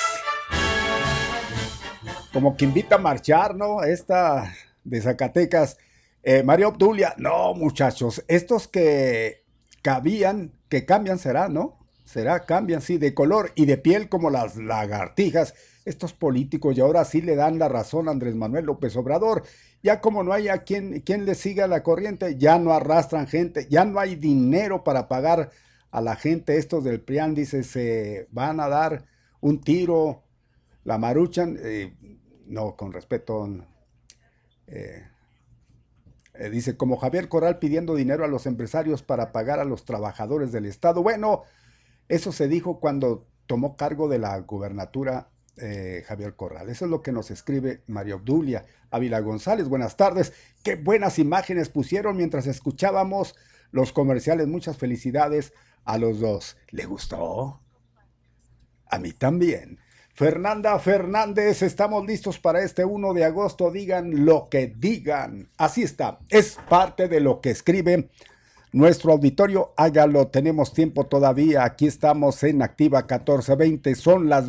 Como que invita a marchar, ¿no? Esta de Zacatecas. Mario Obdulia, no, muchachos, estos que cabían, que cambian será, ¿no? Cambian, sí, de color y de piel como las lagartijas. Estos políticos, y ahora sí le dan la razón a Andrés Manuel López Obrador. Ya como no hay a quien le siga la corriente, ya no arrastran gente, ya no hay dinero para pagar a la gente. Estos del PRIAN, dice, se van a dar un tiro, la maruchan. No, con respeto, Dice, como Javier Corral pidiendo dinero a los empresarios para pagar a los trabajadores del Estado. Bueno, eso se dijo cuando tomó cargo de la gubernatura Javier Corral. Eso es lo que nos escribe María Obdulia Ávila González. Buenas tardes. Qué buenas imágenes pusieron mientras escuchábamos los comerciales. Muchas felicidades a los dos. ¿Le gustó? A mí también. Fernanda Fernández, estamos listos para este 1 de agosto. Digan lo que digan. Así está. Es parte de lo que escribe nuestro auditorio. Hágalo, tenemos tiempo todavía. Aquí estamos en Activa 1420. Son las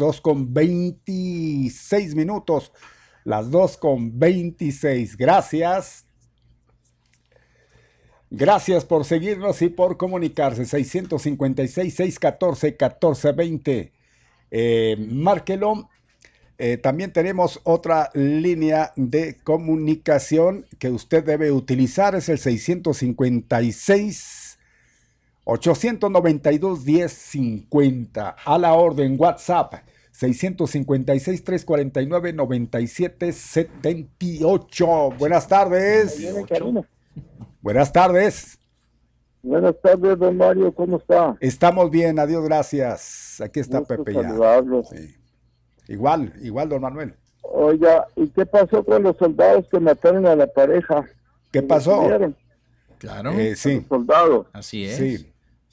2:26 minutos. Las 2:26. Gracias. Gracias por seguirnos y por comunicarse. 656-614-1420. Márquelo. También tenemos otra línea de comunicación que usted debe utilizar. Es el 656-892-1050. A la orden, WhatsApp. 656-349-9778. Buenas tardes. Buenas tardes. Buenas tardes, don Mario, ¿cómo está? Estamos bien, adiós, gracias. Aquí está Gusto Pepe ya. saludarlo. Sí. Igual, don Manuel. Oiga, ¿y qué pasó con los soldados que mataron a la pareja? ¿Qué pasó? Claro. Sí. Los soldados. Así es. Sí.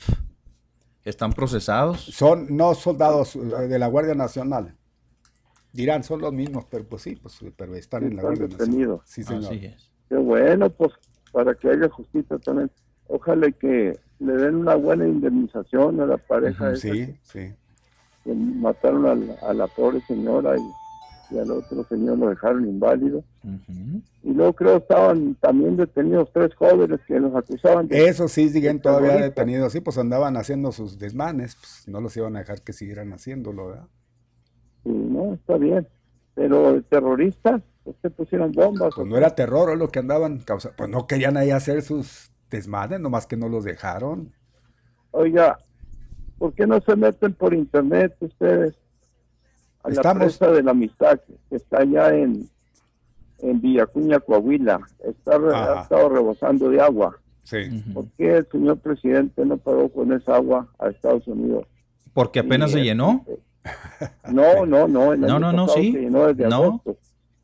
Están procesados. Son no soldados de la Guardia Nacional. Dirán, son los mismos, pero pues sí, pero están en la Guardia Nacional. Sí, señor. Así es. Qué bueno, pues, para que haya justicia también. Ojalá que le den una buena indemnización a la pareja esa Sí, sí. que mataron a la pobre señora y al otro señor lo dejaron inválido. Y luego creo estaban también detenidos 3 jóvenes que nos acusaban de... Eso sí, siguen todavía detenidos. Sí, pues andaban haciendo sus desmanes, pues no los iban a dejar que siguieran haciéndolo, ¿verdad? Sí, no, está bien. Pero terroristas, pues se pusieron bombas. Pues no era terror, o lo que andaban causando. Pues no querían ahí hacer sus desmanes, nomás que no los dejaron. Oiga, ¿por qué no se meten por internet ustedes a la presa de la Amistad, que está allá en Villacuña, Coahuila? Ha estado rebosando de agua. Sí. ¿Por qué el señor presidente no pagó con esa agua a Estados Unidos? ¿Porque apenas se llenó? No. No, sí. Se llenó desde agosto.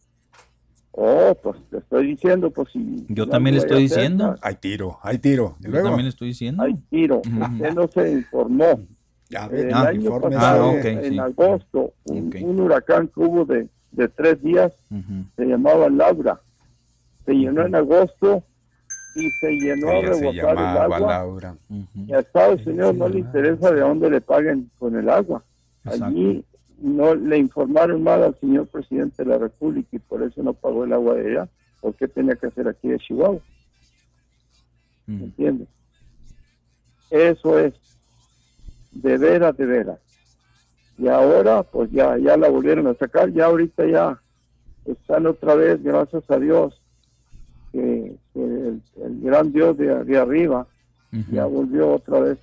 Oh, pues te estoy diciendo, pues si... Yo también le estoy diciendo. Hay tiro. ¿Y Yo luego? también le estoy diciendo. Hay tiro. Usted no se informó. Ya El año pasado, en agosto, un huracán que hubo de 3 días, se llamaba Laura. Se llenó en agosto y se llenó a rebosar el agua. Laura. Y a Estados Unidos no le interesa de dónde le paguen con el agua. Allí no le informaron mal al señor presidente de la República y por eso no pagó el agua de allá. ¿Por qué tenía que hacer aquí de Chihuahua? ¿Me entiendes? Eso es. De veras. Y ahora, pues ya la volvieron a sacar. Ya ahorita ya están otra vez, gracias a Dios, que el gran Dios de arriba ya volvió otra vez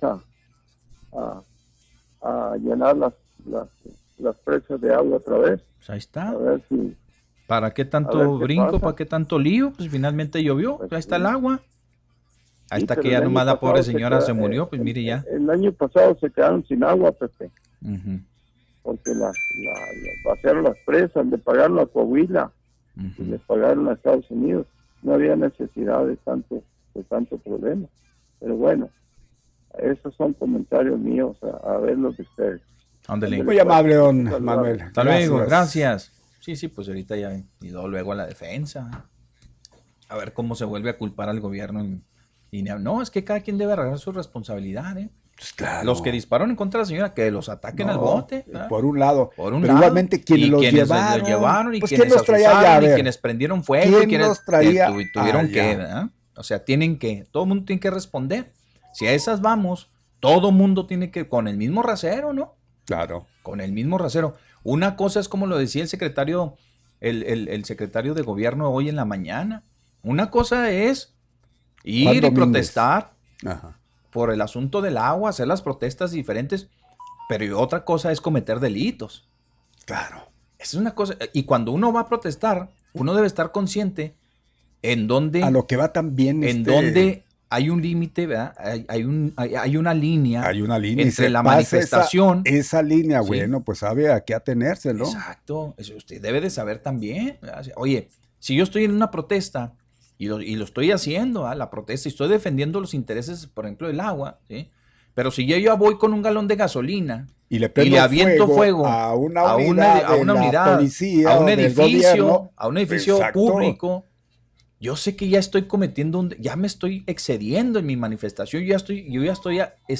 a llenar las presas de agua otra vez. Pues ahí está. A ver si... ¿Para qué tanto brinco? ¿Para qué tanto lío? Pues finalmente llovió. Pues ahí está el agua. Ahí está que ya nomás la pobre señora se murió. Pues mire ya. El año pasado se quedaron sin agua, Pepe. Porque vaciaron las presas, le pagaron a Coahuila y le pagaron a Estados Unidos. No había necesidad de tanto problema. Pero bueno, esos son comentarios míos, a ver lo que ustedes. Muy amable, don Manuel. Hasta luego, gracias. Sí, pues ahorita ya y luego a la defensa. A ver cómo se vuelve a culpar al gobierno. No, es que cada quien debe agarrar su responsabilidad, ¿eh? Pues claro. Los que dispararon en contra de la señora, que los ataquen al bote. ¿verdad? Por un lado. Pero igualmente quienes los llevaron y pues quienes los traía allá, y quienes prendieron fuego y quienes los traía tuvieron que, ¿verdad? O sea, todo el mundo tiene que responder. Si a esas vamos, todo el mundo tiene que, con el mismo rasero, ¿no? Claro. Con el mismo rasero. Una cosa es como lo decía el secretario, el secretario de gobierno hoy en la mañana. Una cosa es ir y protestar por el asunto del agua, hacer las protestas diferentes, pero otra cosa es cometer delitos. Claro. Esa es una cosa. Y cuando uno va a protestar, uno debe estar consciente en donde... A lo que va también en donde hay un límite, ¿verdad? Hay una línea. Hay una línea. Entre la manifestación. Esa línea, ¿sí? Bueno, pues sabe a qué atenerse, ¿no? Exacto. Eso usted debe de saber también. Oye, si yo estoy en una protesta y lo estoy haciendo, la protesta, y estoy defendiendo los intereses, por ejemplo, del agua, ¿sí? Pero si yo voy con un galón de gasolina y le aviento fuego a una unidad, policía, a un edificio, Exacto. público, yo sé que ya estoy cometiendo ya me estoy excediendo en mi manifestación, yo ya estoy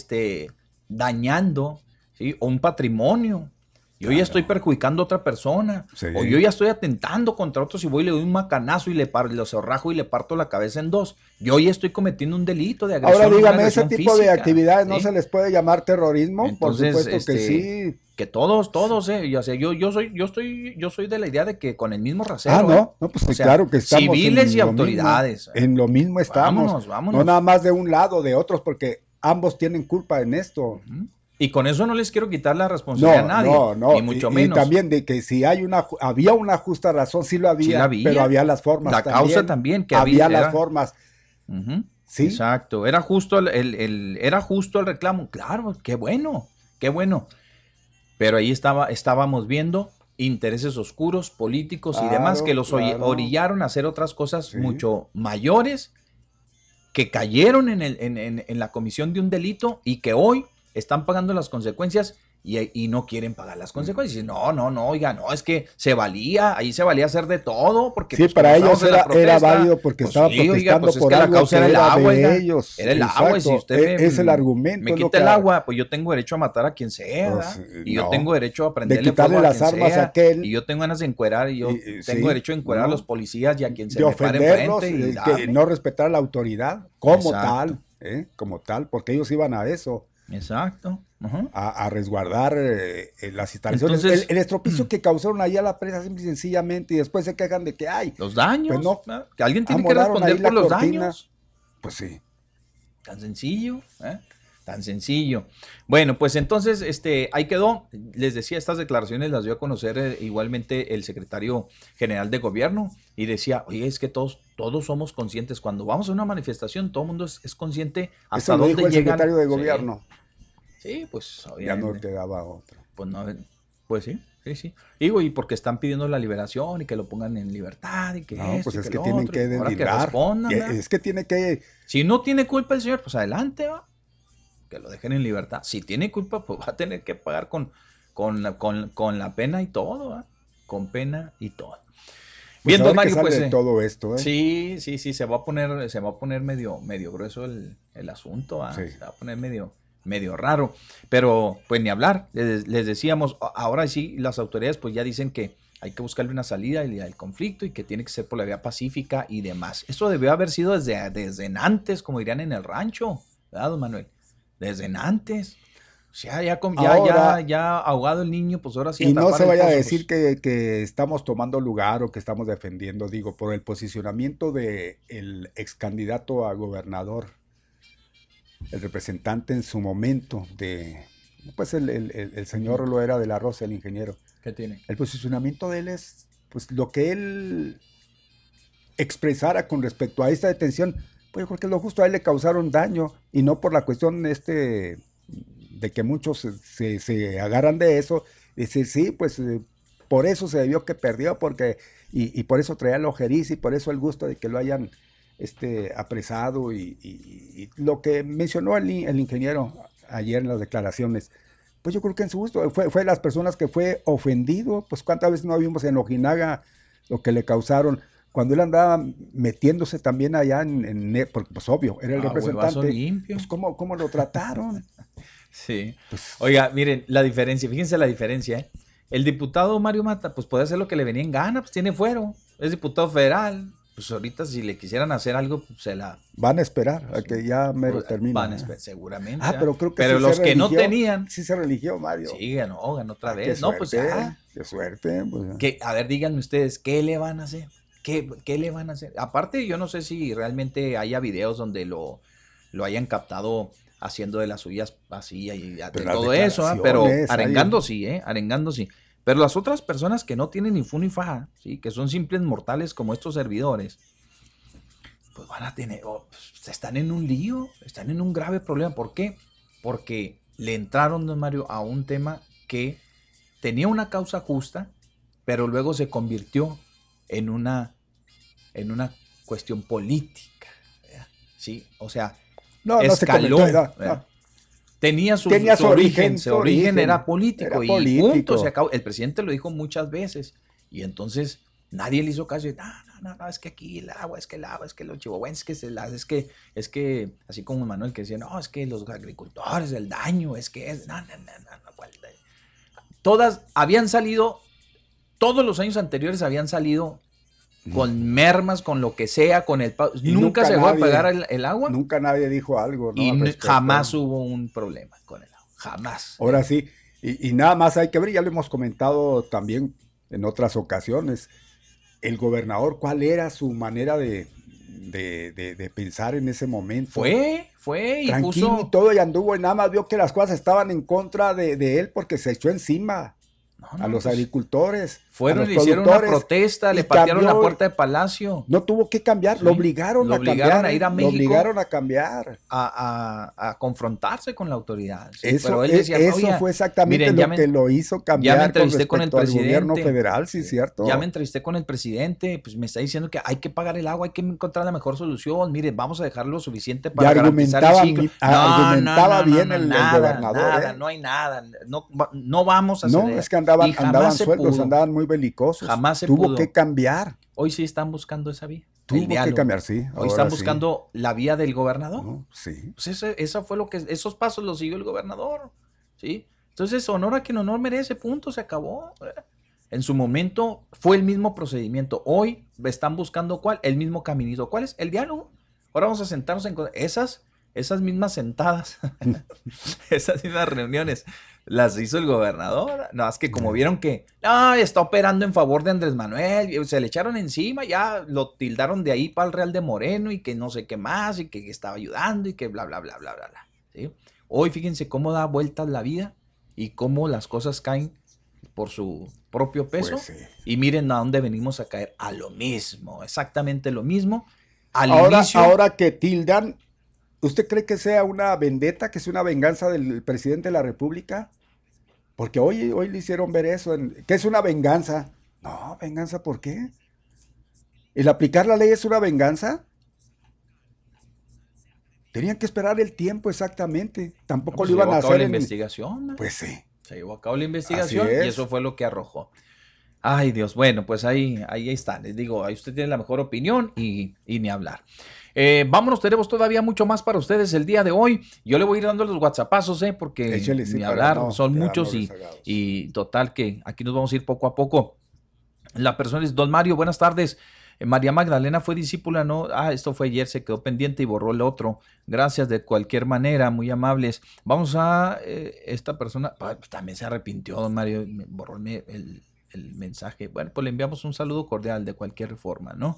dañando, ¿sí? Un patrimonio. Yo ya estoy perjudicando a otra persona, sí. O yo ya estoy atentando contra otros y voy y le doy un macanazo y lo cerrajo y le parto la cabeza en dos. Yo ya estoy cometiendo un delito de agresión. Ahora dígame, ese tipo física, de actividades, ¿sí? ¿No se les puede llamar terrorismo? Entonces, por supuesto que sí. Que todos, yo soy de la idea de que con el mismo rasero. No, pues claro que estamos civiles y autoridades. En lo mismo estamos. Vámonos. No nada más de un lado, de otros, porque ambos tienen culpa en esto. Y con eso no les quiero quitar la responsabilidad a nadie, ni mucho menos. Y también de que si había una justa razón, sí lo había, pero había las formas la también. Causa también, que había las formas. ¿Sí? Exacto, era justo era justo el reclamo. Claro, qué bueno. Pero ahí estábamos viendo intereses oscuros, políticos y demás, que los orillaron a hacer otras cosas mucho mayores, que cayeron en la comisión de un delito y que hoy están pagando las consecuencias y no quieren pagar las consecuencias. No, oiga, no, es que ahí se valía hacer de todo, porque sí, pues, para ellos era válido porque estaban protestando por que algo la causa era el agua, de ellos. Era el agua, y si usted es el argumento. Me quita el agua, pues yo tengo derecho a matar a quien sea, pues, y yo tengo derecho a prenderle fuego a las quien armas sea, a aquel, y yo tengo ganas de encuerar, y yo tengo derecho a encuerar a los policías y a quien se me pare enfrente. Y que no respetar a la autoridad como tal, porque ellos iban a eso. Exacto. A resguardar las instalaciones. Entonces, el estropicio que causaron allá a la presa, simple y sencillamente, y después se quejan de que hay los daños. Pues que alguien tiene que responder por los daños. Pues sí. Tan sencillo, tan sencillo. Bueno, pues entonces ahí quedó. Les decía, estas declaraciones las dio a conocer igualmente el secretario general de gobierno y decía, oye, es que todos somos conscientes. Cuando vamos a una manifestación, todo el mundo es consciente hasta eso dónde dijo el llegan. Secretario de gobierno. Sí, pues ya no te daba otro. Pues no, pues sí. Digo, y porque están pidiendo la liberación y que lo pongan en libertad y que pues es que tienen que desligar. Es que tiene que... Si no tiene culpa el señor, pues adelante, ¿va? Que lo dejen en libertad. Si tiene culpa, pues va a tener que pagar con la pena y todo, ¿va? Con pena y todo. Bien, don Mario, pues de todo esto, Sí, se va a poner medio grueso el asunto, ¿va? Sí. Se va a poner medio raro, pero pues ni hablar, les decíamos, ahora sí las autoridades pues ya dicen que hay que buscarle una salida al conflicto y que tiene que ser por la vía pacífica y demás. Esto debió haber sido desde antes, como dirían en el rancho, ¿verdad, don Manuel? Desde antes. O sea, ya ahogado el niño, pues ahora sí. Y no se vaya a decir que estamos tomando lugar o que estamos defendiendo, digo, por el posicionamiento del ex candidato a gobernador, el representante en su momento pues el señor lo era de la Rosa, el ingeniero. ¿Qué tiene? El posicionamiento de él es, pues lo que él expresara con respecto a esta detención, pues yo creo que lo justo a él le causaron daño y no por la cuestión de que muchos se agarran de eso, decir sí, pues por eso se debió que perdió, porque y por eso traía la ojeriza y por eso el gusto de que lo hayan apresado y lo que mencionó el ingeniero ayer en las declaraciones, pues yo creo que en su gusto fue las personas que fue ofendido, pues cuántas veces no vimos en Ojinaga lo que le causaron cuando él andaba metiéndose también allá porque pues obvio, era el representante, pues cómo lo trataron. Sí, pues, oiga, miren la diferencia, fíjense la diferencia, el diputado Mario Mata pues puede hacer lo que le venía en gana, pues tiene fuero, es diputado federal. Pues ahorita si le quisieran hacer algo, pues se la... Van a esperar a que ya mero termine. Van a esperar, seguramente. Pero creo que pero sí los que no tenían... Sí se religió, Mario. Sí, ganó otra vez. Qué suerte, pues ya. Qué suerte. Pues. A ver, díganme ustedes, ¿qué le van a hacer? ¿Qué le van a hacer? Aparte, yo no sé si realmente haya videos donde lo hayan captado haciendo de las suyas así, y de todo eso, pero arengando sí, arengando sí. Pero las otras personas que no tienen ni fu ni fa, ¿sí? Que son simples mortales como estos servidores, pues van a tener, pues, están en un lío, están en un grave problema. ¿Por qué? Porque le entraron, don Mario, a un tema que tenía una causa justa, pero luego se convirtió en una cuestión política, ¿verdad? Sí, o sea, escaló. Tenía su origen, su origen era político y punto, se acabó. El presidente lo dijo muchas veces y entonces nadie le hizo caso. No, es que aquí el agua, es que los chihuahuenses, es que, así como Manuel que decía, no, es que los agricultores, el daño, es que es, no, ¿cuál daño? Todas habían salido, todos los años anteriores habían salido con mermas, con lo que sea, con el... Nunca se fue a pagar el agua. Nunca nadie dijo algo, ¿no? Y jamás hubo un problema con el agua, jamás. Ahora sí, y nada más hay que ver, ya lo hemos comentado también en otras ocasiones, el gobernador, ¿cuál era su manera de pensar en ese momento? Fue y tranquilo puso... y todo, y anduvo y nada más vio que las cosas estaban en contra de él porque se echó encima. A los agricultores. Fueron y hicieron una protesta, le patearon la puerta de Palacio. No tuvo que cambiar, lo obligaron a cambiar. A ir a México. Lo obligaron a cambiar. A confrontarse con la autoridad. Sí, eso pero él decía, eso fue exactamente lo que lo hizo cambiar. Ya me entrevisté con el presidente. Al gobierno federal, sí, cierto. Ya me entrevisté con el presidente, pues me está diciendo que hay que pagar el agua, hay que encontrar la mejor solución. Mire, vamos a dejarlo lo suficiente para garantizar el ciclo. Argumentaba bien el gobernador. Nada, no hay nada. No vamos a ceder. No, es que andaban sueltos, andaban muy belicosos. Jamás se tuvo pudo. Que cambiar. Hoy sí están buscando esa vía. Tuvo que cambiar, sí. Hoy están buscando la vía del gobernador. No, sí. Pues eso fue lo que, esos pasos los siguió el gobernador. ¿Sí? Entonces, honor a quien honor merece, punto, se acabó. En su momento fue el mismo procedimiento. Hoy están buscando ¿cuál? El mismo caminito. ¿Cuál es? El diálogo. Ahora vamos a sentarnos en esas mismas sentadas, esas mismas reuniones. Las hizo el gobernador. No, es que como vieron que está operando en favor de Andrés Manuel, se le echaron encima, ya lo tildaron de ahí para el Real de Moreno y que no sé qué más, y que estaba ayudando y que bla, bla, bla, bla, bla, bla. ¿Sí? Hoy fíjense cómo da vueltas la vida y cómo las cosas caen por su propio peso. Pues sí. Y miren a dónde venimos a caer, a lo mismo, exactamente lo mismo. Ahora que tildan, ¿usted cree que sea una vendetta, que es una venganza del presidente de la República? Porque hoy le hicieron ver eso, que es una venganza. No, ¿venganza por qué? ¿El aplicar la ley es una venganza? Tenían que esperar el tiempo exactamente. Tampoco lo iban a hacer. La investigación, ¿no? Pues sí. Se llevó a cabo la investigación y eso fue lo que arrojó. Ay, Dios. Bueno, pues ahí está. Les digo, ahí usted tiene la mejor opinión y ni hablar. Vámonos, tenemos todavía mucho más para ustedes el día de hoy. Yo le voy a ir dando los WhatsAppazos, porque échale, ni hablar, son muchos y total que aquí nos vamos a ir poco a poco. La persona es Don Mario, buenas tardes. María Magdalena fue discípula, ¿no? Esto fue ayer, se quedó pendiente y borró el otro. Gracias de cualquier manera, muy amables. Vamos a esta persona, también se arrepintió, Don Mario, borró el mensaje. Bueno, pues le enviamos un saludo cordial de cualquier forma, ¿no?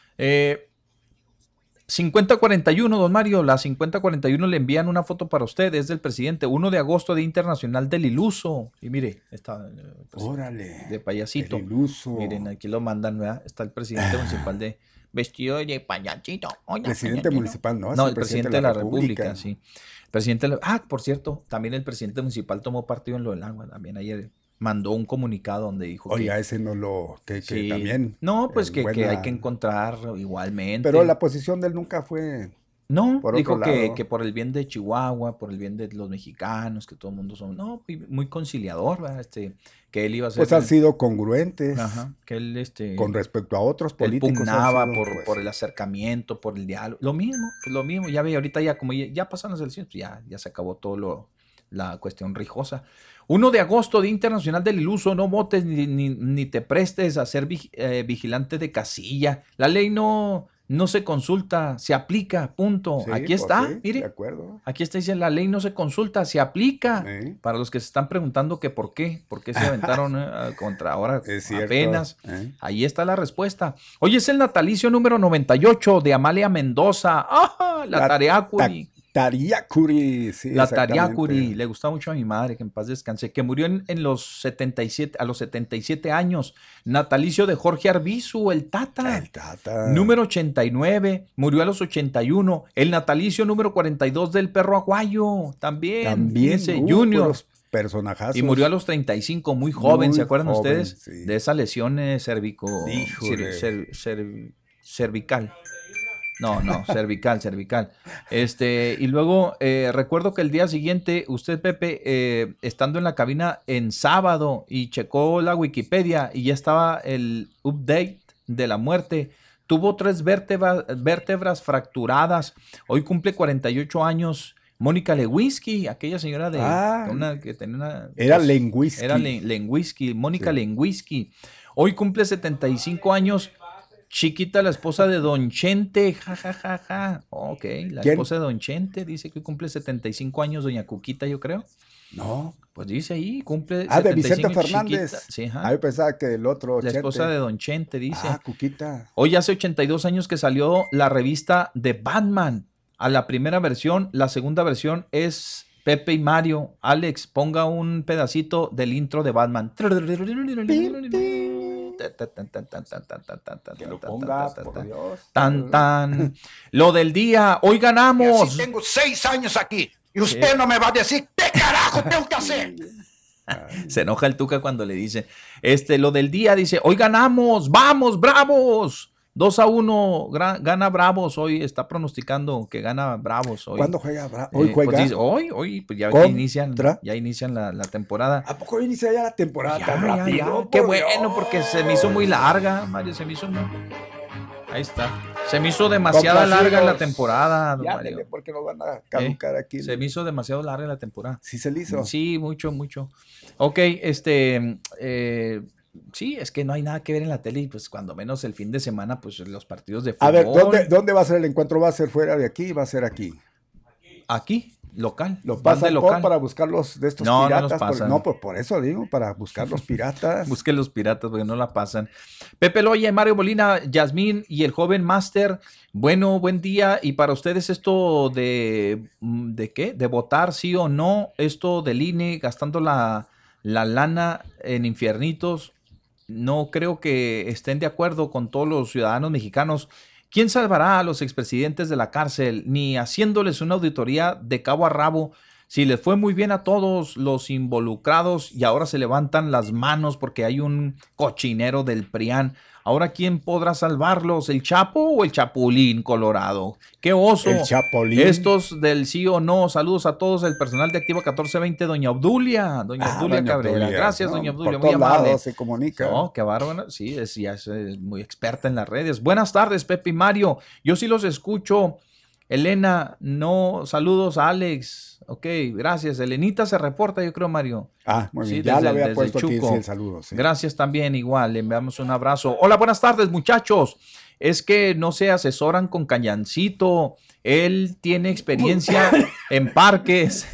5041, Don Mario, la 5041 le envían una foto para usted, es del presidente, 1 de agosto, Día Internacional del Iluso. Y mire, está órale, de payasito. El iluso. Miren, aquí lo mandan, ¿verdad? Está el presidente municipal de vestido de payasito. Presidente municipal, ¿no? No, el presidente de la República, sí. Por cierto, también el presidente municipal tomó partido en lo del agua, también ayer mandó un comunicado donde dijo ese no lo... que sí, también... No, pues que hay que encontrar igualmente. Pero la posición de él nunca fue... No, dijo que por el bien de Chihuahua, por el bien de los mexicanos, que todo el mundo son... No, muy conciliador, ¿verdad? Que él iba a ser... Pues han sido congruentes. Ajá, que él... con respecto a otros políticos. Él pugnaba por el acercamiento, por el diálogo. Lo mismo. Ya ve, ahorita ya como ya pasan las elecciones, pues ya se acabó todo la cuestión rijosa. 1 de agosto, Día Internacional del Iluso. No votes ni te prestes a ser vigilante de casilla. La ley no se consulta, se aplica, punto. Sí, aquí está, sí, mire. De acuerdo. Aquí está, dice, la ley no se consulta, se aplica. Sí. Para los que se están preguntando que por qué se aventaron contra ahora apenas. Ahí está la respuesta. Hoy es el natalicio número 98 de Amalia Mendoza. La Tareacuri. Tariacuri, sí, La exactamente. Tariacuri, le gustaba mucho a mi madre, que en paz descanse, que murió en los 77, a los 77 años. Natalicio de Jorge Arbizu, el Tata. El Tata. Número 89, murió a los 81. El natalicio número 42 del Perro Aguayo, también. Fíjense, Junior. puros personajazos. Y murió a los 35, muy joven, Muy ¿se acuerdan joven, ustedes? sí. De esa lesión Híjole. cervical. No, cervical. Y luego recuerdo que el día siguiente, usted, Pepe, estando en la cabina en sábado y checó la Wikipedia y ya estaba el update de la muerte, tuvo 3 vértebras fracturadas. Hoy cumple 48 años. Mónica Lewinsky, aquella señora que tenía una... Era Lewinsky. Era Lewinsky, Mónica Lewinsky. Hoy cumple 75 años. Chiquita, la esposa de Don Chente, ja. Ok, la ¿Quién? esposa de Don Chente dice que cumple 75 años, doña Cuquita, yo creo. No. Pues dice ahí, cumple Ah, de 75, Vicente Fernández. chiquita. Sí, ajá. Ah, yo pensaba que el otro La esposa Chente. de Don Chente, dice. Ah, Cuquita. Hoy hace 82 años que salió la revista de Batman. A la primera versión, la segunda versión es Pepe y Mario. Alex, ponga un pedacito del intro de Batman. Que lo ponga, por Dios. Tan. Lo del día, hoy ganamos. Así tengo 6 años aquí y usted no me va a decir qué carajo tengo que hacer. Se enoja el Tuca cuando le dice, lo del día, dice, hoy ganamos, vamos, Bravos. 2-1, gana Bravos. Hoy está pronosticando que gana Bravos. Hoy. ¿Cuándo juega? ¿Hoy juega? Pues dice, hoy, pues ya inician la temporada. ¿A poco inicia ya la temporada tan rápido? Qué bueno, porque se me hizo muy larga, Mario, Ahí está. Se me hizo demasiado larga la temporada, Ya, Mario. porque nos van a caducar aquí. Se me hizo demasiado larga la temporada. Sí se le hizo. Sí, mucho. Ok, sí, es que no hay nada que ver en la tele y pues cuando menos el fin de semana, pues los partidos de fútbol. A ver, ¿dónde va a ser el encuentro? ¿Va a ser fuera de aquí? ¿Va a ser aquí? Aquí, local. ¿Lo pasan local para buscar los de estos no, piratas? No nos pasan. No, pues por eso digo, para buscar los piratas. Busquen los piratas porque no la pasan. Pepe Loya, Mario Molina, Yasmín y el joven Master. Bueno, buen día. Y para ustedes esto ¿de qué? ¿De votar sí o no? Esto del INE gastando la lana en infiernitos. No creo que estén de acuerdo con todos los ciudadanos mexicanos. ¿Quién salvará a los expresidentes de la cárcel? Ni haciéndoles una auditoría de cabo a rabo. Si les fue muy bien a todos los involucrados y ahora se levantan las manos porque hay un cochinero del PRIAN. Ahora, ¿quién podrá salvarlos? ¿El Chapo o el Chapulín Colorado? ¡Qué oso! El Chapulín. Estos del sí o no. Saludos a todos el personal de Activa 1420, doña Obdulia. Doña Obdulia Cabrera. Gracias, doña Obdulia. Por muy amable. lados se comunica. No, qué bárbaro. Sí, ya es muy experta en las redes. Buenas tardes, Pepe y Mario. Yo sí los escucho. Elena, no, saludos a Alex. Ok, gracias. Elenita se reporta, yo creo, Mario. Ah, muy bien. Sí, Ya le había desde puesto aquí Chuco. el saludo. Sí. Gracias también, igual. Le enviamos un abrazo. Hola, buenas tardes, muchachos. Es que no se asesoran con Cañancito. Él tiene experiencia en parques.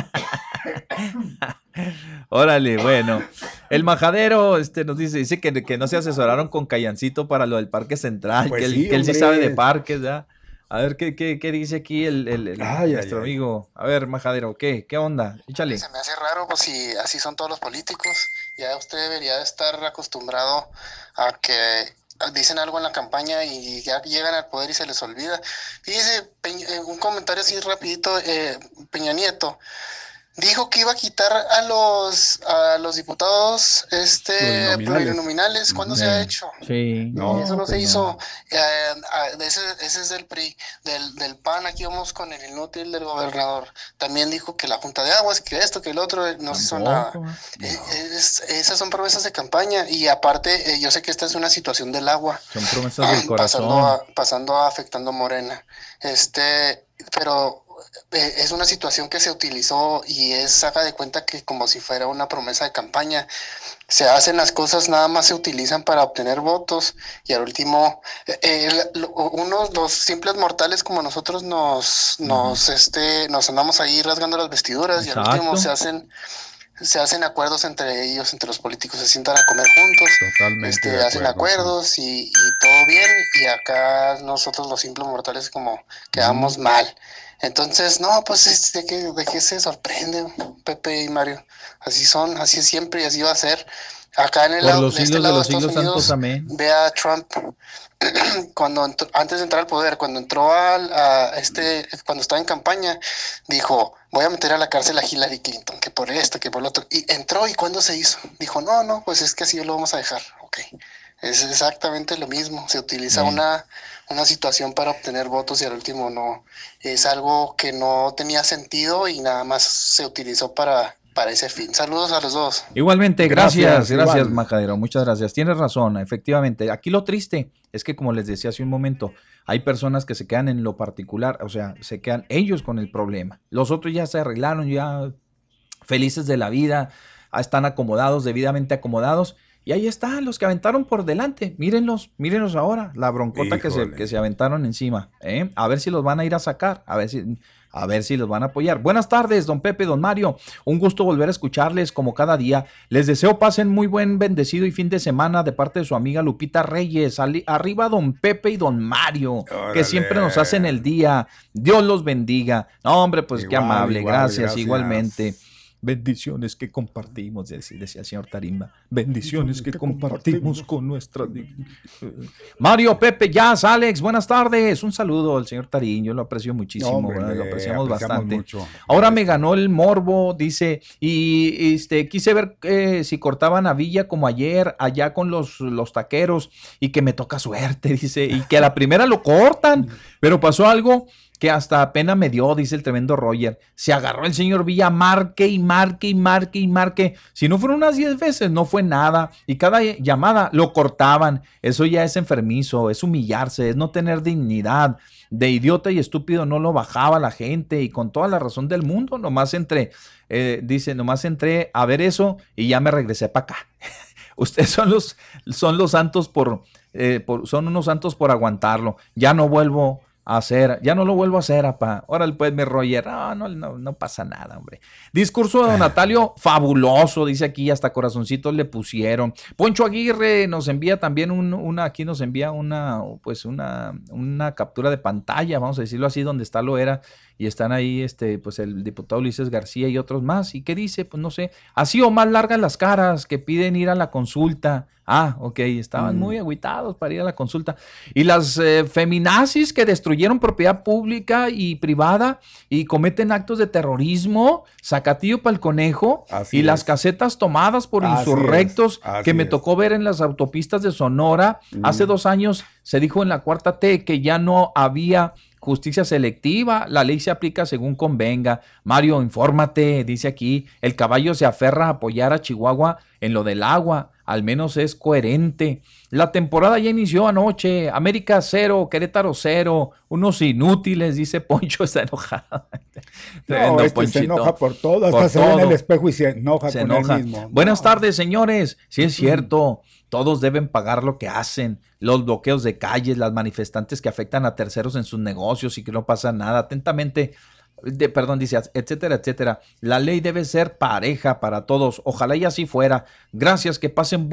Órale, bueno. El majadero nos dice que no se asesoraron con Callancito para lo del Parque Central, Pues que sí, él sí hombre. sabe de parques, ¿ya? A ver, ¿qué dice aquí nuestro ay. amigo? A ver, majadero, ¿qué onda? Échale. Se me hace raro, pues si así son todos los políticos, ya usted debería de estar acostumbrado a que dicen algo en la campaña y ya llegan al poder y se les olvida. Fíjese, un comentario así rapidito, Peña Nieto dijo que iba a quitar a los diputados plurinominales. ¿Cuándo se ha hecho? Sí. No, eso no se hizo. Ese es del PRI. Del PAN, aquí vamos con el inútil del gobernador. También dijo que la Junta de Aguas, que esto, que el otro, no se hizo nada. Esas son promesas de campaña. Y aparte, yo sé que esta es una situación del agua. Son promesas del corazón. Afectando a Morena. Pero es una situación que se utilizó y haga de cuenta que como si fuera una promesa de campaña. Se hacen las cosas, nada más se utilizan para obtener votos y al último, los simples mortales como nosotros nos andamos ahí rasgando las vestiduras. Exacto. Y al último se hacen acuerdos entre ellos, entre los políticos, se sientan a comer juntos. Totalmente de hacen acuerdo, acuerdos y todo bien, y acá nosotros los simples mortales como quedamos mal. Entonces, no, pues de qué se sorprende Pepe y Mario. Así son, así es siempre y así va a ser. Acá en el Por lado, los de este siglos de lado de los siglos Estados Unidos, santos, amén. ve a Trump antes de entrar al poder, cuando entró cuando estaba en campaña, dijo, voy a meter a la cárcel a Hillary Clinton, que por esto, que por lo otro, y entró, ¿y cuándo se hizo? Dijo, no, pues es que así lo vamos a dejar. Ok, es exactamente lo mismo, se utiliza una situación para obtener votos y al último no, es algo que no tenía sentido y nada más se utilizó para ese fin. Saludos a los dos. Igualmente, gracias, igual. Majadero, muchas gracias. Tienes razón, efectivamente. Aquí lo triste es que, como les decía hace un momento, hay personas que se quedan en lo particular, o sea, se quedan ellos con el problema. Los otros ya se arreglaron, ya felices de la vida, están acomodados, debidamente acomodados. Y ahí están los que aventaron por delante. Mírenlos ahora, la broncota que se aventaron encima. A ver si los van a ir a sacar, a ver si los van a apoyar. Buenas tardes, don Pepe, don Mario. Un gusto volver a escucharles como cada día. Les deseo pasen muy buen, bendecido y fin de semana de parte de su amiga Lupita Reyes. Arriba don Pepe y don Mario, que siempre nos hacen el día. Dios los bendiga. No, hombre, pues qué amable. Gracias, igualmente. Bendiciones que compartimos, decía el señor Tarimba. Bendiciones que compartimos con nuestra... Mario, Pepe, Jazz, Alex, buenas tardes. Un saludo al señor Tarín, yo lo aprecio muchísimo, hombre, lo apreciamos bastante. Mucho. Ahora me ganó el morbo, dice, y quise ver si cortaban a Villa como ayer, allá con los taqueros, y que me toca suerte, dice, y que a la primera lo cortan, pero pasó algo que hasta pena me dio, dice el tremendo Roger. Se agarró el señor Villa, marque y marque y marque y marque. Si no fueron unas 10 veces, no fue nada. Y cada llamada lo cortaban. Eso ya es enfermizo, es humillarse, es no tener dignidad. De idiota y estúpido no lo bajaba la gente y con toda la razón del mundo. Nomás entré a ver eso y ya me regresé para acá. Ustedes son los santos son unos santos por aguantarlo. Ya no lo vuelvo a hacer, apá. Órale, pues, mi Roger. No pasa nada, hombre. Discurso de don Natalio, fabuloso, dice aquí, hasta corazoncitos le pusieron. Poncho Aguirre nos envía también una captura de pantalla, vamos a decirlo así, donde está Loera, y están ahí, pues, el diputado Ulises García y otros más. ¿Y qué dice? Pues no sé. Así o más largas las caras que piden ir a la consulta. Ok, estaban muy agüitados para ir a la consulta. Y las feminazis que destruyeron propiedad pública y privada y cometen actos de terrorismo, sacatillo para el conejo, y las casetas tomadas por insurrectos que me tocó ver en las autopistas de Sonora. Hace 2 años se dijo en la 4T que ya no había justicia selectiva, la ley se aplica según convenga. Mario, infórmate, dice aquí, el caballo se aferra a apoyar a Chihuahua en lo del agua, al menos es coherente. La temporada ya inició anoche, América 0, Querétaro 0, unos inútiles, dice Poncho, está enojado. Se enoja por todo, hasta se ve en el espejo y se enoja con él mismo. Buenas tardes, señores, sí es cierto. Todos deben pagar lo que hacen, los bloqueos de calles, las manifestantes que afectan a terceros en sus negocios y que no pasa nada. Atentamente, dice, etcétera, etcétera. La ley debe ser pareja para todos. Ojalá y así fuera. Gracias, que pasen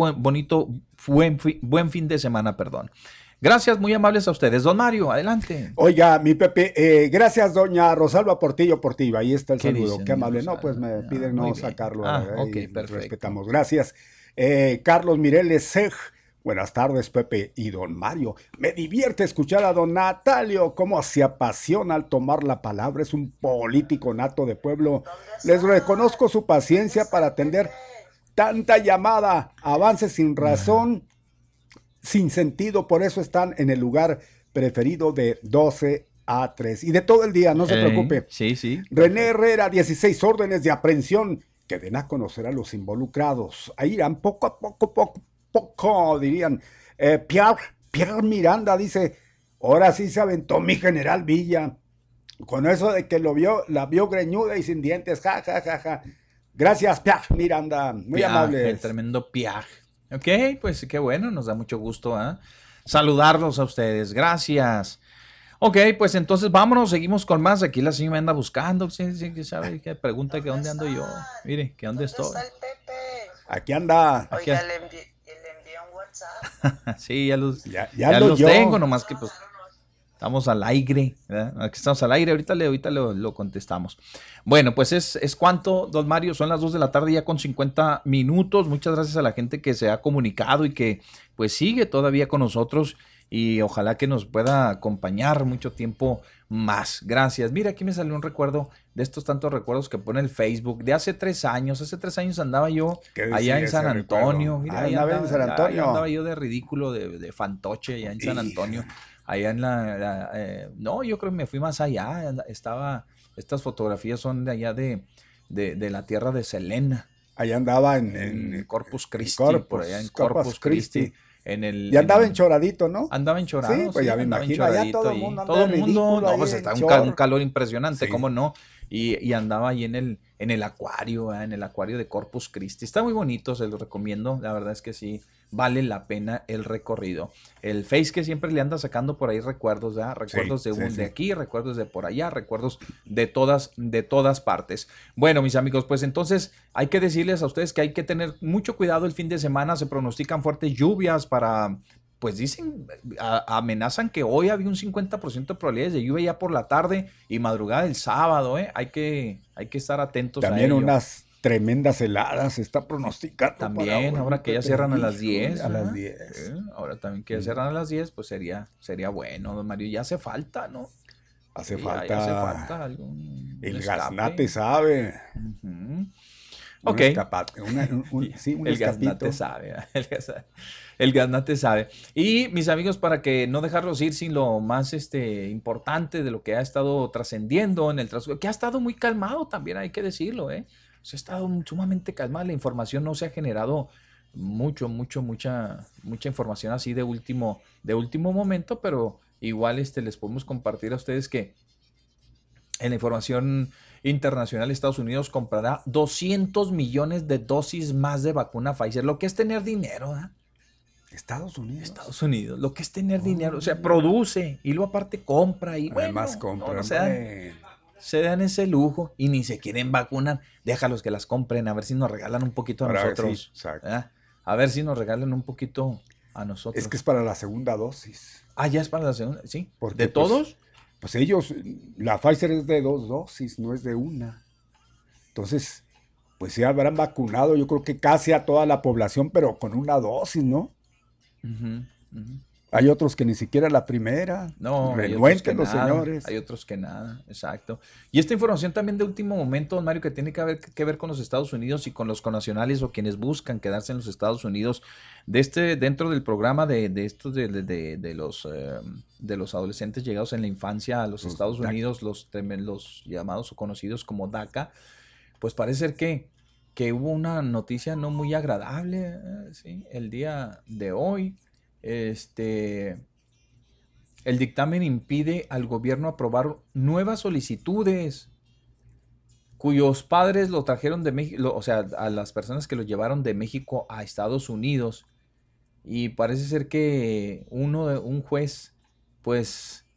buen fin de semana, perdón. Gracias, muy amables a ustedes. Don Mario, adelante. Oiga, mi Pepe, gracias, doña Rosalba Portillo. Ahí está el saludo. Dicen, qué amable. Rosalba? No, pues me piden no sacarlo. Ok, perfecto. Respetamos. Gracias. Carlos Mireles Sej. Buenas tardes, Pepe y don Mario. Me divierte escuchar a don Natalio, cómo se apasiona al tomar la palabra. Es un político nato de pueblo. Les reconozco su paciencia para atender tanta llamada. Avance sin razón, sin sentido. Por eso están en el lugar preferido de 12 a 3. Y de todo el día, no se preocupe. Sí. René Herrera, 16 órdenes de aprehensión que den a conocer a los involucrados. Ahí irán poco a poco, dirían. Pierre Miranda dice, ahora sí se aventó mi general Villa. Con eso de que la vio greñuda y sin dientes, ja. Gracias, Pierre Miranda, muy amable. El tremendo Pierre. Ok, pues qué bueno, nos da mucho gusto saludarlos a ustedes, gracias. Ok, pues entonces vámonos, seguimos con más. Aquí la señora me anda buscando, sí, sabe, que pregunta que dónde ando yo. Mire, que dónde estoy. ¿Dónde está el Pepe? Aquí anda. Oiga, le envié un WhatsApp. Sí, ya los tengo, nomás que pues Estamos al aire, ¿verdad? Aquí estamos al aire, ahorita lo contestamos. Bueno, pues es cuanto, don Mario, son las 2 de la tarde ya con 50 minutos. Muchas gracias a la gente que se ha comunicado y que pues sigue todavía con nosotros y ojalá que nos pueda acompañar mucho tiempo más. Gracias. Mira, aquí me salió un recuerdo de estos tantos recuerdos que pone el Facebook de hace 3 años. Hace 3 años andaba yo allá en San Antonio. Mira, ahí andaba en San Antonio. Andaba yo de ridículo, de fantoche allá en San Antonio. Allá en no, yo creo que me fui más allá. Estas fotografías son de allá de la tierra de Selena. Allá andaba en Corpus Christi, por allá en Corpus Christi. Y andaba enchoradito, ¿no? Andaba enchorado. Sí, pues ya me imagino, allá todo el mundo anda ridículo. No, pues está un calor impresionante, ¿cómo no? Y andaba ahí en el acuario, en el acuario de Corpus Christi. Está muy bonito, se lo recomiendo. La verdad es que sí, vale la pena el recorrido. El Face que siempre le anda sacando por ahí recuerdos, ¿verdad? Recuerdos de aquí, recuerdos de por allá, recuerdos de todas partes. Bueno, mis amigos, pues entonces hay que decirles a ustedes que hay que tener mucho cuidado el fin de semana. Se pronostican fuertes lluvias para... Pues dicen, amenazan que hoy había un 50% de probabilidades de lluvia ya por la tarde y madrugada del sábado, ¿eh? Hay que estar atentos a ello. También unas tremendas heladas se está pronosticando. También, ahora que ya cierran a las 10. A las 10. Ahora también que ya cierran a las 10, pues sería bueno, don Mario. Ya hace falta, ¿no? Hace Ya falta algún el escape. gaznate sabe. Ok. El gaznate sabe. El gaznate sabe. Y mis amigos, para que no dejarlos ir sin lo más importante de lo que ha estado trascendiendo en el transcurso, que ha estado muy calmado también, hay que decirlo, ¿eh? Se ha estado sumamente calmada, la información no se ha generado mucha información así de último momento, pero igual les podemos compartir a ustedes que en la información internacional, Estados Unidos comprará 200 millones de dosis más de vacuna Pfizer, lo que es tener dinero, ¿eh? Estados Unidos, lo que es tener dinero, o sea, produce y luego aparte compra y además bueno, compra, se dan ese lujo y ni se quieren vacunar. Déjalos que las compren, a ver si nos regalan un poquito a nosotros. Sí, a ver si nos regalan un poquito a nosotros. Es que es para la segunda dosis. Ah, ya es para la segunda, sí. Porque, ¿de todos? Pues ellos, la Pfizer es de 2 dosis, no es de una. Entonces, pues se habrán vacunado, yo creo que casi a toda la población, pero con una dosis, ¿no? Hay otros que ni siquiera la primera. No, renuenten los señores. Hay otros que nada, exacto. Y esta información también de último momento, Mario, que tiene que ver con los Estados Unidos y con los connacionales o quienes buscan quedarse en los Estados Unidos. Dentro del programa de los adolescentes llegados en la infancia a los Estados Unidos, los llamados o conocidos como DACA, pues parece ser que hubo una noticia no muy agradable, ¿sí? El día de hoy. El dictamen impide al gobierno aprobar nuevas solicitudes cuyos padres lo trajeron de México, o sea, a las personas que lo llevaron de México a Estados Unidos. Y parece ser que un juez, pues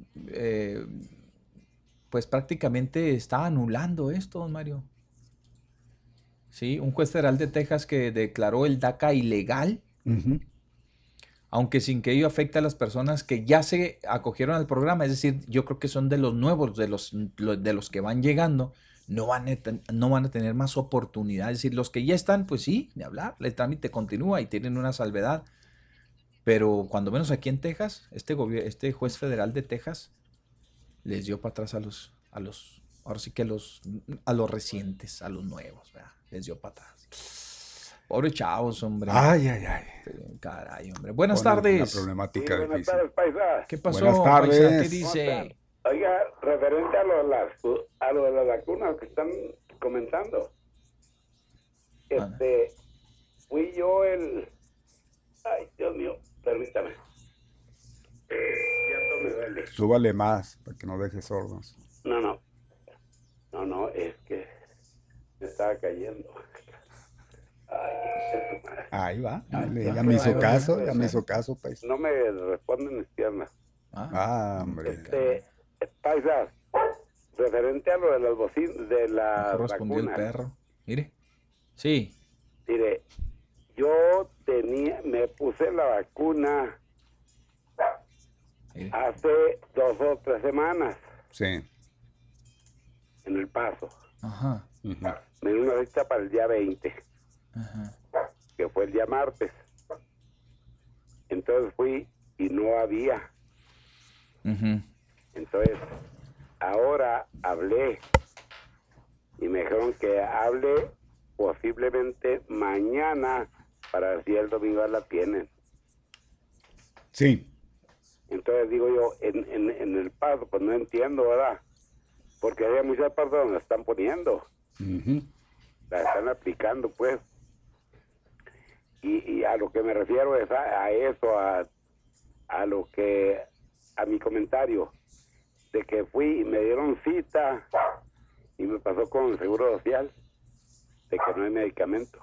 prácticamente está anulando esto, don Mario. Sí, un juez federal de Texas que declaró el DACA ilegal, aunque sin que ello afecte a las personas que ya se acogieron al programa. Es decir, yo creo que son de los nuevos, de los que van llegando, no van a tener más oportunidades. Es decir, los que ya están, pues sí, de hablar, el trámite continúa y tienen una salvedad. Pero cuando menos aquí en Texas, este juez federal de Texas les dio para atrás ahora sí que a los recientes, a los nuevos, ¿verdad? Les dio para atrás. Pobre chavos, hombre. Ay. Caray, hombre. Buenas tardes. Una problemática buenas difícil. tardes, paisa. ¿Qué pasó, Buenas tardes. paisa? ¿Qué dice? Oiga, referente a lo de las vacunas que están comentando. Fui yo ay, Dios mío, permítame. Ya me duele. Súbale más para que no dejes sordos. No, es que me estaba cayendo. Ahí va. Ya me hizo caso, paisa. No me responden mis piernas. Hombre. Paisa, referente a lo de las bocinas, de la respondió el perro. Mire. Sí. Mire, yo me puse la vacuna Hace 2 o 3 semanas. Sí. En El Paso. Ajá. Me dio una cita para el día 20. Ajá. Que fue el día martes. Entonces fui y no había. Entonces, ahora hablé y me dijeron que hable posiblemente mañana para ver si el domingo la tienen. Sí. Entonces digo yo, en El Paso, pues no entiendo, ¿verdad? Porque hay muchas partes donde la están poniendo. La están aplicando, pues. Y a lo que me refiero es a eso, a lo que, a mi comentario, de que fui y me dieron cita y me pasó con el Seguro Social, de que no hay medicamento.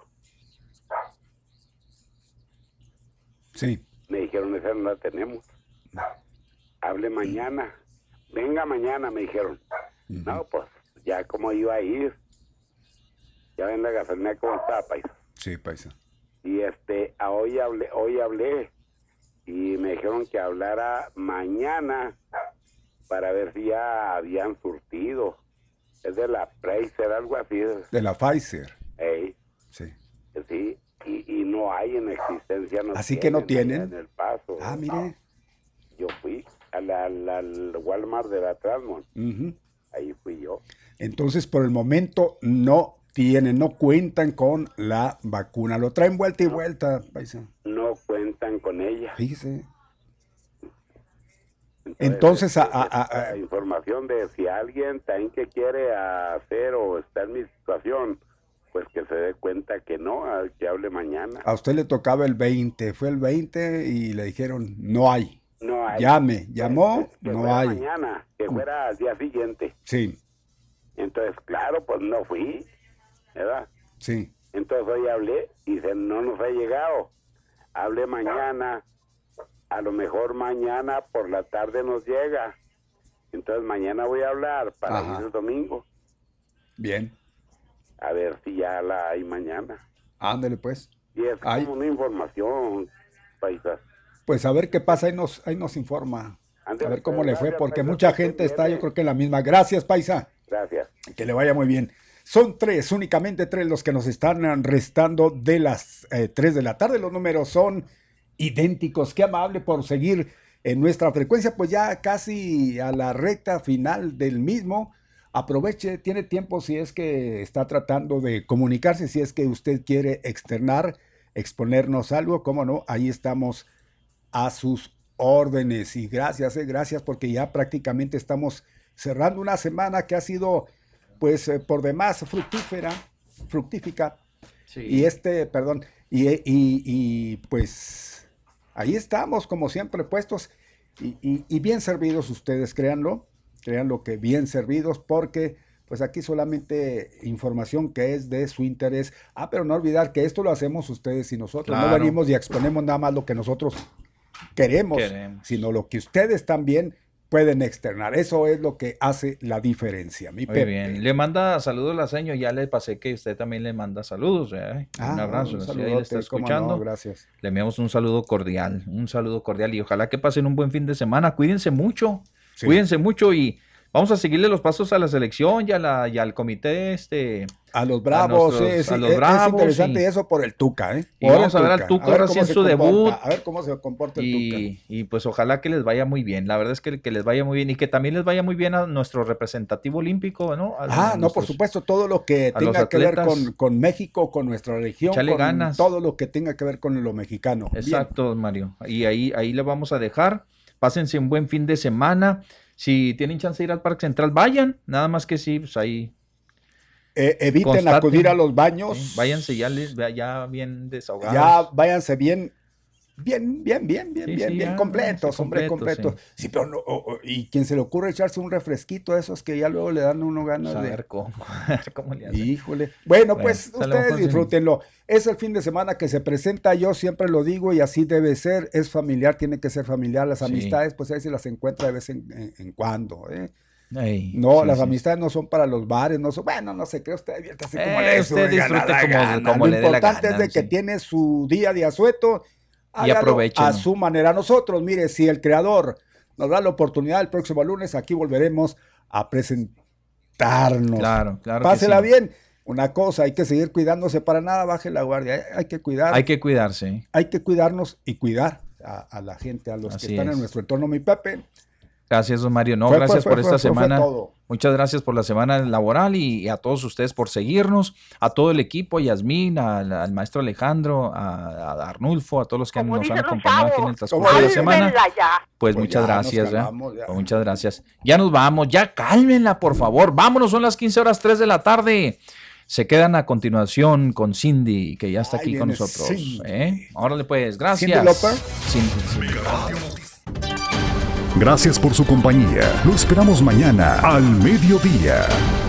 Sí. Me dijeron, esa no la tenemos. Hable mañana. Venga mañana, me dijeron. No, pues, ya como iba a ir. Ya ven la gasolina cómo está, paisa. Sí, paisa. Y hoy hablé y me dijeron que hablara mañana para ver si ya habían surtido. Es de la Pfizer, algo así. De la Pfizer. Sí. Sí, y no hay en existencia. No así que no tienen. En El Paso. Ah, mire. Yo fui al Walmart de la Trasmont. Ahí fui yo. Entonces, por el momento, no tienen, no cuentan con la vacuna. Lo traen vuelta y vuelta, paisa. No cuentan con ella. Fíjese. Entonces la información de si alguien también que quiere hacer o está en mi situación, pues que se dé cuenta que no, que hable mañana. A usted le tocaba el 20, fue el 20 y le dijeron, no hay. No hay. Llame, llamó, que no hay. Mañana, que fuera al día siguiente. Sí. Entonces, claro, pues no fui, ¿verdad? Sí. Entonces hoy hablé y dice, no nos ha llegado. Hable mañana, a lo mejor mañana por la tarde nos llega. Entonces mañana voy a hablar para ir el domingo. Bien. A ver si ya la hay mañana. Ándale pues. Y es como una información, paisa. Pues a ver qué pasa, ahí nos informa. Ándale, a ver cómo le fue, gracias, porque paisa, mucha gente está, yo creo que en la misma. Gracias, paisa. Gracias. Que le vaya muy bien. Son únicamente tres los que nos están restando de las 3 de la tarde. Los números son idénticos. Qué amable por seguir en nuestra frecuencia, pues ya casi a la recta final del mismo. Aproveche, tiene tiempo si es que está tratando de comunicarse, si es que usted quiere externar, exponernos algo, cómo no, ahí estamos a sus órdenes. Y gracias porque ya prácticamente estamos cerrando una semana que ha sido pues por demás fructífica. Sí. Y pues ahí estamos como siempre puestos y bien servidos ustedes, créanlo que bien servidos, porque pues aquí solamente información que es de su interés. Pero no olvidar que esto lo hacemos ustedes y nosotros. Claro. No venimos y exponemos nada más lo que nosotros queremos, sino lo que ustedes también pueden externar. Eso es lo que hace la diferencia. Muy bien. Le manda saludos la señora. Ya le pasé que usted también le manda saludos. Un abrazo. Un ahí le está escuchando. No, gracias. Le enviamos un saludo cordial. Y ojalá que pasen un buen fin de semana. Cuídense mucho. Sí. Cuídense mucho y vamos a seguirle los pasos a la selección y al comité a los Bravos. A los Bravos. Es interesante eso por el Tuca, Y vamos a ver al Tuca ahora sí en su debut. A ver cómo se comporta el Tuca. Y pues ojalá que les vaya muy bien. La verdad es que les vaya muy bien y que también les vaya muy bien a nuestro representativo olímpico, ¿no? No, por supuesto, todo lo que tenga que ver con México, con nuestra región, con ganas. Todo lo que tenga que ver con lo mexicano. Exacto, bien. Mario. Y ahí le vamos a dejar. Pásense un buen fin de semana. Si tienen chance de ir al Parque Central, vayan. Nada más que sí, pues ahí. Eviten acudir a los baños. Sí, váyanse ya bien desahogados. Ya váyanse bien completos, completos. Sí, pero no, y quien se le ocurre echarse un refresquito, esos que ya luego le dan a uno ganas a ver cómo le hacen. Híjole. Bueno, pues ustedes disfrútenlo. Es el fin de semana que se presenta, yo siempre lo digo y así debe ser, es familiar, tiene que ser familiar, las amistades, pues ahí se las encuentra de vez en cuando, las amistades no son para los bares, no son, no se cree usted, diviértase como le como le dé la gana. Lo importante es de que tiene su día de asueto, y aprovechen a su manera. Nosotros, mire, si el creador nos da la oportunidad el próximo lunes, aquí volveremos a presentarnos. Claro. Pásela bien. Una cosa, hay que seguir cuidándose, para nada baje la guardia, hay que cuidar. Hay que cuidarse. Hay que cuidarnos y cuidar a la gente, a los que están en nuestro entorno. Mi Pepe. Gracias, don Mario. Gracias por esta semana. Muchas gracias por la semana laboral y a todos ustedes por seguirnos, a todo el equipo, a Yasmín, al maestro Alejandro, a Arnulfo, a todos los que nos han acompañado aquí en el transcurso de la semana. Pues muchas gracias. Muchas gracias. Ya nos vamos, ya cálmenla, por favor. Vámonos, son las 15:03 de la tarde. Se quedan a continuación con Cindy, que ya está aquí con nosotros. Órale pues, gracias. Cindy. Gracias por su compañía. Lo esperamos mañana al mediodía.